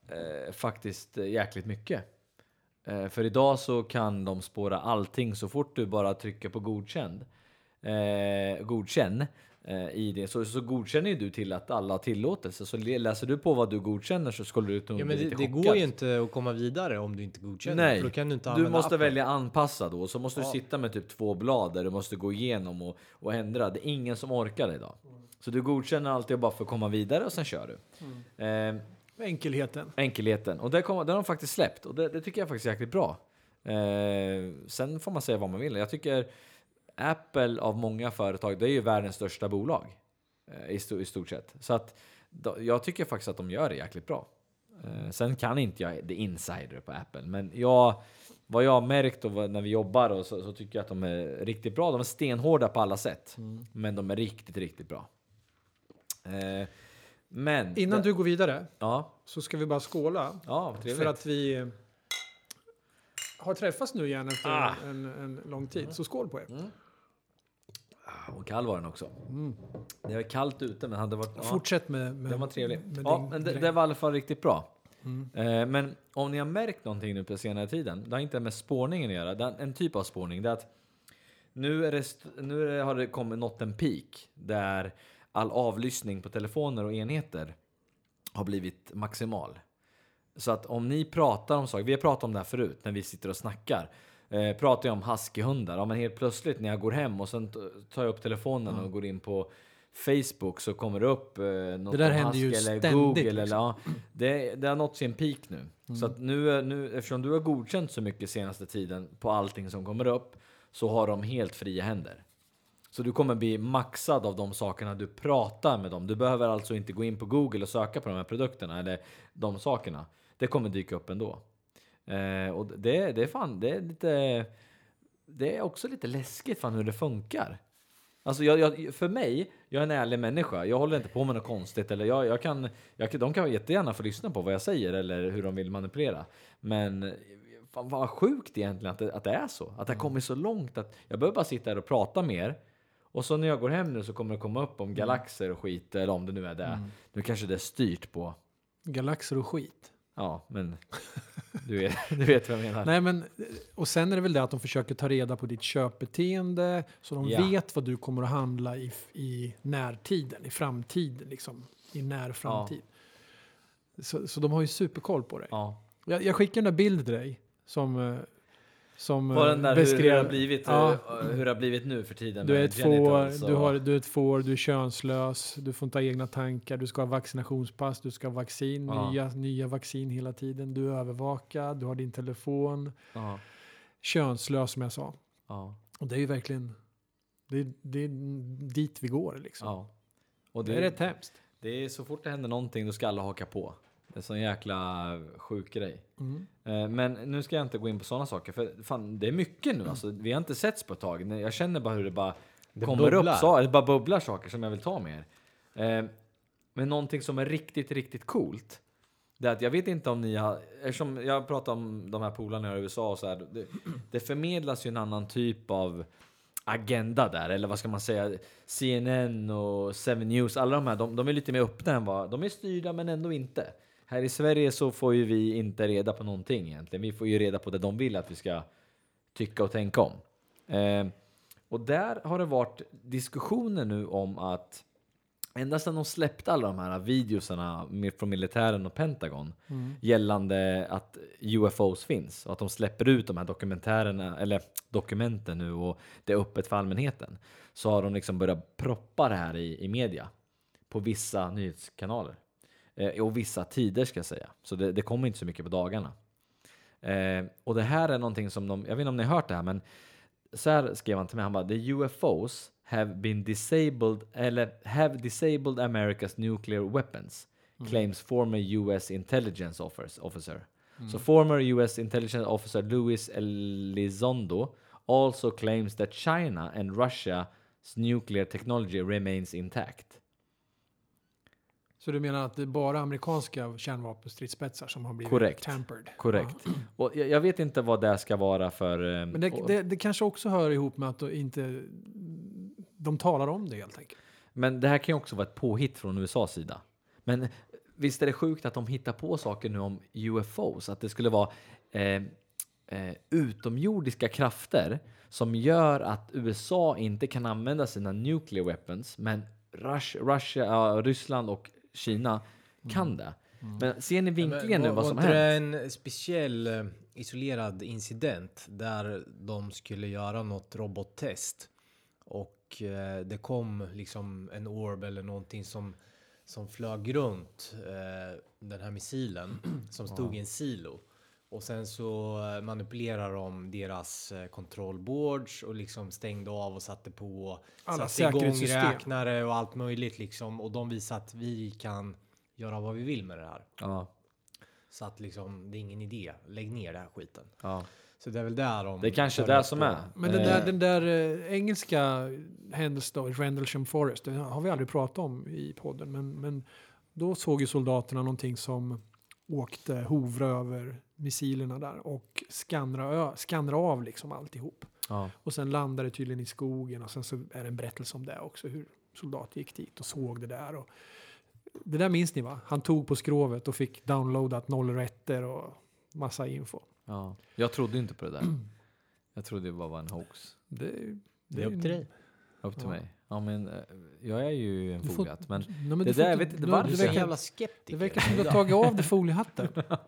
[SPEAKER 2] eh, faktiskt eh, jäkligt mycket. Eh, för idag så kan de spåra allting så fort du bara trycker på godkänd. Eh, godkänn eh, i det. Så, så godkänner ju du till att alla har tillåtelse. Så läser du på vad du godkänner så skulle du ut och
[SPEAKER 3] Ja,
[SPEAKER 2] bli
[SPEAKER 3] men det,
[SPEAKER 2] lite
[SPEAKER 3] det
[SPEAKER 2] chockad.
[SPEAKER 3] går ju inte att komma vidare om du inte godkänner.
[SPEAKER 2] Nej,
[SPEAKER 3] För då kan du inte
[SPEAKER 2] du
[SPEAKER 3] använda
[SPEAKER 2] måste
[SPEAKER 3] appen.
[SPEAKER 2] välja anpassa då. Så måste
[SPEAKER 3] Ja.
[SPEAKER 2] du sitta med typ två blad där du måste gå igenom och, och ändra. Det är ingen som orkar det idag.
[SPEAKER 3] Mm.
[SPEAKER 2] Så du godkänner alltid bara för att komma vidare och sen kör du.
[SPEAKER 3] Mm.
[SPEAKER 2] Eh,
[SPEAKER 1] Enkelheten.
[SPEAKER 2] enkelheten. Och det, kom, det har de faktiskt släppt. Och det, det tycker jag faktiskt är jäkligt bra. Eh, sen får man säga vad man vill. Jag tycker Apple av många företag, det är ju världens största bolag. Eh, i, sto, I stort sett. Så att då, jag tycker faktiskt att de gör det jäkligt bra. Eh, sen kan inte jag det insider på Apple. Men jag, vad jag har märkt och vad, när vi jobbar och så, så tycker jag att de är riktigt bra. De är stenhårda på alla sätt.
[SPEAKER 1] Mm.
[SPEAKER 2] Men de är riktigt, riktigt bra. Eh, men...
[SPEAKER 1] Innan
[SPEAKER 2] det,
[SPEAKER 1] du går vidare
[SPEAKER 2] Ja,
[SPEAKER 1] så ska vi bara skåla.
[SPEAKER 2] ja trevligt.
[SPEAKER 1] För att vi eh, har träffats nu igen efter
[SPEAKER 2] Ah.
[SPEAKER 1] en, en lång tid. Så skål på er.
[SPEAKER 2] Och kall var den också. Det var kallt ute men hade varit... Ja,
[SPEAKER 1] Fortsätt med, med
[SPEAKER 2] den var trevlig.
[SPEAKER 1] med
[SPEAKER 2] Ja,
[SPEAKER 1] din
[SPEAKER 2] men det,
[SPEAKER 1] grej.
[SPEAKER 2] det var i alla fall riktigt bra.
[SPEAKER 1] Mm.
[SPEAKER 2] Eh, men om ni har märkt någonting nu på senare tiden, det har inte med spårningen att göra. Det är en typ av spårning. Det är att nu, är det st- nu är det, har det kommit nått en peak där all avlyssning på telefoner och enheter har blivit maximal. Så att om ni pratar om saker, vi har pratat om det här förut när vi sitter och snackar. Eh, pratar jag om huskyhundar. Ja, men helt plötsligt när jag går hem och sen t- tar jag upp telefonen och går in på Facebook så kommer det upp eh, något
[SPEAKER 1] Det där
[SPEAKER 2] om
[SPEAKER 1] händer ju
[SPEAKER 2] husky eller
[SPEAKER 1] ständigt,
[SPEAKER 2] Google. Eller,
[SPEAKER 1] liksom.
[SPEAKER 2] ja, det, det har nått sin peak nu. Så att nu, är- nu, eftersom du har godkänt så mycket senaste tiden på allting som kommer upp så har de helt fria händer. Så du kommer bli maxad av de sakerna du pratar med dem. Du behöver alltså inte gå in på Google och söka på de här produkterna eller de sakerna. Det kommer dyka upp ändå. Eh, och det, det är fan, det är lite, det är också lite läskigt fan hur det funkar. Alltså jag, jag, för mig, jag är en ärlig människa. Jag håller inte på med något konstigt. Eller jag, jag kan, jag, de kan jättegärna få lyssna på vad jag säger eller hur de vill manipulera. Men fan, vad sjukt egentligen att det, att det är så. Att det har kommit så långt att jag behöver bara sitta här och prata mer. Och så när jag går hem nu så kommer det komma upp om galaxer och skit. Eller om det nu är det.
[SPEAKER 1] Mm.
[SPEAKER 2] Nu kanske det är styrt på.
[SPEAKER 1] Galaxer och skit.
[SPEAKER 2] Ja, men du vet, du vet vad jag menar.
[SPEAKER 1] Nej, men, och sen är det väl det att de försöker ta reda på ditt köpbeteende så de
[SPEAKER 2] Ja.
[SPEAKER 1] vet vad du kommer att handla i, i närtiden, i framtiden, liksom, i när framtid. Så, så de har ju superkoll på dig.
[SPEAKER 2] Ja.
[SPEAKER 1] Jag, jag skickar den där bilden till dig som, eh, som
[SPEAKER 2] På den där hur,
[SPEAKER 1] beskrev...
[SPEAKER 2] hur, det har blivit,
[SPEAKER 1] Ja.
[SPEAKER 2] eh, hur det har blivit nu för tiden.
[SPEAKER 1] Du är,
[SPEAKER 2] med
[SPEAKER 1] ett får,
[SPEAKER 2] genitals
[SPEAKER 1] du,
[SPEAKER 2] och-
[SPEAKER 1] har, du är ett får, du är könslös, du får inte ha egna tankar, du ska ha vaccinationspass, du ska ha vaccin,
[SPEAKER 2] Ja.
[SPEAKER 1] nya, nya vaccin hela tiden, du är övervakad, du har din telefon,
[SPEAKER 2] Ja,
[SPEAKER 1] könslös som jag sa.
[SPEAKER 2] ja,
[SPEAKER 1] Och det är ju verkligen, det, är- det är dit vi går liksom.
[SPEAKER 2] ja. Och
[SPEAKER 1] Det är rätt hemskt.
[SPEAKER 2] Det är så fort det händer någonting då ska alla haka på. Det är en sån jäkla sjuk grej.
[SPEAKER 1] Mm.
[SPEAKER 2] Eh, Men nu ska jag inte gå in på sådana saker. För fan, det är mycket nu. Alltså, vi har inte setts på ett tag. Jag känner bara hur det bara
[SPEAKER 3] Det
[SPEAKER 2] kommer
[SPEAKER 3] bubblar.
[SPEAKER 2] upp. Så, det bara bubblar saker som jag vill ta med er. Eh, Men någonting som är riktigt, riktigt coolt. Det är att jag vet inte om ni har... Eftersom jag pratar om de här polarna i U S A och så här. Det, det förmedlas ju en annan typ av agenda där, eller vad ska man säga, C N N och Seven News, alla de här, de, de är lite mer öppna än vad, de är styrda men ändå inte. Här i Sverige så får ju vi inte reda på någonting egentligen, vi får ju reda på det de vill att vi ska tycka och tänka om. Eh, och där har det varit diskussioner nu om att ända sedan de släppte alla de här videosarna från militären och Pentagon
[SPEAKER 1] Mm.
[SPEAKER 2] gällande att U F Os finns och att de släpper ut de här dokumentärerna eller dokumenten nu och det är öppet för allmänheten, så har de liksom börjat proppa det här i, i media på vissa nyhetskanaler eh, och vissa tider ska jag säga, så det, det kommer inte så mycket på dagarna. Eh, och det här är någonting som de, jag vet inte om ni har hört det här, men så här skrev han till mig, han bara, the U F Os have been disabled eller have disabled America's nuclear weapons, claims former U S intelligence officer. So former U S intelligence officer Luis Elizondo also claims that China and Russia's nuclear technology remains intact.
[SPEAKER 1] Så du menar att det är bara amerikanska kärnvapenstridsspetsar som har blivit
[SPEAKER 2] Korrekt.
[SPEAKER 1] tampered?
[SPEAKER 2] Korrekt.
[SPEAKER 1] Ja.
[SPEAKER 2] Och jag, jag vet inte vad det ska vara för... eh,
[SPEAKER 1] Men det,
[SPEAKER 2] och-
[SPEAKER 1] det, det kanske också hör ihop med att de inte de talar om det helt enkelt.
[SPEAKER 2] Men det här kan ju också vara ett påhitt från U S A:s sida. Men visst är det sjukt att de hittar på saker nu om U F Os, att det skulle vara eh, eh, utomjordiska krafter som gör att U S A inte kan använda sina nuclear weapons, men Rus- Russia, uh, Ryssland och Kina kan mm. det. Mm. Men ser ni vinklingen
[SPEAKER 3] men,
[SPEAKER 2] nu vad som
[SPEAKER 3] hänt?
[SPEAKER 2] hänt?
[SPEAKER 3] Var det en speciell uh, isolerad incident där de skulle göra något robottest och uh, det kom liksom en orb eller någonting som, som flög runt uh, den här missilen som stod ja. i en silo. Och sen så manipulerar de deras kontrollboards och liksom stängde av och satte på
[SPEAKER 1] alla
[SPEAKER 3] satte igång räknare och allt möjligt liksom. Och de visar att vi kan göra vad vi vill med det här.
[SPEAKER 2] Ja.
[SPEAKER 3] Så att liksom det är ingen idé. Lägg ner den här skiten.
[SPEAKER 2] Ja.
[SPEAKER 3] Så det är väl där de...
[SPEAKER 2] Det är kanske det som är.
[SPEAKER 1] Men den där, den där äh, engelska händelsen då i Rendlesham Forest, det har vi aldrig pratat om i podden. Men, men då såg ju soldaterna någonting som åkte hovra över missilerna där och skannra, skannra av liksom alltihop.
[SPEAKER 2] Ja.
[SPEAKER 1] Och sen landade det tydligen i skogen och sen så är det en berättelse om det också, hur soldater gick dit och såg det där. Och det där minns ni va? Han tog på skrovet och fick downloadat noll rätter och massa info.
[SPEAKER 2] Ja. Jag trodde inte på det där. Jag trodde det bara var en hoax.
[SPEAKER 1] Det, det,
[SPEAKER 3] det är upp till dig.
[SPEAKER 2] Upp till
[SPEAKER 1] ja.
[SPEAKER 2] mig. Ja, men jag är ju en fogat. Men,
[SPEAKER 1] nej, men
[SPEAKER 2] det där, jag vet inte varför.
[SPEAKER 3] Du är en jävla skeptiker.
[SPEAKER 1] Det verkar som du har tagit av dig foliehatten.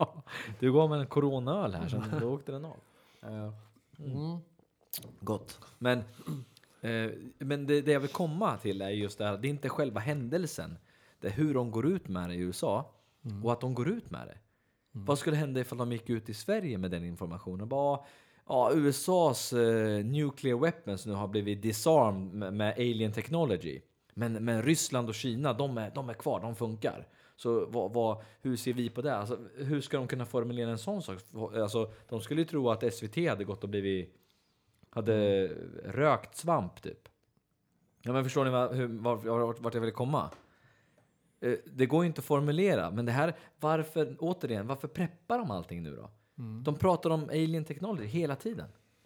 [SPEAKER 2] Du gav mig en coronaöl här, så då åkte den av. Uh, mm. Gott. Men, eh, men det, det jag vill komma till är just det här. Det är inte själva händelsen. Det är hur de går ut med det i U S A. Mm. Och att de går ut med det. Mm. Vad skulle hända ifall de gick ut i Sverige med den informationen? Bara... Ja, U S A's uh, nuclear weapons nu har blivit disarmed med, med alien technology. Men, men Ryssland och Kina, de är, de är kvar, de funkar. Så vad, vad, hur ser vi på det? Alltså, hur ska de kunna formulera en sån sak? Alltså, de skulle ju tro att S V T hade gått och blivit... Hade mm. rökt svamp, typ. Ja, men förstår ni vad, hur, vart, vart jag vill komma? Uh, det går ju inte att formulera. Men det här, varför, återigen, varför preppar de allting nu då? Mm. De pratar om alien technology hela tiden.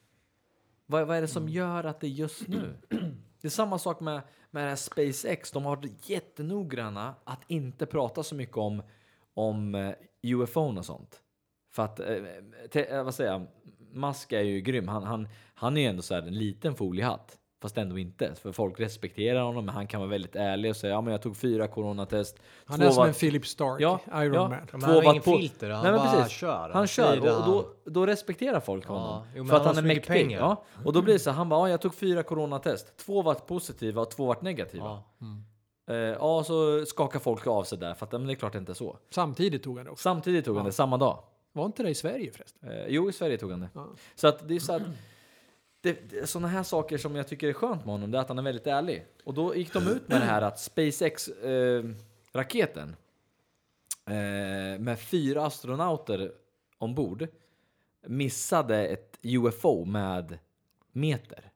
[SPEAKER 2] Vad, vad är det som mm. gör att det är just nu? Det är samma sak med, med det här SpaceX. De har varit jättenoggranna att inte prata så mycket om, om uh, U F O och sånt. För att, uh, te, uh, vad säger jag, Musk är ju grym. Han, han, han är ju ändå så här en liten foliehatt. Fast ändå inte. För folk respekterar honom. Men han kan vara väldigt ärlig och säga ja men jag tog fyra coronatest.
[SPEAKER 1] Han är som var... en Philip Stark.
[SPEAKER 2] Ja,
[SPEAKER 1] Iron
[SPEAKER 2] ja.
[SPEAKER 1] Man.
[SPEAKER 3] Han har ingen på... filter. Han
[SPEAKER 2] Nej,
[SPEAKER 3] bara
[SPEAKER 2] precis.
[SPEAKER 3] kör. Han,
[SPEAKER 2] han kör. Och, och då, då respekterar folk honom.
[SPEAKER 3] Ja, jo,
[SPEAKER 2] för att
[SPEAKER 3] han
[SPEAKER 2] han är mäktig.
[SPEAKER 3] Pengar.
[SPEAKER 2] Ja. Och då blir det så han bara ja, jag tog fyra coronatest. Två var positiva och två var negativa.
[SPEAKER 3] Ja. Mm.
[SPEAKER 2] Uh, ja, så skakar folk av sig där. För att men det är klart inte så.
[SPEAKER 1] Samtidigt tog han det också.
[SPEAKER 2] Samtidigt tog
[SPEAKER 1] ja.
[SPEAKER 2] han det. Samma dag.
[SPEAKER 1] Var inte det i Sverige förresten?
[SPEAKER 2] Uh, jo, i Sverige tog han det.
[SPEAKER 1] Ja. Så
[SPEAKER 2] att det är så att det, det, sådana här saker som jag tycker är skönt med honom, det är att han är väldigt ärlig. Och då gick de ut med det här att SpaceX-raketen eh, eh, med fyra astronauter ombord missade ett U F O med meter.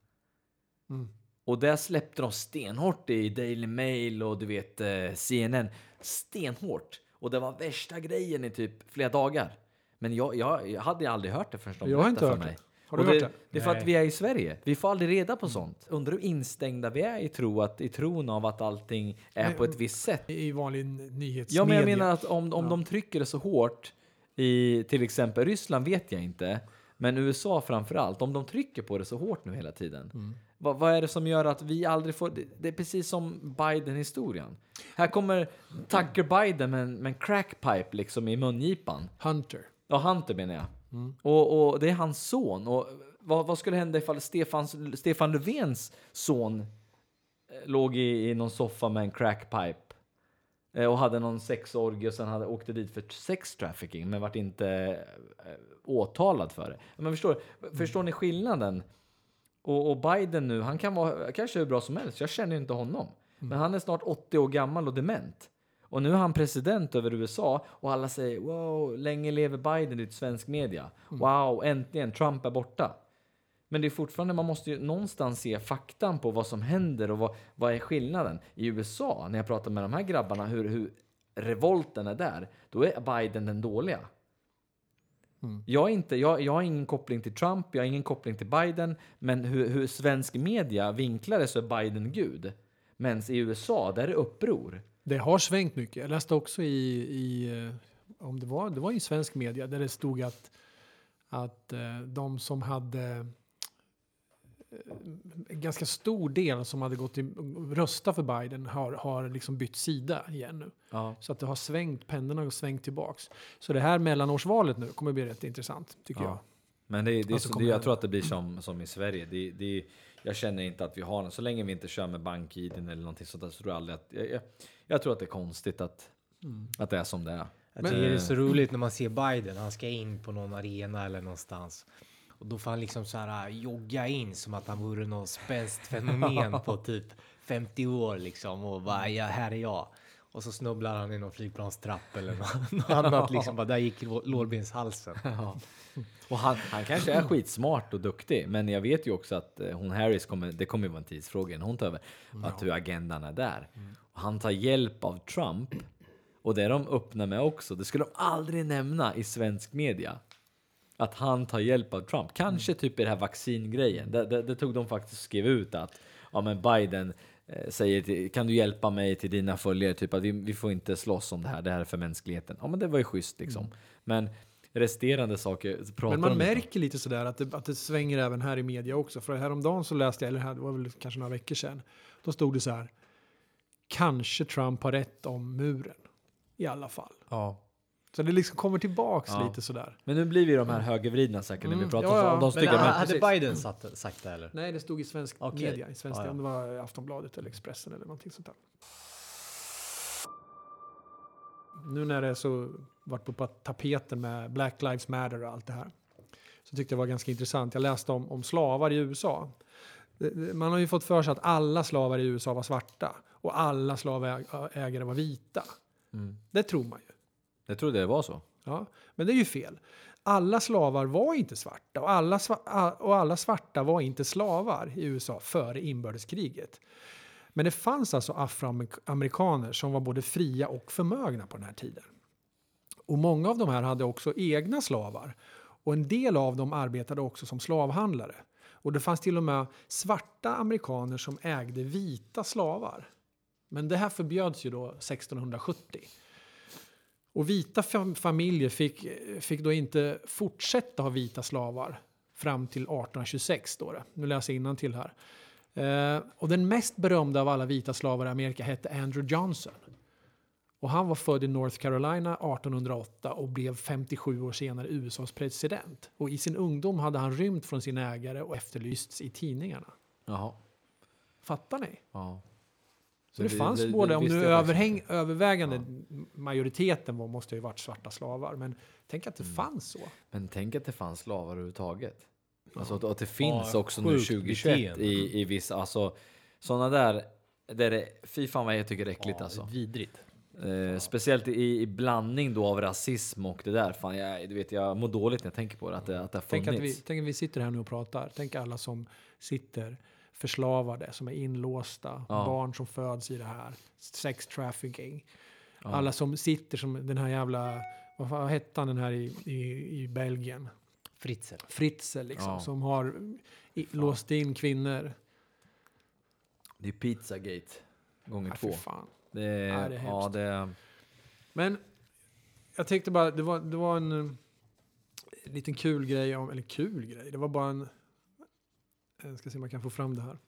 [SPEAKER 2] Mm. Och där släppte de stenhårt i Daily Mail och du vet eh, C N N. Stenhårt. Och det var värsta grejen i typ flera dagar. Men jag, jag, jag hade aldrig hört det förrän de
[SPEAKER 1] jag har inte
[SPEAKER 2] för
[SPEAKER 1] hört
[SPEAKER 2] mig.
[SPEAKER 1] Det. Har du
[SPEAKER 2] det,
[SPEAKER 1] hört det?
[SPEAKER 2] det är för Nej. att vi är i Sverige. Vi får aldrig reda på sånt. Undrar hur instängda vi är i, tro att, i tron av att allting är Nej, på ett visst sätt.
[SPEAKER 1] I vanlig nyhetsmedia.
[SPEAKER 2] Ja, men jag menar att om, om
[SPEAKER 1] ja.
[SPEAKER 2] de trycker det så hårt i till exempel Ryssland vet jag inte. Men U S A framförallt. Om de trycker på det så hårt nu hela tiden. Mm. Vad, vad är det som gör att vi aldrig får... Det, det är precis som Biden-historien. Här kommer Tucker Biden med en, med en crackpipe liksom i mungipan.
[SPEAKER 1] Hunter.
[SPEAKER 2] Ja, Hunter menar jag. Mm. Och, och det är hans son. Och vad, vad skulle hända ifall Stefans, Stefan Löfvens son låg i, i någon soffa med en crackpipe eh, och hade någon sexorgie och sen hade åkte dit för sex trafficking men vart inte eh, åtalad för det. Men förstår, mm. förstår ni skillnaden? Och, och Biden nu, han kan vara kanske hur bra som helst. Jag känner inte honom. Mm. Men han är snart åttio år gammal och dement. Och nu är han president över U S A och alla säger wow, länge lever Biden i svensk media. Mm. Wow, äntligen, Trump är borta. Men det är fortfarande, man måste ju någonstans se faktan på vad som händer och vad, vad är skillnaden. I U S A, när jag pratar med de här grabbarna, hur, hur revolten är där, då är Biden den dåliga. Mm. Jag, är inte, jag, jag har ingen koppling till Trump, jag har ingen koppling till Biden, men hur, hur svensk media vinklar det så är Biden gud. Men i U S A, där är det uppror.
[SPEAKER 1] Det har svängt mycket. Jag läste också i, i om det var, det var i svensk media där det stod att, att de som hade en ganska stor del som hade gått till rösta för Biden har, har liksom bytt sida igen nu.
[SPEAKER 2] Ja.
[SPEAKER 1] Så att det har svängt, pendeln har svängt tillbaks. Så det här mellanårsvalet nu kommer bli rätt intressant, tycker
[SPEAKER 2] Ja.
[SPEAKER 1] jag.
[SPEAKER 2] Men det, det,
[SPEAKER 1] Alltså,
[SPEAKER 2] det, jag tror att det blir som, som i Sverige. Det, det, jag känner inte att vi har den. Så länge vi inte kör med bank-I D eller någonting sånt där, så tror jag aldrig att... Jag, jag, jag tror att det är konstigt att,
[SPEAKER 1] Mm.
[SPEAKER 2] att det är som det är.
[SPEAKER 3] Jag
[SPEAKER 1] Men-
[SPEAKER 3] tycker det är så roligt när man ser Biden. Han ska in på någon arena eller någonstans. Och då får han liksom så här jogga in som att han vore någon spänst fenomen på typ femtio år liksom. Och bara, ja, här är jag. Och så snubblar han i någon flygplanstrapp eller något, något annat liksom. Bara, där gick lårbenshalsen.
[SPEAKER 2] Och han, han kanske är skitsmart och duktig, men jag vet ju också att eh, hon Harris kommer, det kommer ju vara en tidsfråga när hon tar över, att hur agendan är där. Och han tar hjälp av Trump, och det är de öppna med också. Det skulle de aldrig nämna i svensk media. Att han tar hjälp av Trump. Kanske typ i det här vaccingrejen. Det, det, det tog de faktiskt skrev ut att ja, men Biden eh, säger till, kan du hjälpa mig till dina följare? Typ att vi, vi får inte slåss om det här. Det här är för mänskligheten. Ja, men det var ju schysst liksom.
[SPEAKER 1] Mm.
[SPEAKER 2] Men resterande saker pratar
[SPEAKER 1] Men man
[SPEAKER 2] de inte om.
[SPEAKER 1] märker lite sådär att det, att det svänger även här i media också. För häromdagen så läste jag, eller här, det var väl kanske några veckor sedan. Då stod det så här. Kanske Trump har rätt om muren. I alla fall.
[SPEAKER 3] Ja.
[SPEAKER 1] Så det liksom kommer tillbaks
[SPEAKER 2] Ja.
[SPEAKER 1] lite sådär.
[SPEAKER 2] Men nu blir vi de här högervridna säkert när
[SPEAKER 1] Mm,
[SPEAKER 2] vi pratar
[SPEAKER 1] ja, ja.
[SPEAKER 2] om de
[SPEAKER 3] Men
[SPEAKER 2] stygga.
[SPEAKER 3] ha-
[SPEAKER 2] Men,
[SPEAKER 3] hade
[SPEAKER 2] precis.
[SPEAKER 3] Biden sagt, sagt det eller?
[SPEAKER 1] Nej, det stod i svensk
[SPEAKER 3] Okej.
[SPEAKER 1] media. I svensk,
[SPEAKER 3] Ja, ja.
[SPEAKER 1] Om det var Aftonbladet eller Expressen eller någonting sånt där. Nu när det så varit på tapeten med Black Lives Matter och allt det här. Så tyckte jag det var ganska intressant. Jag läste om, om slavar i U S A. Det- det- Man har ju fått för sig att alla slavar i U S A var svarta. Och alla slavägare var vita.
[SPEAKER 2] Mm.
[SPEAKER 1] Det tror man ju.
[SPEAKER 2] Jag trodde det var så.
[SPEAKER 1] Ja, men det är ju fel. Alla slavar var inte svarta och alla, sva- och alla svarta var inte slavar i U S A före inbördeskriget. Men det fanns alltså afroamerikaner som var både fria och förmögna på den här tiden. Och många av de här hade också egna slavar. Och en del av dem arbetade också som slavhandlare. Och det fanns till och med svarta amerikaner som ägde vita slavar. Men det här förbjöds ju då sextonhundrasjuttio. Och vita fam- familjer fick, fick då inte fortsätta ha vita slavar fram till arton tjugosex. Då det. Nu läser jag innantill här. Eh, och den mest berömda av alla vita slavar i Amerika hette Andrew Johnson. Och han var född i North Carolina artonhundraåtta och blev femtiosju år senare U S As president. Och i sin ungdom hade han rymt från sin ägare och efterlysts i tidningarna.
[SPEAKER 2] Jaha.
[SPEAKER 1] Fattar ni?
[SPEAKER 2] Ja.
[SPEAKER 1] Så
[SPEAKER 2] Men
[SPEAKER 1] det,
[SPEAKER 2] det-
[SPEAKER 1] fanns
[SPEAKER 2] det-
[SPEAKER 1] både,
[SPEAKER 2] det
[SPEAKER 1] om
[SPEAKER 2] visste
[SPEAKER 1] nu
[SPEAKER 2] jag faktiskt
[SPEAKER 1] överhäng, övervägande majoriteten var, måste ju varit svarta slavar. Men tänk att det
[SPEAKER 2] Mm.
[SPEAKER 1] fanns så.
[SPEAKER 2] Men tänk att det fanns slavar överhuvudtaget. Alltså att, att det finns
[SPEAKER 3] Ja,
[SPEAKER 2] också nu
[SPEAKER 3] sjukt
[SPEAKER 2] tjugohundratjugoett
[SPEAKER 3] beteende.
[SPEAKER 2] i, i vissa, alltså sådana där, där det, fy fan vad jag tycker det är äckligt
[SPEAKER 3] Ja,
[SPEAKER 2] alltså.
[SPEAKER 3] vidrigt.
[SPEAKER 2] Eh, speciellt i, i blandning då av rasism och det där. Fan, jag, du vet, jag mår dåligt när jag tänker på det, att det, att det har
[SPEAKER 1] Tänk att, vi,
[SPEAKER 2] funnits.
[SPEAKER 1] tänk att vi sitter här nu och pratar. Tänk alla som sitter förslavade, som är inlåsta.
[SPEAKER 2] Ja.
[SPEAKER 1] Barn som föds i det här. Sex trafficking.
[SPEAKER 2] Ja.
[SPEAKER 1] Alla som sitter som den här jävla, vad fan hette han den här i, i, i Belgien?
[SPEAKER 3] Fritzl.
[SPEAKER 1] Fritzl liksom.
[SPEAKER 2] Ja.
[SPEAKER 1] Som har i, låst in kvinnor.
[SPEAKER 2] Det är Pizzagate gånger
[SPEAKER 1] Nej,
[SPEAKER 2] två.
[SPEAKER 1] fy fan.
[SPEAKER 2] Det,
[SPEAKER 1] Ja, det är
[SPEAKER 2] ja,
[SPEAKER 1] hemskt.
[SPEAKER 2] det,
[SPEAKER 1] Men jag tänkte bara, det var, det var en, eh, liten kul grej, om, eller kul grej, det var bara en, jag ska se om jag kan få fram det här.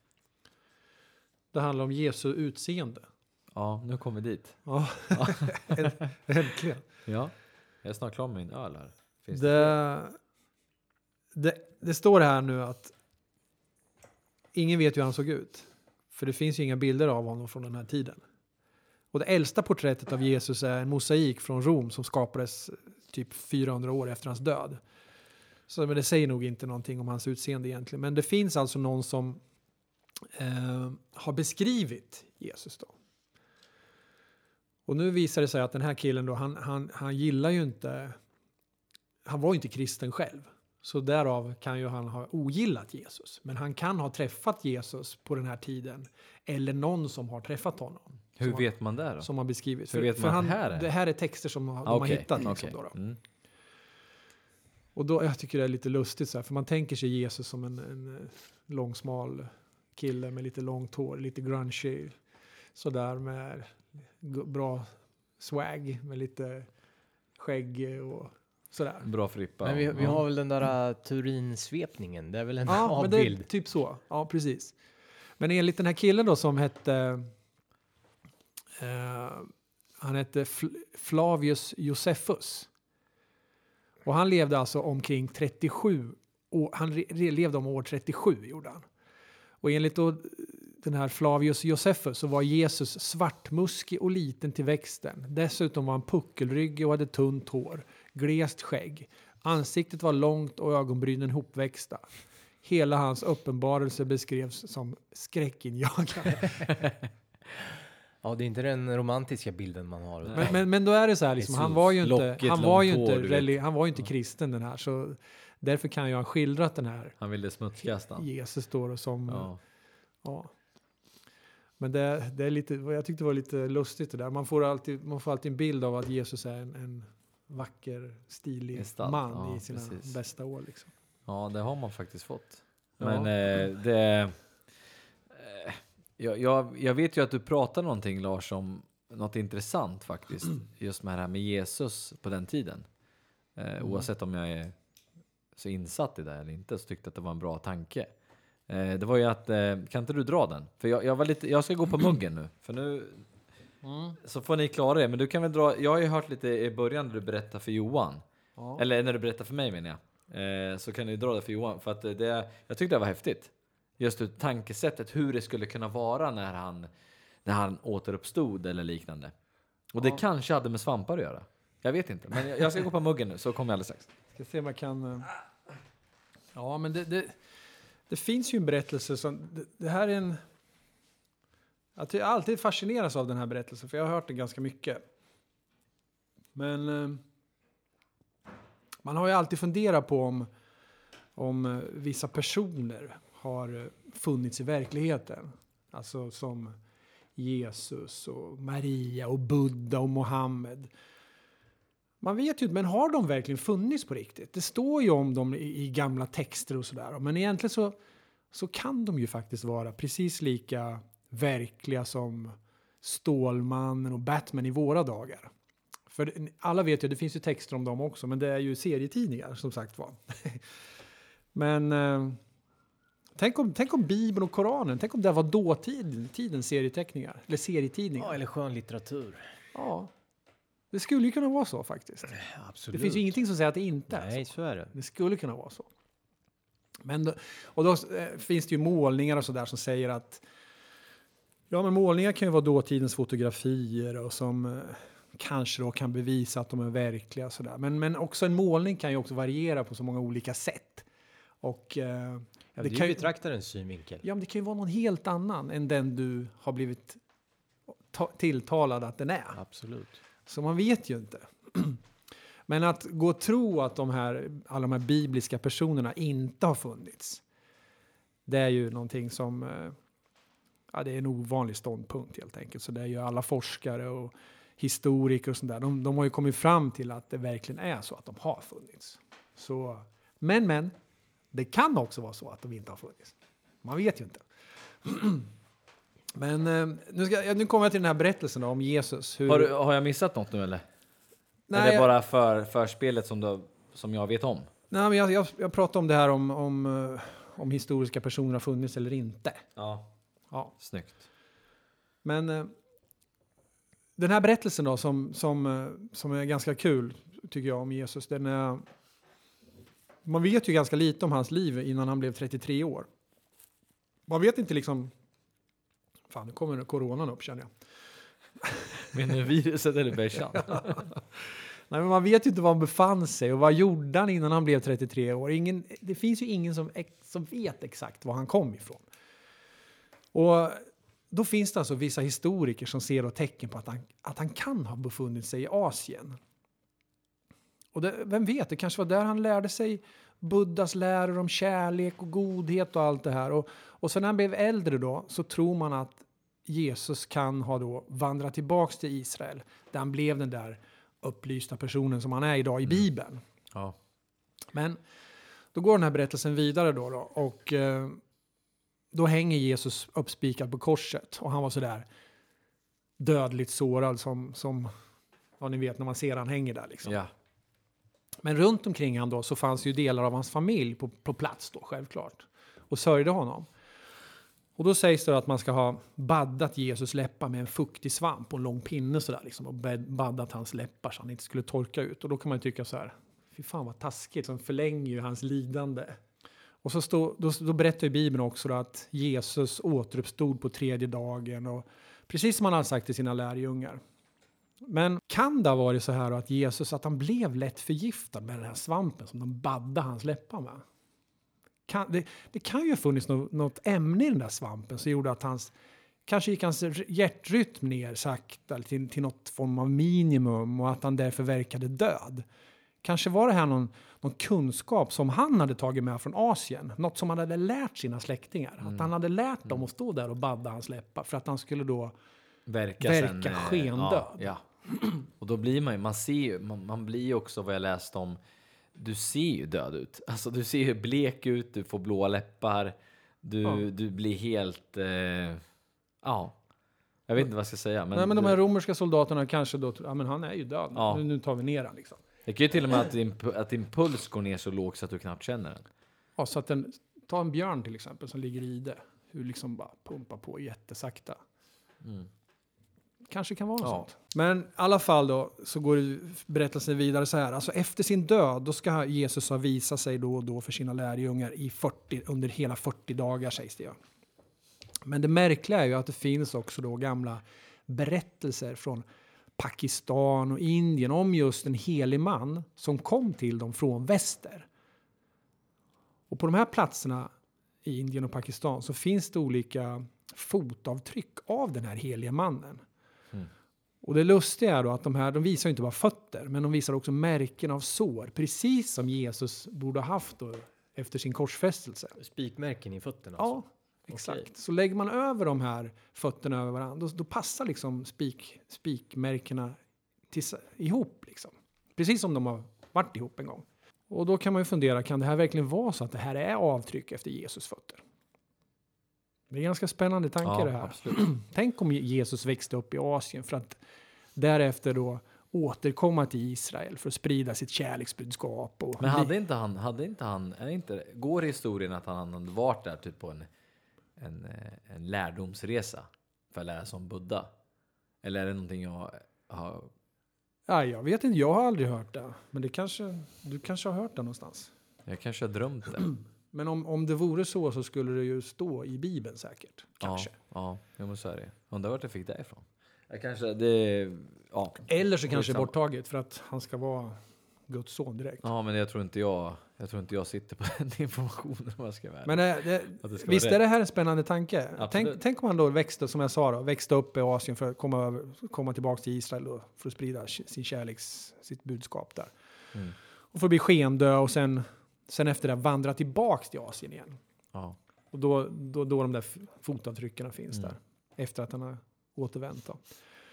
[SPEAKER 1] Det handlar om Jesu utseende.
[SPEAKER 2] ja, nu kommer vi dit.
[SPEAKER 1] Ja, äntligen.
[SPEAKER 2] Ja, jag är snart klar med min öl här. Finns det?
[SPEAKER 1] Det, det, det står här nu att ingen vet hur han såg ut. För det finns ju inga bilder av honom från den här tiden. Och det äldsta porträttet av Jesus är en mosaik från Rom som skapades typ fyrahundra år efter hans död. Så men det säger nog inte någonting om hans utseende egentligen. Men det finns alltså någon som eh, har beskrivit Jesus då. Och nu visar det sig att den här killen då, han, han, han gillar ju inte, han var ju inte kristen själv. Så därav kan ju han ha ogillat Jesus. Men han kan ha träffat Jesus på den här tiden. Eller någon som har träffat honom.
[SPEAKER 2] Hur
[SPEAKER 1] som
[SPEAKER 2] vet man det då?
[SPEAKER 1] som har beskrivit.
[SPEAKER 2] Hur vet man att
[SPEAKER 1] han,
[SPEAKER 2] det här är?
[SPEAKER 1] Det här är texter som de
[SPEAKER 2] Ah,
[SPEAKER 1] har
[SPEAKER 2] okej,
[SPEAKER 1] hittat. Liksom,
[SPEAKER 2] okej.
[SPEAKER 1] då då.
[SPEAKER 2] Mm.
[SPEAKER 1] Och då, jag tycker det är lite lustigt så här, för man tänker sig Jesus som en, en eh, lång, smal kille med lite långt hår, lite grungy. Sådär med g- bra swag med lite skägg och sådär.
[SPEAKER 2] Bra frippa.
[SPEAKER 3] Men vi, vi
[SPEAKER 2] Ja.
[SPEAKER 3] har väl den där uh, Turinsvepningen. Det är väl en
[SPEAKER 1] Ja, men det
[SPEAKER 3] avbild.
[SPEAKER 1] är typ så. Ja, precis. Men enligt den här killen då som hette eh, han hette Fl- Flavius Josephus. Och han levde alltså omkring trettiosju år. Han re- levde om år trettiosju gjorde han. Och enligt då den här Flavius Josephus så var Jesus svartmuskig och liten till växten. Dessutom var han puckelryggig och hade tunt hår, glest skägg. Ansiktet var långt och ögonbrynen hopväxta. Hela hans uppenbarelse beskrevs som skräckinjagande.
[SPEAKER 3] Ja, det är inte den romantiska bilden man har.
[SPEAKER 1] men, men, men då är det så här, liksom, han var ju inte,
[SPEAKER 2] Lockigt,
[SPEAKER 1] han var ju
[SPEAKER 2] långt
[SPEAKER 1] inte,
[SPEAKER 2] hår, du vet.
[SPEAKER 1] reli- han var ju inte kristen den här. Så därför kan ju ha skildrat den här
[SPEAKER 2] Han ville smutskasta.
[SPEAKER 1] Jesus då som...
[SPEAKER 2] Ja.
[SPEAKER 1] Ja. Men det, det är lite, jag tyckte det var lite lustigt det där. Man får alltid, man får alltid en bild av att Jesus är en, en vacker, stilig
[SPEAKER 2] Gestalt,
[SPEAKER 1] man
[SPEAKER 2] ja,
[SPEAKER 1] i sina
[SPEAKER 2] precis.
[SPEAKER 1] bästa år. Liksom.
[SPEAKER 2] Ja, det har man faktiskt fått.
[SPEAKER 1] Ja.
[SPEAKER 2] Men eh, det... Eh, jag, jag, jag vet ju att du pratar någonting, Lars, om något intressant faktiskt. Just med det här med Jesus på den tiden. Eh,
[SPEAKER 1] Mm.
[SPEAKER 2] Oavsett om jag är så insatt i det eller inte, så tyckte jag att det var en bra tanke. Eh, det var ju att, eh, kan inte du dra den? För jag, jag, var lite, jag ska gå på muggen nu. För nu så får ni klara det. Men du kan väl dra, jag har ju hört lite i början när du berättar för Johan.
[SPEAKER 1] Ja.
[SPEAKER 2] Eller när du berättar för mig, menar jag. Eh, så kan ni dra det för Johan. För att det, jag tyckte det var häftigt. Just det tankesättet, hur det skulle kunna vara när han, när han återuppstod eller liknande. Och det
[SPEAKER 1] Ja.
[SPEAKER 2] kanske hade med svampar att göra. Jag vet inte. Men jag, jag ska gå på muggen nu, så kommer jag alldeles strax.
[SPEAKER 1] Ska se om jag kan... eh, Ja, men det, det, det finns ju en berättelse som... Det, det här är en... Jag har alltid fascineras av den här berättelsen, för jag har hört den ganska mycket. Men... eh, Man har ju alltid funderat på om, om eh, vissa personer har eh, funnits i verkligheten. Alltså som Jesus och Maria och Buddha och Mohammed. Man vet ju inte, men har de verkligen funnits på riktigt? Det står ju om dem i, i gamla texter och sådär. Men egentligen så, så kan de ju faktiskt vara precis lika verkliga som Stålmannen och Batman i våra dagar. För alla vet ju, det finns ju texter om dem också, men det är ju serietidningar som sagt var. Men eh, tänk, om, tänk om Bibeln och Koranen, tänk om det var dåtiden, tidens serieteckningar, eller serietidningar.
[SPEAKER 3] Ja, eller skönlitteratur.
[SPEAKER 1] Ja, det skulle ju kunna vara så faktiskt.
[SPEAKER 3] Absolut.
[SPEAKER 1] Det finns ju ingenting som säger att det inte är
[SPEAKER 3] Nej,
[SPEAKER 1] så.
[SPEAKER 3] så är det.
[SPEAKER 1] Det skulle kunna vara så. Men då, och då eh, finns det ju målningar och sådär som säger att ja, men målningar kan ju vara dåtidens fotografier och som eh, kanske då kan bevisa att de är verkliga. Sådär. Men, men också en målning kan ju också variera på så många olika sätt. Och eh,
[SPEAKER 3] Ja,
[SPEAKER 1] det
[SPEAKER 3] det
[SPEAKER 1] kan ju,
[SPEAKER 3] betraktarens synvinkel.
[SPEAKER 1] ja, men det kan ju vara någon helt annan än den du har blivit ta- tilltalad att den är.
[SPEAKER 3] Absolut.
[SPEAKER 1] Så man vet ju inte. Men att gå och tro att de här, alla de här bibliska personerna inte har funnits. Det är ju någonting som, eh, ja, det är en ovanlig ståndpunkt helt enkelt. Så det är ju alla forskare och historiker och sånt där. De, de har ju kommit fram till att det verkligen är så att de har funnits. Så, men, men, det kan också vara så att de inte har funnits. Man vet ju inte. Men eh, nu, ska, nu kommer jag till den här berättelsen då, om Jesus. Hur,
[SPEAKER 2] Har, du, har jag missat något nu eller?
[SPEAKER 1] Nej,
[SPEAKER 2] är det
[SPEAKER 1] jag-
[SPEAKER 2] bara för, förspelet som, du, som jag vet om?
[SPEAKER 1] Nej, men jag, jag, jag pratar om det här om, om, eh, om historiska personer har funnits eller inte.
[SPEAKER 2] Ja.
[SPEAKER 1] Ja.
[SPEAKER 2] Snyggt.
[SPEAKER 1] Men eh, den här berättelsen då som, som, eh, som är ganska kul tycker jag om Jesus. Den är, man vet ju ganska lite om hans liv innan han blev trettiotre år. Man vet inte liksom... Fan, nu kommer coronan upp känner jag.
[SPEAKER 2] Menar du viruset eller bärsan?
[SPEAKER 1] Nej, men man vet ju inte var han befann sig och vad gjorde han innan han blev trettiotre år. Ingen, det finns ju ingen som, ex, som vet exakt var han kom ifrån. Och då finns det alltså vissa historiker som ser då tecken på att han, att han kan ha befunnit sig i Asien. Och det, vem vet, det kanske var där han lärde sig Buddhas läror om kärlek och godhet och allt det här. Och, och så när han blev äldre då så tror man att Jesus kan ha då vandrat tillbaks till Israel. Där han blev den där upplysta personen som han är idag i Bibeln.
[SPEAKER 2] Ja.
[SPEAKER 1] Men då går den här berättelsen vidare då, då och eh, då hänger Jesus uppspikad på korset och han var så där dödligt sårad som, som ja, ni vet när man ser han hänger där liksom.
[SPEAKER 2] Ja.
[SPEAKER 1] Men runt omkring han då så fanns ju delar av hans familj på, på plats då självklart och sörjde honom. Och då sägs det att man ska ha baddat Jesus läppar med en fuktig svamp och en lång pinne sådär liksom, och baddat hans läppar så han inte skulle torka ut. Och då kan man ju tycka så här, fy fan vad taskigt, som förlänger ju hans lidande. Och så stå, då, då berättar ju Bibeln också då att Jesus återuppstod på tredje dagen och precis som han hade sagt till sina lärjungar. Men kan det ha varit så här att Jesus, att han blev lätt förgiftad med den här svampen som de baddade hans läppar med? Kan, det, det kan ju ha funnits något, något ämne i den där svampen som gjorde att hans, kanske gick hans hjärtrytm ner sakta till, till något form av minimum och att han därför verkade död. Kanske var det här någon, någon kunskap som han hade tagit med från Asien. Något som han hade lärt sina släktingar. Mm. Att han hade lärt dem att stå där och badda hans läppar för att han skulle då
[SPEAKER 2] verka,
[SPEAKER 1] verka
[SPEAKER 2] sen,
[SPEAKER 1] skendöd.
[SPEAKER 2] Ja, ja. Och då blir man ju, man ser ju, man, man blir ju också vad jag läst om, du ser ju död ut. Alltså du ser ju blek ut, du får blåa läppar, du, ja. du blir helt, eh, ja, jag vet inte vad jag ska säga. Men,
[SPEAKER 1] Nej, men de här
[SPEAKER 2] du,
[SPEAKER 1] romerska soldaterna kanske då, ja men han är ju död,
[SPEAKER 2] ja.
[SPEAKER 1] nu, nu tar vi ner han liksom.
[SPEAKER 2] Det kan ju till och med att din, att din puls går ner så lågt så att du knappt känner den.
[SPEAKER 1] Ja, så att den, ta en björn till exempel som ligger i det, hur liksom bara pumpar på jättesakta. Mm. Kanske kan vara något
[SPEAKER 2] ja.
[SPEAKER 1] sånt. Men i alla fall då så går berättelsen vidare så här. Alltså efter sin död då ska Jesus ha visat sig då och då för sina lärjungar i fyrtio, under hela fyrtio dagar sägs det. Ja. Men det märkliga är ju att det finns också då gamla berättelser från Pakistan och Indien om just en helig man som kom till dem från väster. Och på de här platserna i Indien och Pakistan så finns det olika fotavtryck av den här heliga mannen. Mm. Och det lustiga är då att de här, de visar inte bara fötter, men de visar också märken av sår, precis som Jesus borde ha haft då efter sin korsfästelse.
[SPEAKER 3] Spikmärken i fötterna?
[SPEAKER 1] Ja,
[SPEAKER 3] alltså.
[SPEAKER 1] exakt.
[SPEAKER 3] Okay.
[SPEAKER 1] Så lägger man över de här fötterna över varandra, då, då passar liksom spik, spikmärkena till, ihop liksom. Precis som de har varit ihop en gång. Och då kan man ju fundera, kan det här verkligen vara så att det här är avtryck efter Jesus fötter? Det är en ganska spännande tanke
[SPEAKER 2] ja,
[SPEAKER 1] det här.
[SPEAKER 2] Absolut.
[SPEAKER 1] Tänk om Jesus växte upp i Asien för att därefter då återkomma till Israel för att sprida sitt kärleksbudskap. Och
[SPEAKER 2] Men hade inte han, hade inte han, är inte, går historien att han hade varit där typ på en, en, en lärdomsresa för att lära sig om Buddha? Eller är det någonting jag har...
[SPEAKER 1] Ja, jag vet inte, jag har aldrig hört det. Men det kanske, du kanske har hört det någonstans.
[SPEAKER 2] Jag kanske har drömt det.
[SPEAKER 1] Men om, om det vore så så skulle det ju stå i Bibeln säkert. Kanske.
[SPEAKER 2] Ja, ja jag måste säga det. Undrar vart jag fick det ifrån. Jag kanske, det, ja.
[SPEAKER 1] Eller så kanske det är borttaget för att han ska vara Guds son direkt.
[SPEAKER 2] Ja, men jag tror inte jag, jag tror inte jag sitter på den informationen om jag ska vara.
[SPEAKER 1] Men det, det, visst är det här en spännande tanke? Tänk, tänk om han då växte, som jag sa då, växte upp i Asien för att komma, över, komma tillbaka till Israel då, för att sprida sin kärleks, sitt budskap där. Mm. Och få bli skendö och sen, sen efter det vandra tillbaka till Asien igen. Ja. Och då, då, då de där fotavtryckarna finns mm. där. Efter att han har återvänt då.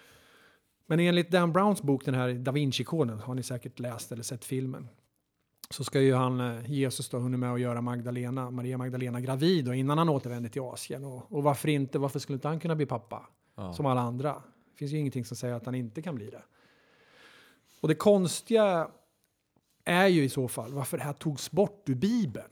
[SPEAKER 1] Men enligt Dan Browns bok, den här Da Vinci-koden, har ni säkert läst eller sett filmen. Så ska ju han, Jesus då, hunnit med att göra Magdalena, Maria Magdalena gravid då, innan han återvände till Asien. Och, och varför inte, varför skulle inte han kunna bli pappa? Ja. Som alla andra. Det finns ju ingenting som säger att han inte kan bli det. Och det konstiga är ju i så fall varför det här togs bort ur Bibeln.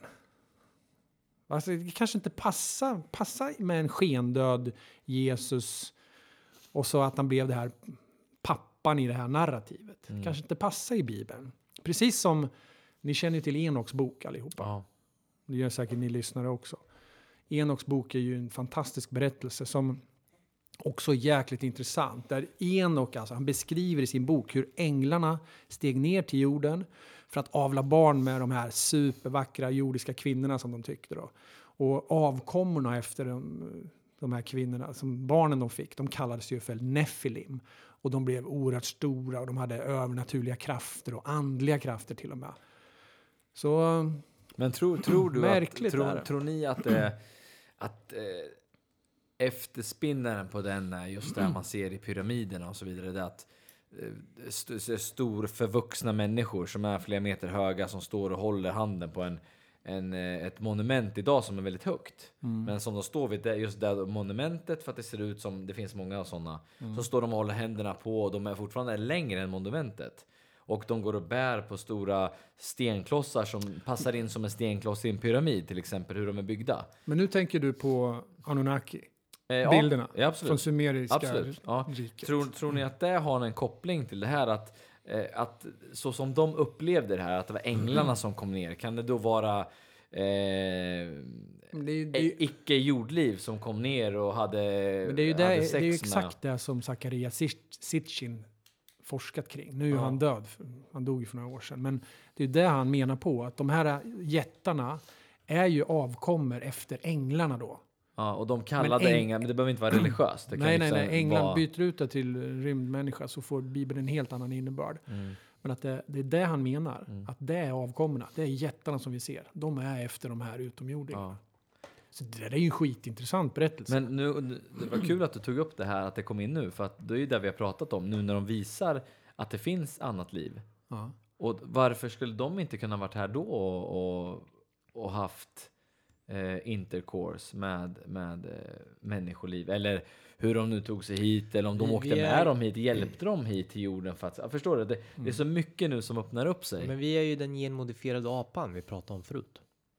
[SPEAKER 1] Alltså, det kanske inte passar, passar med en skendöd Jesus och så att han blev det här pappan i det här narrativet. Mm. Kanske inte passar i Bibeln. Precis som ni känner till Enoks bok allihopa. Ja. Det gör säkert ni lyssnare också. Enoks bok är ju en fantastisk berättelse som också är jäkligt intressant. Där Enok, alltså, han beskriver i sin bok hur änglarna steg ner till jorden för att avla barn med de här supervackra jordiska kvinnorna som de tyckte då. Och avkommorna efter de, de här kvinnorna, som barnen de fick, de kallades ju för Nefilim. Och de blev oerhört stora och de hade övernaturliga krafter och andliga krafter till och med. Så
[SPEAKER 2] men tror, tror du
[SPEAKER 1] märkligt
[SPEAKER 2] att, tror, tror ni att, eh, att eh, efterspinnaren på den är just det man ser i pyramiderna och så vidare, det är att eh, st- stor förvuxna människor som är flera meter höga som står och håller handen på en en, eh, ett monument idag som är väldigt högt.
[SPEAKER 1] Mm.
[SPEAKER 2] Men som de står vid det, just det monumentet, för att det ser ut som, det finns många sådana.
[SPEAKER 1] Mm.
[SPEAKER 2] Så står de och håller händerna på, och de är fortfarande längre än monumentet. Och de går och bär på stora stenklossar som passar in som en stenkloss i en pyramid, till exempel hur de är byggda.
[SPEAKER 1] Men nu tänker du på Anunnaki,
[SPEAKER 2] Eh,
[SPEAKER 1] bilderna
[SPEAKER 2] ja, absolut.
[SPEAKER 1] från sumeriska
[SPEAKER 2] Absolut. Ja.
[SPEAKER 1] riket.
[SPEAKER 2] Tror, tror ni att det har en koppling till det här att, eh, att så som de upplevde det här, att det var änglarna som kom ner, kan det då vara eh,
[SPEAKER 1] Det är, det, är-
[SPEAKER 2] icke jordliv som kom ner och hade,
[SPEAKER 1] men det är ju,
[SPEAKER 2] hade
[SPEAKER 1] det,
[SPEAKER 2] sex
[SPEAKER 1] det är ju
[SPEAKER 2] med-
[SPEAKER 1] exakt det som Zakaria Sitch- Sitchin forskat kring. Nu är ju
[SPEAKER 2] Ja.
[SPEAKER 1] han död, han dog ju för några år sedan. Men det är det han menar på, att de här jättarna är ju avkommer efter änglarna då.
[SPEAKER 2] Ja, och de kallade
[SPEAKER 1] Men äng-
[SPEAKER 2] änglar, men det behöver inte vara religiöst. Det kan
[SPEAKER 1] Nej, nej,
[SPEAKER 2] liksom
[SPEAKER 1] nej. England
[SPEAKER 2] vara-
[SPEAKER 1] byter ut det till rymdmänniska, så får Bibeln en helt annan innebörd.
[SPEAKER 2] Mm.
[SPEAKER 1] Men att det, det är det han menar.
[SPEAKER 2] Mm.
[SPEAKER 1] Att det är avkommorna. Det är jättarna som vi ser. De är efter de här utomjordingarna.
[SPEAKER 2] Ja.
[SPEAKER 1] Så det där är ju en skitintressant berättelse.
[SPEAKER 2] Men nu, det var kul att du tog upp det här, att det kom in nu, för att det är ju det vi har pratat om nu när de visar att det finns annat liv.
[SPEAKER 1] Ja.
[SPEAKER 2] Och varför skulle de inte kunna varit här då och, och, och haft eh, intercourse med, med eh, människoliv? Eller hur de nu tog sig hit, eller om de
[SPEAKER 3] Vi-
[SPEAKER 2] åkte
[SPEAKER 3] vi
[SPEAKER 2] med
[SPEAKER 3] är-
[SPEAKER 2] dem hit, hjälpte dem hit till jorden för att, jag förstår det, det, det är så mycket nu som öppnar upp sig.
[SPEAKER 3] Men vi är ju den genmodifierade apan vi pratade om förut.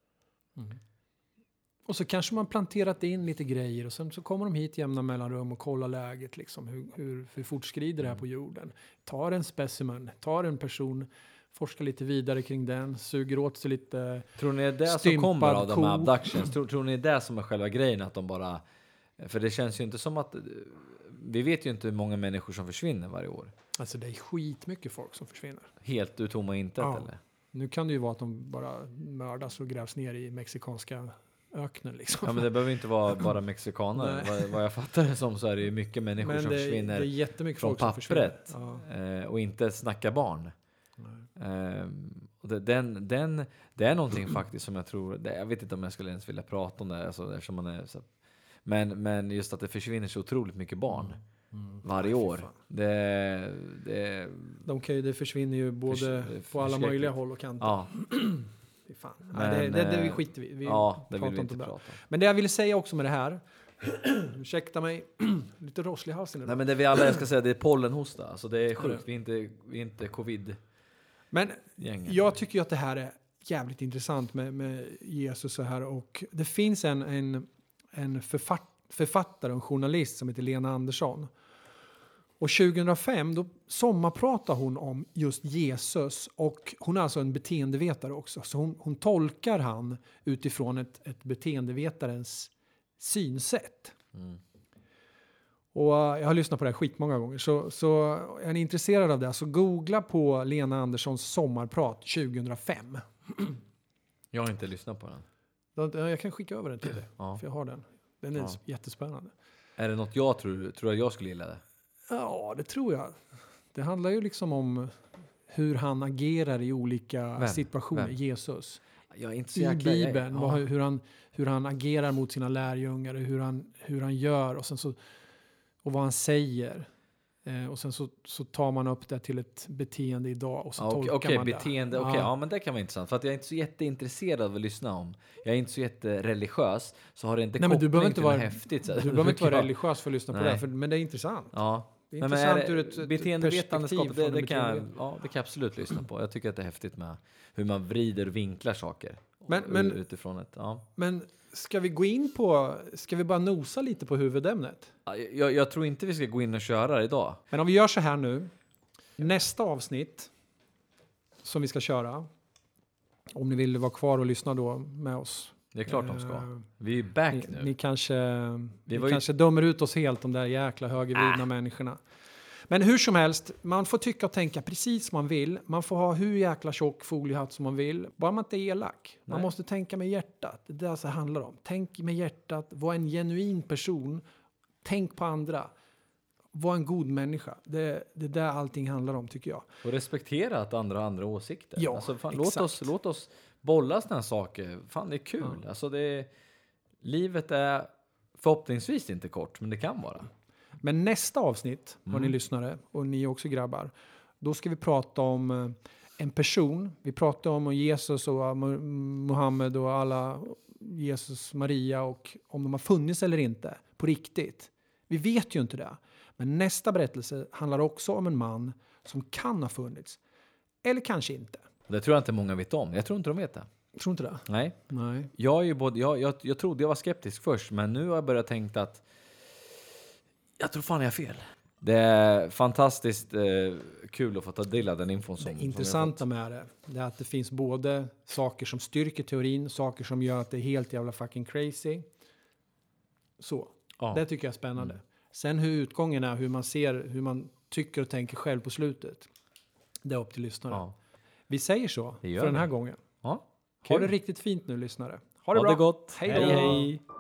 [SPEAKER 1] Och så kanske man planterat in lite grejer och sen så kommer de hit jämna mellanrum och kollar läget. Liksom, hur, hur, hur fortskrider det här på jorden? Tar en specimen, tar en person, forskar lite vidare kring den, suger åt sig lite.
[SPEAKER 2] Tror ni det är det som
[SPEAKER 1] stympad
[SPEAKER 2] kommer av de här
[SPEAKER 1] ko.
[SPEAKER 2] abductions? Tror, tror ni det är det som är själva grejen? Att de bara... För det känns ju inte som att... Vi vet ju inte hur många människor som försvinner varje år.
[SPEAKER 1] Alltså det är skitmycket folk som försvinner.
[SPEAKER 2] Helt ur tomma intet,
[SPEAKER 1] Ja.
[SPEAKER 2] eller?
[SPEAKER 1] Nu kan det ju vara att de bara mördas och grävs ner i mexikanska öknen. Liksom.
[SPEAKER 2] Ja, men det behöver inte vara bara mexikaner.
[SPEAKER 1] Nej.
[SPEAKER 2] vad, vad jag fattar det som, så är det ju mycket människor
[SPEAKER 1] Men
[SPEAKER 2] som
[SPEAKER 1] det,
[SPEAKER 2] försvinner
[SPEAKER 1] det är jättemycket
[SPEAKER 2] från
[SPEAKER 1] folk som
[SPEAKER 2] pappret.
[SPEAKER 1] försvinner. Ja.
[SPEAKER 2] eh, och inte snacka barn. Ehm, och det, den, den, det är någonting faktiskt som jag tror, det, jag vet inte om jag skulle ens vilja prata om det, alltså, eftersom man är så, men, men just att det försvinner så otroligt mycket barn varje
[SPEAKER 1] Ja, fy
[SPEAKER 2] år.
[SPEAKER 1] fan.
[SPEAKER 2] Det, det,
[SPEAKER 1] De kan ju, det försvinner ju både
[SPEAKER 2] Förs-
[SPEAKER 1] på alla
[SPEAKER 2] förskräckligt.
[SPEAKER 1] möjliga håll och kanter.
[SPEAKER 2] ja,
[SPEAKER 1] Fy fan.
[SPEAKER 2] Men,
[SPEAKER 1] Nej, det, det, det vi
[SPEAKER 2] eh,
[SPEAKER 1] skiter vi, vi
[SPEAKER 2] ja, det
[SPEAKER 1] pratar
[SPEAKER 2] vill vi
[SPEAKER 1] inte
[SPEAKER 2] inte
[SPEAKER 1] om det.
[SPEAKER 2] prata om.
[SPEAKER 1] Men det jag ville säga också med det här, ursäkta mig, lite rosslig i halsen idag.
[SPEAKER 2] Nej, men det vi alla, jag ska säga, det är pollenhosta. Alltså det är sjukt, vi är inte, vi är inte covid.
[SPEAKER 1] Men
[SPEAKER 2] Gänget.
[SPEAKER 1] jag tycker ju att det här är jävligt intressant med, med Jesus så här. Och det finns en, en, en författ, författare och en journalist som heter Lena Andersson. Och tjugohundrafem då sommarpratar hon om just Jesus, och hon är alltså en beteendevetare också. Så hon, hon tolkar han utifrån ett, ett beteendevetarens synsätt.
[SPEAKER 2] Mm.
[SPEAKER 1] Och uh, jag har lyssnat på det här skitmånga gånger. Så, så är ni intresserade av det, så googla på Lena Anderssons sommarprat tjugohundrafem.
[SPEAKER 2] Jag har inte lyssnat på den.
[SPEAKER 1] Då- Jag kan skicka över den till dig,
[SPEAKER 2] Ja.
[SPEAKER 1] för jag har den. Den är
[SPEAKER 2] Ja.
[SPEAKER 1] jättespännande.
[SPEAKER 2] Är det något jag tror, tror att jag skulle gilla det?
[SPEAKER 1] Ja, det tror jag. Det handlar ju liksom om hur han agerar i olika
[SPEAKER 2] Vem?
[SPEAKER 1] situationer,
[SPEAKER 2] Vem?
[SPEAKER 1] Jesus.
[SPEAKER 2] Jag är inte så
[SPEAKER 1] I
[SPEAKER 2] jäkla... jag-
[SPEAKER 1] Bibeln,
[SPEAKER 2] ja.
[SPEAKER 1] vad, hur, han, hur han agerar mot sina lärjungar, hur han, hur han gör och, sen så, och vad han säger. Eh, och sen så, så tar man upp det till ett beteende idag och så
[SPEAKER 2] Ja, okej,
[SPEAKER 1] tolkar
[SPEAKER 2] okej,
[SPEAKER 1] man
[SPEAKER 2] beteende,
[SPEAKER 1] det.
[SPEAKER 2] okej, ja. men det kan vara intressant. För att jag är inte så jätteintresserad av att lyssna om. Jag är inte så jättereligiös, så har det inte
[SPEAKER 1] Nej, men du
[SPEAKER 2] koppling
[SPEAKER 1] behöver inte
[SPEAKER 2] till
[SPEAKER 1] vara,
[SPEAKER 2] något häftigt. Så
[SPEAKER 1] du
[SPEAKER 2] här.
[SPEAKER 1] behöver inte vara
[SPEAKER 2] Ja.
[SPEAKER 1] religiös för att lyssna på
[SPEAKER 2] Nej.
[SPEAKER 1] det, för, men det är intressant.
[SPEAKER 2] Ja.
[SPEAKER 1] Det är
[SPEAKER 2] Nej, men
[SPEAKER 1] intressant
[SPEAKER 2] är det-
[SPEAKER 1] ur ett, ett
[SPEAKER 2] beteendevetenskap,
[SPEAKER 1] perspektiv
[SPEAKER 2] det,
[SPEAKER 1] från
[SPEAKER 2] det, kan jag,
[SPEAKER 1] beteendevetare.
[SPEAKER 2] ja, det kan jag absolut lyssna på. Jag tycker att det är häftigt med hur man vrider och vinklar saker.
[SPEAKER 1] Men-
[SPEAKER 2] U-
[SPEAKER 1] men-
[SPEAKER 2] utifrån ett, ja.
[SPEAKER 1] Men ska vi gå in på, ska vi bara nosa lite på huvudämnet?
[SPEAKER 2] Ja, Jag, jag tror inte vi ska gå in och köra det idag.
[SPEAKER 1] Men om vi gör så här nu. Nästa avsnitt som vi ska köra, om ni vill vara kvar och lyssna då med oss.
[SPEAKER 2] Det är klart de ska.
[SPEAKER 1] Eh,
[SPEAKER 2] Vi är ju back
[SPEAKER 1] Ni,
[SPEAKER 2] nu.
[SPEAKER 1] ni kanske,
[SPEAKER 2] Vi
[SPEAKER 1] ni
[SPEAKER 2] var ju-
[SPEAKER 1] kanske dömer ut oss helt, de där jäkla högervridna
[SPEAKER 2] Äh.
[SPEAKER 1] människorna. Men hur som helst, man får tycka och tänka precis som man vill. Man får ha hur jäkla tjock foliehatt som man vill. Bara man inte är elak. Man
[SPEAKER 2] Nej.
[SPEAKER 1] måste tänka med hjärtat. Det är det det handlar om. Tänk med hjärtat. Var en genuin person. Tänk på andra. Var en god människa. Det, det är där allting handlar om, tycker jag.
[SPEAKER 2] Och respektera att andra har andra åsikter.
[SPEAKER 1] Ja,
[SPEAKER 2] alltså, fan, låt,
[SPEAKER 1] exakt.
[SPEAKER 2] oss, låt oss bolla sådana här saker. Fan, det är kul.
[SPEAKER 1] Ja.
[SPEAKER 2] Alltså, det är, livet är förhoppningsvis inte kort, men det kan vara.
[SPEAKER 1] Men nästa avsnitt, har ni
[SPEAKER 2] Mm.
[SPEAKER 1] lyssnare och ni också grabbar, då ska vi prata om en person, vi pratar om Jesus och Muhammed och alla, Jesus, Maria, och om de har funnits eller inte på riktigt. Vi vet ju inte det. Men nästa berättelse handlar också om en man som kan ha funnits. Eller kanske inte.
[SPEAKER 2] Det tror jag inte många vet om. Jag tror inte de vet det.
[SPEAKER 1] Tror inte det?
[SPEAKER 2] Nej.
[SPEAKER 1] Nej.
[SPEAKER 2] Jag, är ju både, jag, jag, jag trodde jag var skeptisk först, men nu har jag börjat tänka att jag tror fan jag har fel. Det är fantastiskt eh, kul att få ta del av den infon som,
[SPEAKER 1] Det intressanta
[SPEAKER 2] som
[SPEAKER 1] med det, det är att det finns både saker som styrker teorin, saker som gör att det är helt jävla fucking crazy. Så.
[SPEAKER 2] Ja.
[SPEAKER 1] Det tycker jag är spännande. Mm. Sen hur utgången är, hur man ser, hur man tycker och tänker själv på slutet. Det är upp till lyssnare.
[SPEAKER 2] Ja.
[SPEAKER 1] Vi säger så för
[SPEAKER 2] det
[SPEAKER 1] den här gången.
[SPEAKER 2] Ja.
[SPEAKER 1] Ha det riktigt fint nu, lyssnare. Ha det
[SPEAKER 2] ha
[SPEAKER 1] bra.
[SPEAKER 2] Det gott.
[SPEAKER 1] Hej då.
[SPEAKER 2] Hej, hej.